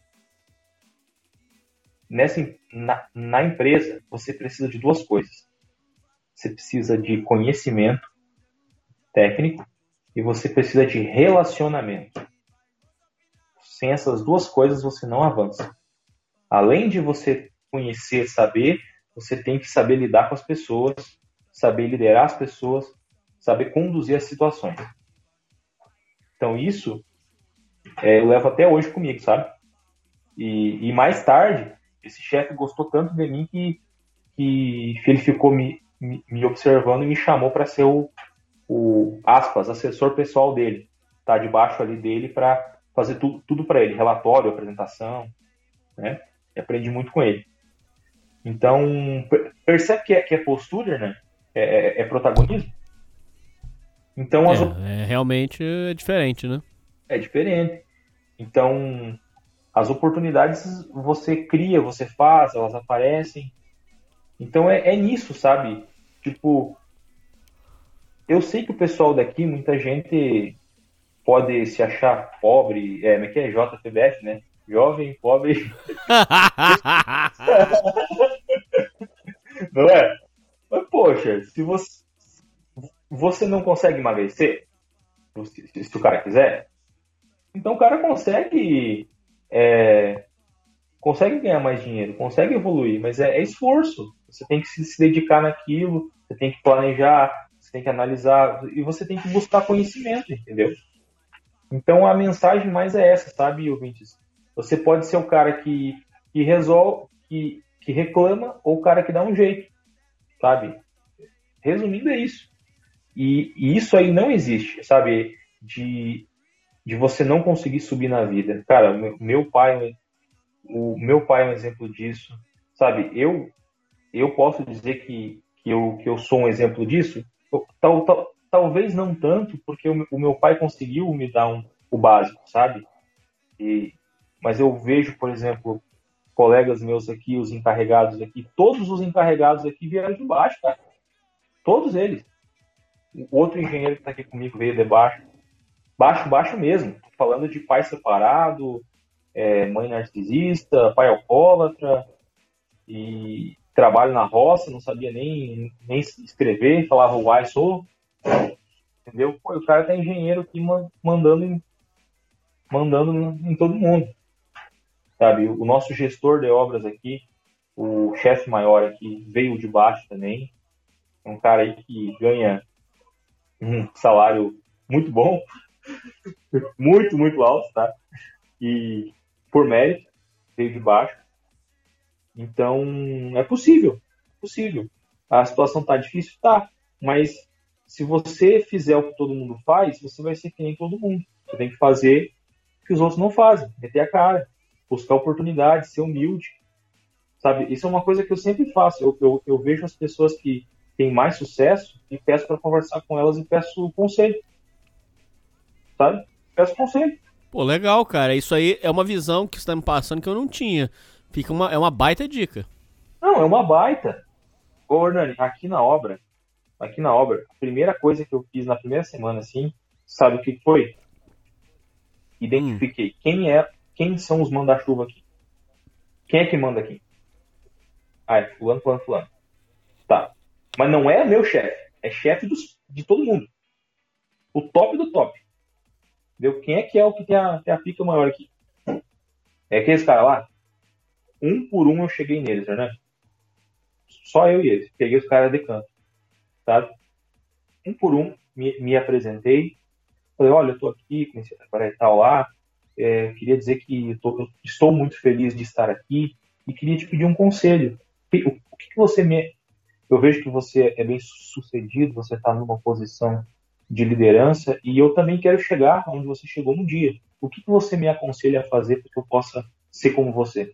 nessa, na, na empresa você precisa de duas coisas. Você precisa de conhecimento técnico e você precisa de relacionamento. Sem essas duas coisas você não avança. Além de você conhecer, saber, você tem que saber lidar com as pessoas, saber liderar as pessoas, saber conduzir as situações. Então isso é, eu levo até hoje comigo, sabe? E, e mais tarde, esse chefe gostou tanto de mim que, que ele ficou me, me, me observando e me chamou para ser o, o, aspas, assessor pessoal dele. Tá debaixo ali dele para fazer tu, tudo para ele, relatório, apresentação, né? E aprendi muito com ele. Então, percebe que é, que é postura, né? É, é, é protagonismo. Então, as... é, é realmente é diferente, né? É diferente. Então, as oportunidades você cria, você faz, elas aparecem. Então, é, é nisso, sabe? Tipo, eu sei que o pessoal daqui, muita gente pode se achar pobre, é, como é que é? J P B F, né? Jovem, pobre. Não é? Mas, poxa, se você, você não consegue emagrecer, se, se o cara quiser, então o cara consegue, é, consegue ganhar mais dinheiro, consegue evoluir, mas é, é esforço. Você tem que se, se dedicar naquilo, você tem que planejar, você tem que analisar e você tem que buscar conhecimento, entendeu? Então a mensagem mais é essa, sabe, ouvintes? Você pode ser o cara que, que resolve, que, que reclama ou o cara que dá um jeito, sabe? Resumindo, é isso. E, e isso aí não existe, sabe? De, de você não conseguir subir na vida. Cara, meu, meu pai, o meu pai é um exemplo disso, sabe? Eu, eu posso dizer que, que, eu, que eu sou um exemplo disso? Eu, tal, tal, talvez não tanto, porque o, o meu pai conseguiu me dar um, o básico, sabe? E, mas eu vejo, por exemplo, colegas meus aqui, os encarregados aqui, todos os encarregados aqui vieram de baixo, cara. Todos eles. O outro engenheiro que está aqui comigo veio de baixo. Baixo, baixo mesmo. Tô falando de pai separado, é, mãe narcisista, pai alcoólatra, e trabalho na roça, não sabia nem, nem escrever, falava o ai sou. Entendeu? Pô, o cara tá engenheiro aqui mandando em, mandando em todo mundo. Sabe? O nosso gestor de obras aqui, o chefe maior aqui, veio de baixo também. É um cara aí que ganha um salário muito bom, muito, muito alto, tá? E por mérito, veio de baixo. Então, é possível, é possível. A situação tá difícil? Tá, mas se você fizer o que todo mundo faz, você vai ser que nem todo mundo. Você tem que fazer o que os outros não fazem, meter a cara, buscar oportunidade, ser humilde, sabe? Isso é uma coisa que eu sempre faço. Eu, eu, eu vejo as pessoas que têm mais sucesso e peço para conversar com elas e peço conselho, sabe? Peço conselho. Pô, legal, cara. Isso aí é uma visão que você tá me passando que eu não tinha. Fica uma, é uma baita dica. Não, é uma baita. Ô, Hernani, aqui na obra, aqui na obra, a primeira coisa que eu fiz na primeira semana, assim, sabe o que foi? Identifiquei. Hum. Quem é, quem são os manda-chuva aqui? Quem é que manda aqui? Ah, é fulano, fulano, fulano. Tá. Mas não é meu chefe. É chefe dos, de todo mundo. O top do top. Entendeu? Quem é que é o que tem a, tem a pica maior aqui? É aqueles caras lá? Um por um eu cheguei neles, né? Só eu e eles. Peguei os caras de canto. Sabe? Um por um, me, me apresentei. Falei, olha, eu tô aqui, comecei a trabalhar e tal lá. É, queria dizer que eu, tô, eu estou muito feliz de estar aqui e queria te pedir um conselho. O, o que, que você me... Eu vejo que você é bem sucedido, você está numa posição de liderança e eu também quero chegar onde você chegou um dia. O que, que você me aconselha a fazer para que eu possa ser como você?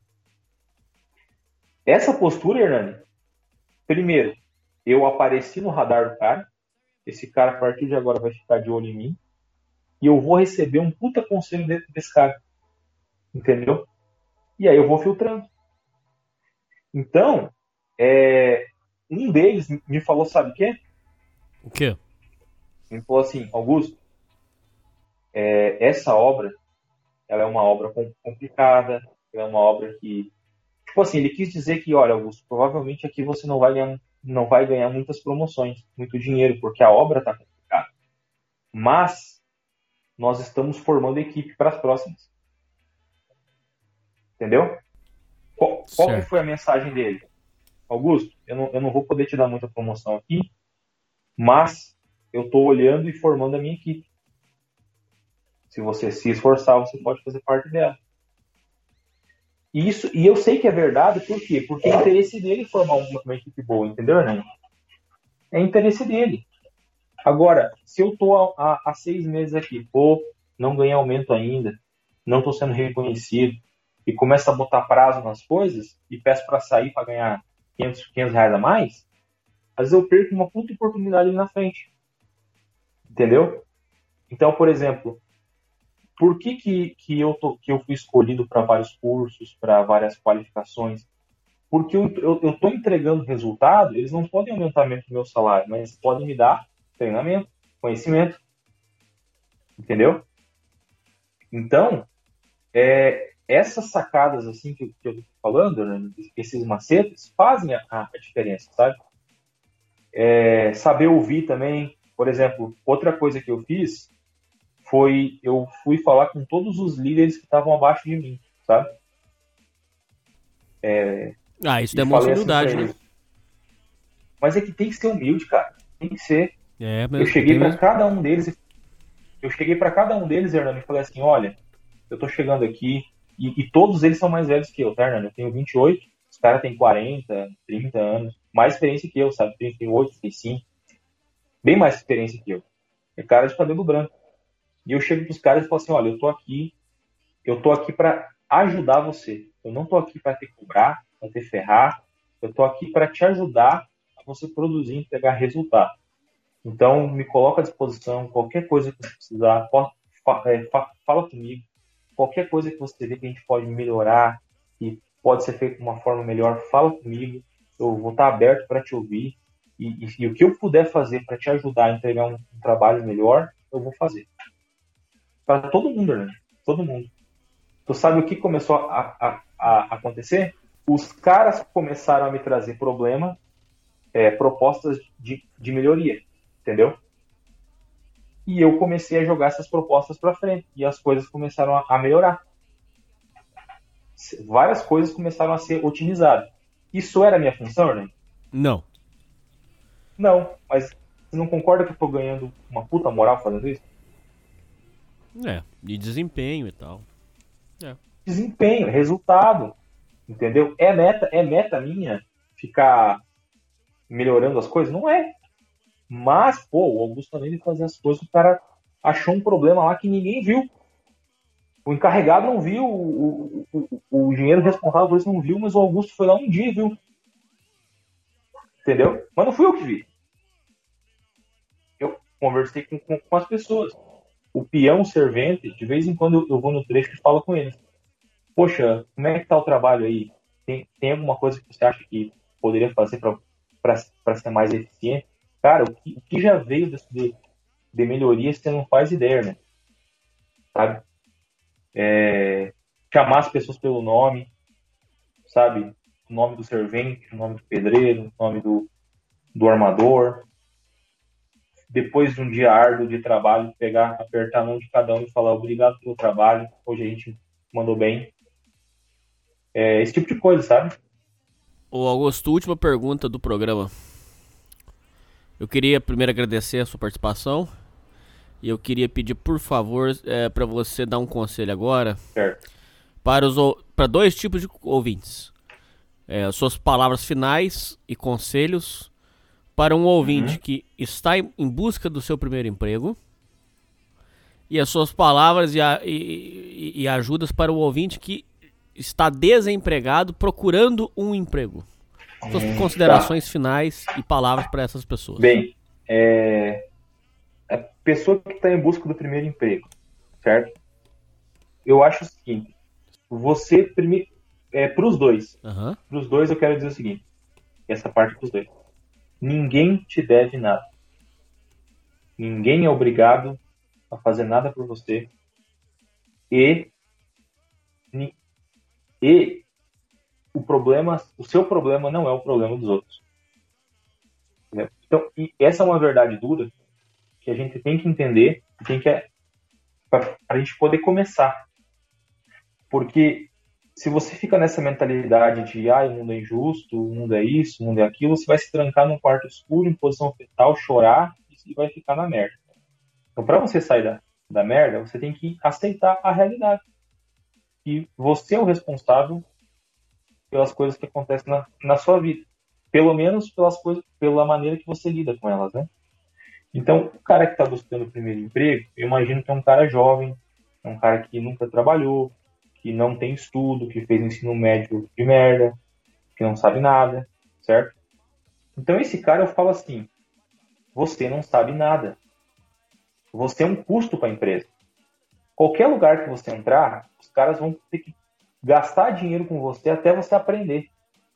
Essa postura, Hernani, primeiro, eu apareci no radar do cara, esse cara a partir de agora vai ficar de olho em mim, e eu vou receber um puta conselho desse cara, entendeu? E aí eu vou filtrando. Então, é, um deles me falou, sabe o quê? O quê? Ele falou assim, Augusto, é, essa obra, ela é uma obra complicada, ela é uma obra que... Tipo assim, ele quis dizer que, olha, Augusto, provavelmente aqui você não vai ganhar, não vai ganhar muitas promoções, muito dinheiro, porque a obra está complicada. Mas nós estamos formando equipe para as próximas. Entendeu? Qual, qual que foi a mensagem dele? Augusto, eu não, eu não vou poder te dar muita promoção aqui, mas eu estou olhando e formando a minha equipe. Se você se esforçar, você pode fazer parte dela. E, isso, e eu sei que é verdade, por quê? Porque é interesse dele formar uma, uma equipe boa, entendeu, né? É interesse dele. Agora, se eu estou há, há seis meses aqui, pô, não ganhei aumento ainda, não estou sendo reconhecido, e começo a botar prazo nas coisas, e peço para sair para ganhar quinhentos, quinhentos reais a mais, às vezes eu perco uma puta oportunidade ali na frente. Entendeu? Então, por exemplo, por que, que, que, eu, tô, que eu fui escolhido para vários cursos, para várias qualificações? Porque eu estou entregando resultado, eles não podem aumentar o meu salário, mas podem me dar treinamento, conhecimento. Entendeu? Então, é, essas sacadas assim que, que eu estou falando, né, esses macetes, fazem a, a diferença, sabe? É, saber ouvir também. Por exemplo, outra coisa que eu fiz foi, eu fui falar com todos os líderes que estavam abaixo de mim, sabe? É, ah, isso demonstra humildade, assim né? Mas é que tem que ser humilde, cara. Tem que ser. É, mas eu cheguei para mesmo... cada um deles, eu cheguei para cada um deles, Hernani, e falei assim, olha, eu tô chegando aqui, e, e todos eles são mais velhos que eu, tá, Hernani? Eu tenho vinte e oito, os caras têm quarenta, trinta anos, mais experiência que eu, sabe? trinta e oito, trinta e cinco, bem mais experiência que eu. É cara de cabelo branco. E eu chego pros caras e falo assim, olha, eu tô aqui, eu tô aqui para ajudar você. Eu não tô aqui para te cobrar, para te ferrar. Eu tô aqui para te ajudar a você produzir e entregar resultado. Então, me coloca à disposição, qualquer coisa que você precisar, pode, é, fala comigo. Qualquer coisa que você vê que a gente pode melhorar e pode ser feito de uma forma melhor, fala comigo. Eu vou estar aberto para te ouvir. E, e, e o que eu puder fazer para te ajudar a entregar um, um trabalho melhor, eu vou fazer. Para todo mundo, né? Todo mundo. Tu sabe o que começou a, a, a acontecer? Os caras começaram a me trazer problema, é, propostas de, de melhoria, entendeu? E eu comecei a jogar essas propostas para frente e as coisas começaram a, a melhorar. Várias coisas começaram a ser otimizadas. Isso era a minha função, né? Não. Não, mas você não concorda que eu tô ganhando uma puta moral fazendo isso? É, de desempenho e tal. É. Desempenho, resultado, entendeu? É meta, é meta minha ficar melhorando as coisas? Não é. Mas, pô, o Augusto também de fazer as coisas, o cara achou um problema lá que ninguém viu. O encarregado não viu, o, o, o, o engenheiro responsável por isso não viu, mas o Augusto foi lá um dia e viu. Entendeu? Mas não fui eu que vi. Eu conversei com, com, com as pessoas. O peão, o servente, de vez em quando eu vou no trecho e falo com eles. Poxa, como é que tá o trabalho aí? tem, tem alguma coisa que você acha que poderia fazer para ser mais eficiente? Cara, o que, o que já veio de, de, de melhoria você não faz ideia, né? Sabe? É, chamar as pessoas pelo nome, sabe? O nome do servente, o nome do pedreiro, o nome do, do armador. Depois de um dia árduo de trabalho, pegar, apertar a mão de cada um e falar obrigado pelo trabalho, hoje a gente mandou bem. É, esse tipo de coisa, sabe? Ô Augusto, última pergunta do programa. Eu queria primeiro agradecer a sua participação e eu queria pedir, por favor, é, para você dar um conselho agora certo. para, os, para dois tipos de ouvintes. É, suas palavras finais e conselhos para um ouvinte uhum. que está em busca do seu primeiro emprego e as suas palavras e, a, e, e ajudas para o ouvinte que está desempregado procurando um emprego. Suas hum, considerações tá. finais e palavras para essas pessoas. Bem, é... a pessoa que está em busca do primeiro emprego, certo? Eu acho o seguinte, você primeiro, é, para os dois, uhum. para os dois eu quero dizer o seguinte, essa parte para os dois. Ninguém te deve nada. Ninguém é obrigado a fazer nada por você. E, e o problema, o seu problema não é o problema dos outros. Entendeu? Então, e essa é uma verdade dura que a gente tem que entender, tem que para a gente poder começar. Porque se você fica nessa mentalidade de ah, o mundo é injusto, o mundo é isso, o mundo é aquilo, você vai se trancar num quarto escuro, em posição fetal, chorar e vai ficar na merda. Então, para você sair da, da merda, você tem que aceitar a realidade. E você é o responsável pelas coisas que acontecem na, na sua vida. Pelo menos pelas coisas, pela maneira que você lida com elas, né? Então, o cara que está buscando o primeiro emprego, eu imagino que é um cara jovem, é um cara que nunca trabalhou, que não tem estudo, que fez ensino médio de merda, que não sabe nada, certo? Então esse cara eu falo assim, você não sabe nada. Você é um custo para a empresa. Qualquer lugar que você entrar, os caras vão ter que gastar dinheiro com você até você aprender.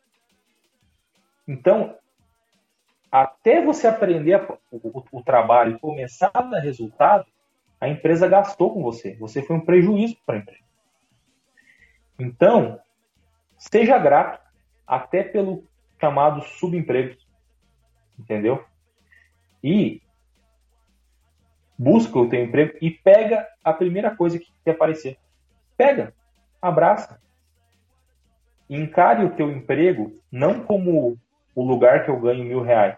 Então, até você aprender a, o, o trabalho e começar a dar resultado, a empresa gastou com você. Você foi um prejuízo para a empresa. Então, seja grato até pelo chamado subemprego, entendeu? E busca o teu emprego e pega a primeira coisa que, que aparecer. Pega, abraça. Encare o teu emprego não como o lugar que eu ganho mil reais.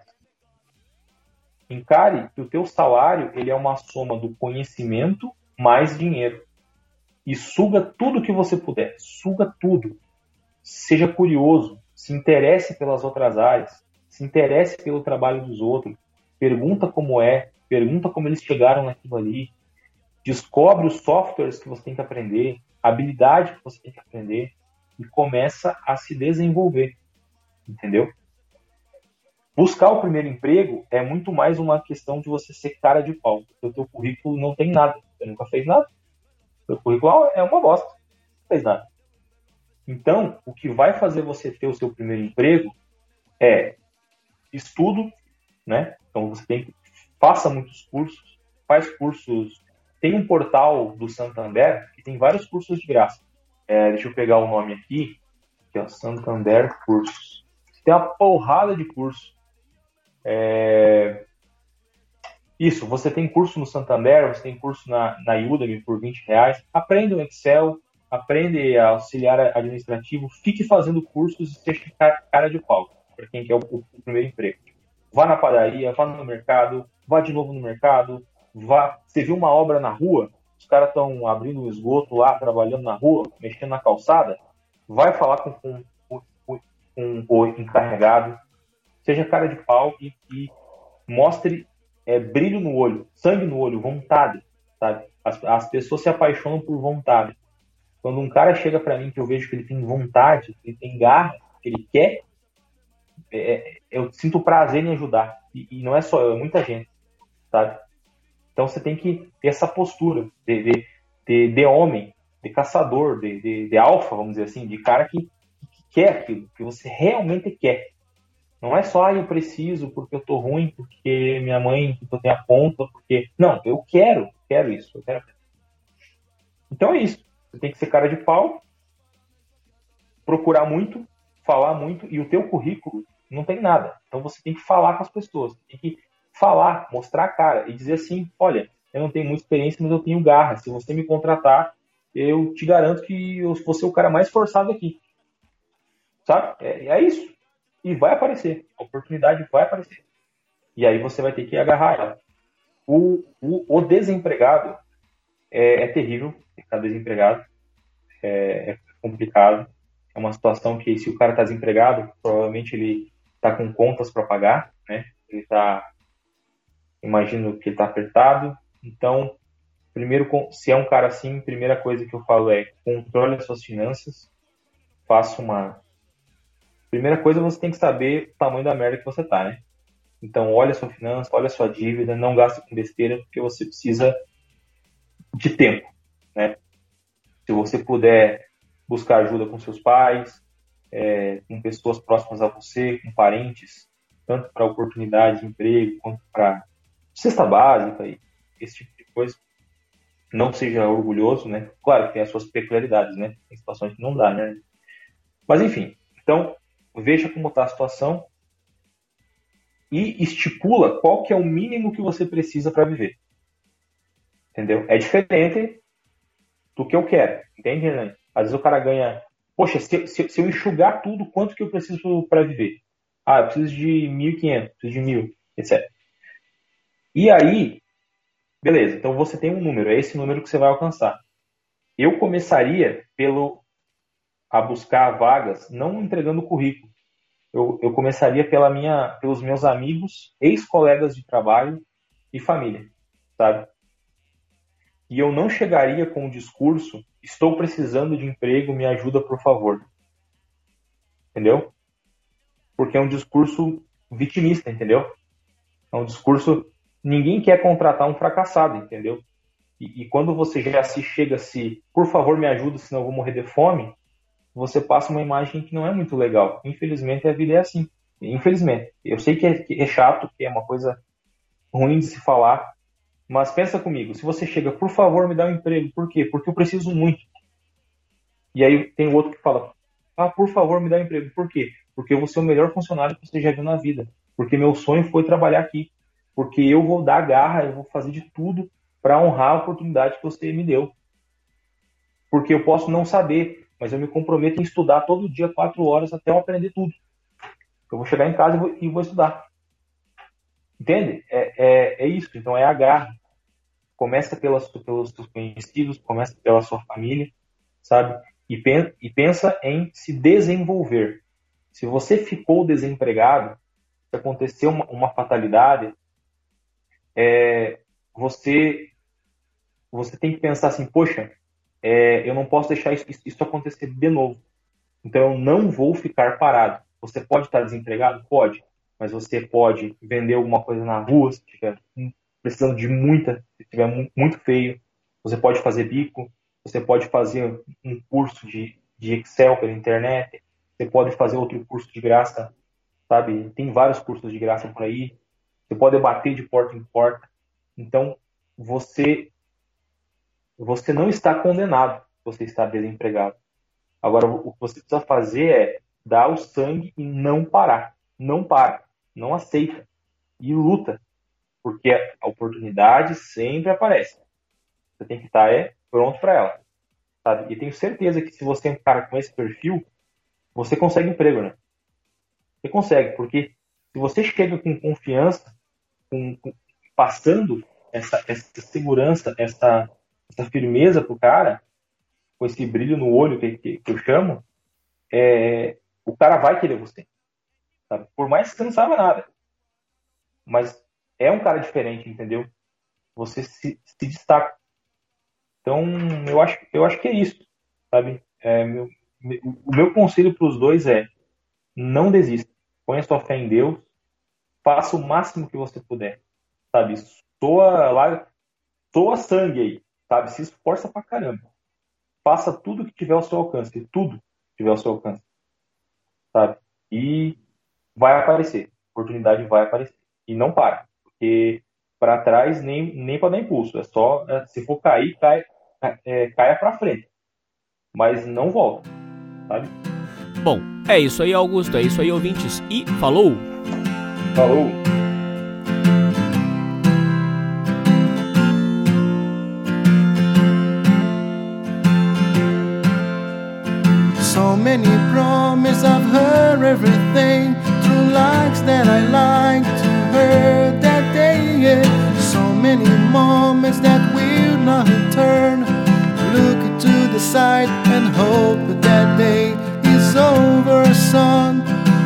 Encare que o teu salário ele é uma soma do conhecimento mais dinheiro. E suga tudo que você puder. Suga tudo. Seja curioso. Se interesse pelas outras áreas. Se interesse pelo trabalho dos outros. Pergunta como é. Pergunta como eles chegaram naquilo ali. Descobre os softwares que você tem que aprender. A habilidade que você tem que aprender. E começa a se desenvolver. Entendeu? Buscar o primeiro emprego é muito mais uma questão de você ser cara de pau. Porque o teu currículo não tem nada. Você nunca fez nada. O currículo é uma bosta, não fez nada. Então, o que vai fazer você ter o seu primeiro emprego é estudo, né? Então você tem que faça muitos cursos, faz cursos. Tem um portal do Santander que tem vários cursos de graça. É, deixa eu pegar o nome aqui, que é o Santander Cursos. Tem uma porrada de cursos. É... Isso, você tem curso no Santander, você tem curso na, na Udemy por vinte reais. Aprenda o Excel, aprende a auxiliar administrativo, fique fazendo cursos e seja cara de pau, para quem quer o, o, o primeiro emprego. Vá na padaria, vá no mercado, vá de novo no mercado, vá. Você viu uma obra na rua, os caras estão abrindo um esgoto lá, trabalhando na rua, mexendo na calçada, vai falar com, com, com, com o encarregado, seja cara de pau e, e mostre É, brilho no olho, sangue no olho, vontade, sabe? As, as pessoas se apaixonam por vontade. Quando um cara chega pra mim que eu vejo que ele tem vontade, que ele tem garra, que ele quer, é, eu sinto prazer em ajudar. E, e não é só eu, é muita gente, sabe? Então você tem que ter essa postura de, de, de, de homem, de caçador, de, de, de alfa, vamos dizer assim, de cara que, quer aquilo, que você realmente quer. Não é só, ah, eu preciso porque eu tô ruim, porque minha mãe, porque eu tenho a conta, porque... Não, eu quero, quero isso, eu quero. Então é isso. Você tem que ser cara de pau, procurar muito, falar muito, e o teu currículo não tem nada. Então você tem que falar com as pessoas, tem que falar, mostrar a cara e dizer assim, olha, eu não tenho muita experiência, mas eu tenho garra. Se você me contratar, eu te garanto que eu vou ser o cara mais forçado aqui. Sabe? É, é isso. E vai aparecer. A oportunidade vai aparecer. E aí você vai ter que agarrar ela. O, o, o desempregado é, é terrível. Ficar desempregado é, é complicado. É uma situação que, se o cara está desempregado, provavelmente ele está com contas para pagar, né? Ele está... Imagino que ele está apertado. Então, primeiro, se é um cara assim, primeira coisa que eu falo é controle as suas finanças. Faça uma... Primeira coisa, você tem que saber o tamanho da merda que você tá, né? Então, olha a sua finança, olha a sua dívida, não gaste com besteira, porque você precisa de tempo, né? Se você puder buscar ajuda com seus pais, é, com pessoas próximas a você, com parentes, tanto para oportunidades de emprego, quanto para cesta básica e esse tipo de coisa. Não seja orgulhoso, né? Claro que tem as suas peculiaridades, né? Tem situações que não dá, né? Mas, enfim. Então, veja como está a situação e estipula qual que é o mínimo que você precisa para viver. Entendeu? É diferente do que eu quero. Entende, Hernani? Às vezes o cara ganha... Poxa, se, se, se eu enxugar tudo, quanto que eu preciso para viver? Ah, eu preciso de mil e quinhentos, preciso de mil, etcétera. E aí, beleza, então você tem um número, é esse número que você vai alcançar. Eu começaria pelo a buscar vagas, não entregando currículo. Eu, eu começaria pela minha, pelos meus amigos, ex-colegas de trabalho e família, sabe? E eu não chegaria com o discurso, estou precisando de emprego, me ajuda, por favor. Entendeu? Porque é um discurso vitimista, entendeu? É um discurso... Ninguém quer contratar um fracassado, entendeu? E, e quando você já se chega se, por favor, me ajuda, senão eu vou morrer de fome, você passa uma imagem que não é muito legal. Infelizmente, a vida é assim. Infelizmente. Eu sei que é, que é chato, que é uma coisa ruim de se falar, mas pensa comigo. Se você chega, por favor, me dá um emprego. Por quê? Porque eu preciso muito. E aí tem o outro que fala, ah, por favor, me dá um emprego. Por quê? Porque eu vou ser o melhor funcionário que você já viu na vida. Porque meu sonho foi trabalhar aqui. Porque eu vou dar garra, eu vou fazer de tudo para honrar a oportunidade que você me deu. Porque eu posso não saber, mas eu me comprometo em estudar todo dia quatro horas até eu aprender tudo. Eu vou chegar em casa e vou, e vou estudar. Entende? É, é, é isso. Então é a garra. Começa pelas, pelos seus conhecidos, começa pela sua família, sabe? E, pen, e pensa em se desenvolver. Se você ficou desempregado, se aconteceu uma, uma fatalidade, é, você, você tem que pensar assim, poxa, é, eu não posso deixar isso, isso acontecer de novo. Então eu não vou ficar parado. Você pode estar desempregado? Pode. Mas você pode vender alguma coisa na rua, se estiver precisando de muita, se estiver muito feio. Você pode fazer bico. Você pode fazer um curso de, de Excel pela internet. Você pode fazer outro curso de graça, sabe? Tem vários cursos de graça por aí. Você pode bater de porta em porta. Então, você, você não está condenado. Você está desempregado. Agora, o que você precisa fazer é dar o sangue e não parar. Não para. Não aceita. E luta. Porque a oportunidade sempre aparece. Você tem que estar é, pronto para ela. Sabe? E tenho certeza que se você é um cara com esse perfil, você consegue emprego, né? Você consegue, porque se você chega com confiança, com, com, passando essa, essa segurança, essa, essa firmeza pro cara, com esse brilho no olho que, que, que eu chamo, é, o cara vai querer você. Sabe? Por mais que você não saiba nada. Mas é um cara diferente, entendeu? Você se, se destaca. Então, eu acho, eu acho que é isso, sabe? É, meu, meu, o meu conselho para os dois é não desista. Põe a sua fé em Deus. Faça o máximo que você puder, sabe? Soa lá, soa sangue aí, sabe? Se esforça pra caramba. Faça tudo que tiver ao seu alcance. Tudo que tiver ao seu alcance. sabe? E vai aparecer, a oportunidade vai aparecer. E não para, porque para trás nem, nem para dar impulso, é só, é, se for cair, cai, é, caia para frente, mas não volta, sabe? Bom, é isso aí, Augusto, é isso aí, ouvintes, e falou! Falou! So many promises of her everything, through likes that I like to her that day, yeah. So many moments that will not return. Look to the side and hope that that day is over, son.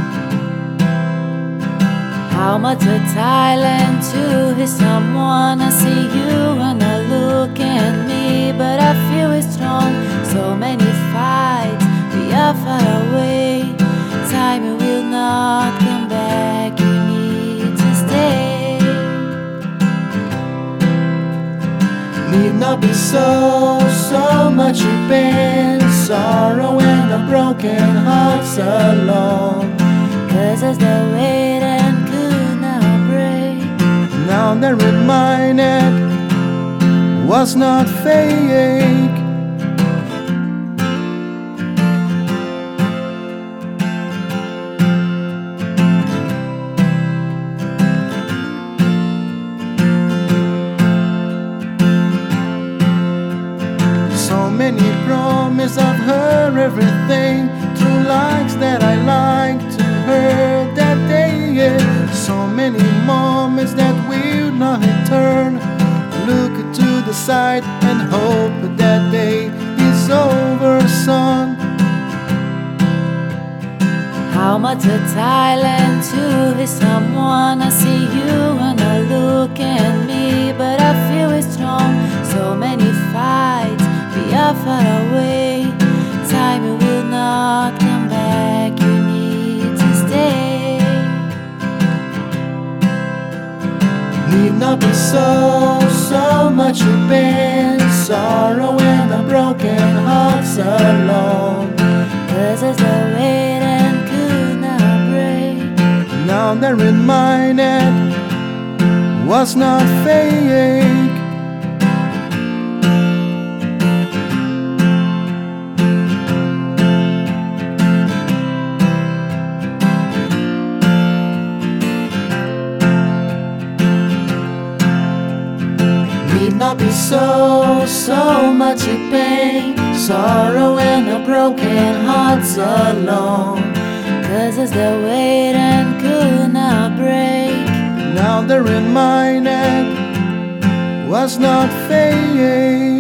How much a Thailand to hear someone. I see you and I look at me, but I feel it's strong. So many fights, we are far away. Time will not come back, you need to stay. Need not be so, so much pain, sorrow and a broken heart's alone. Cause as the weight and could not break, now they're reminded was not fake. So many promises of her everything, through likes that I like to her that day, yeah. So many moments that will not return. Look to the side and hope that that day is over, son. how much a Thailand to hear someone. I see you and I look at me, but I feel it's strong. So many fights, we are far away. Time will not come back, you need to stay. Need not be so, so much pain, sorrow and a broken heart's alone. Cause as the weight and could not break, now they're reminded was not fake. Need not be so, so much pain, sorrow and a broken heart's alone. cause as the weight and could not break, now they're reminded was not fake.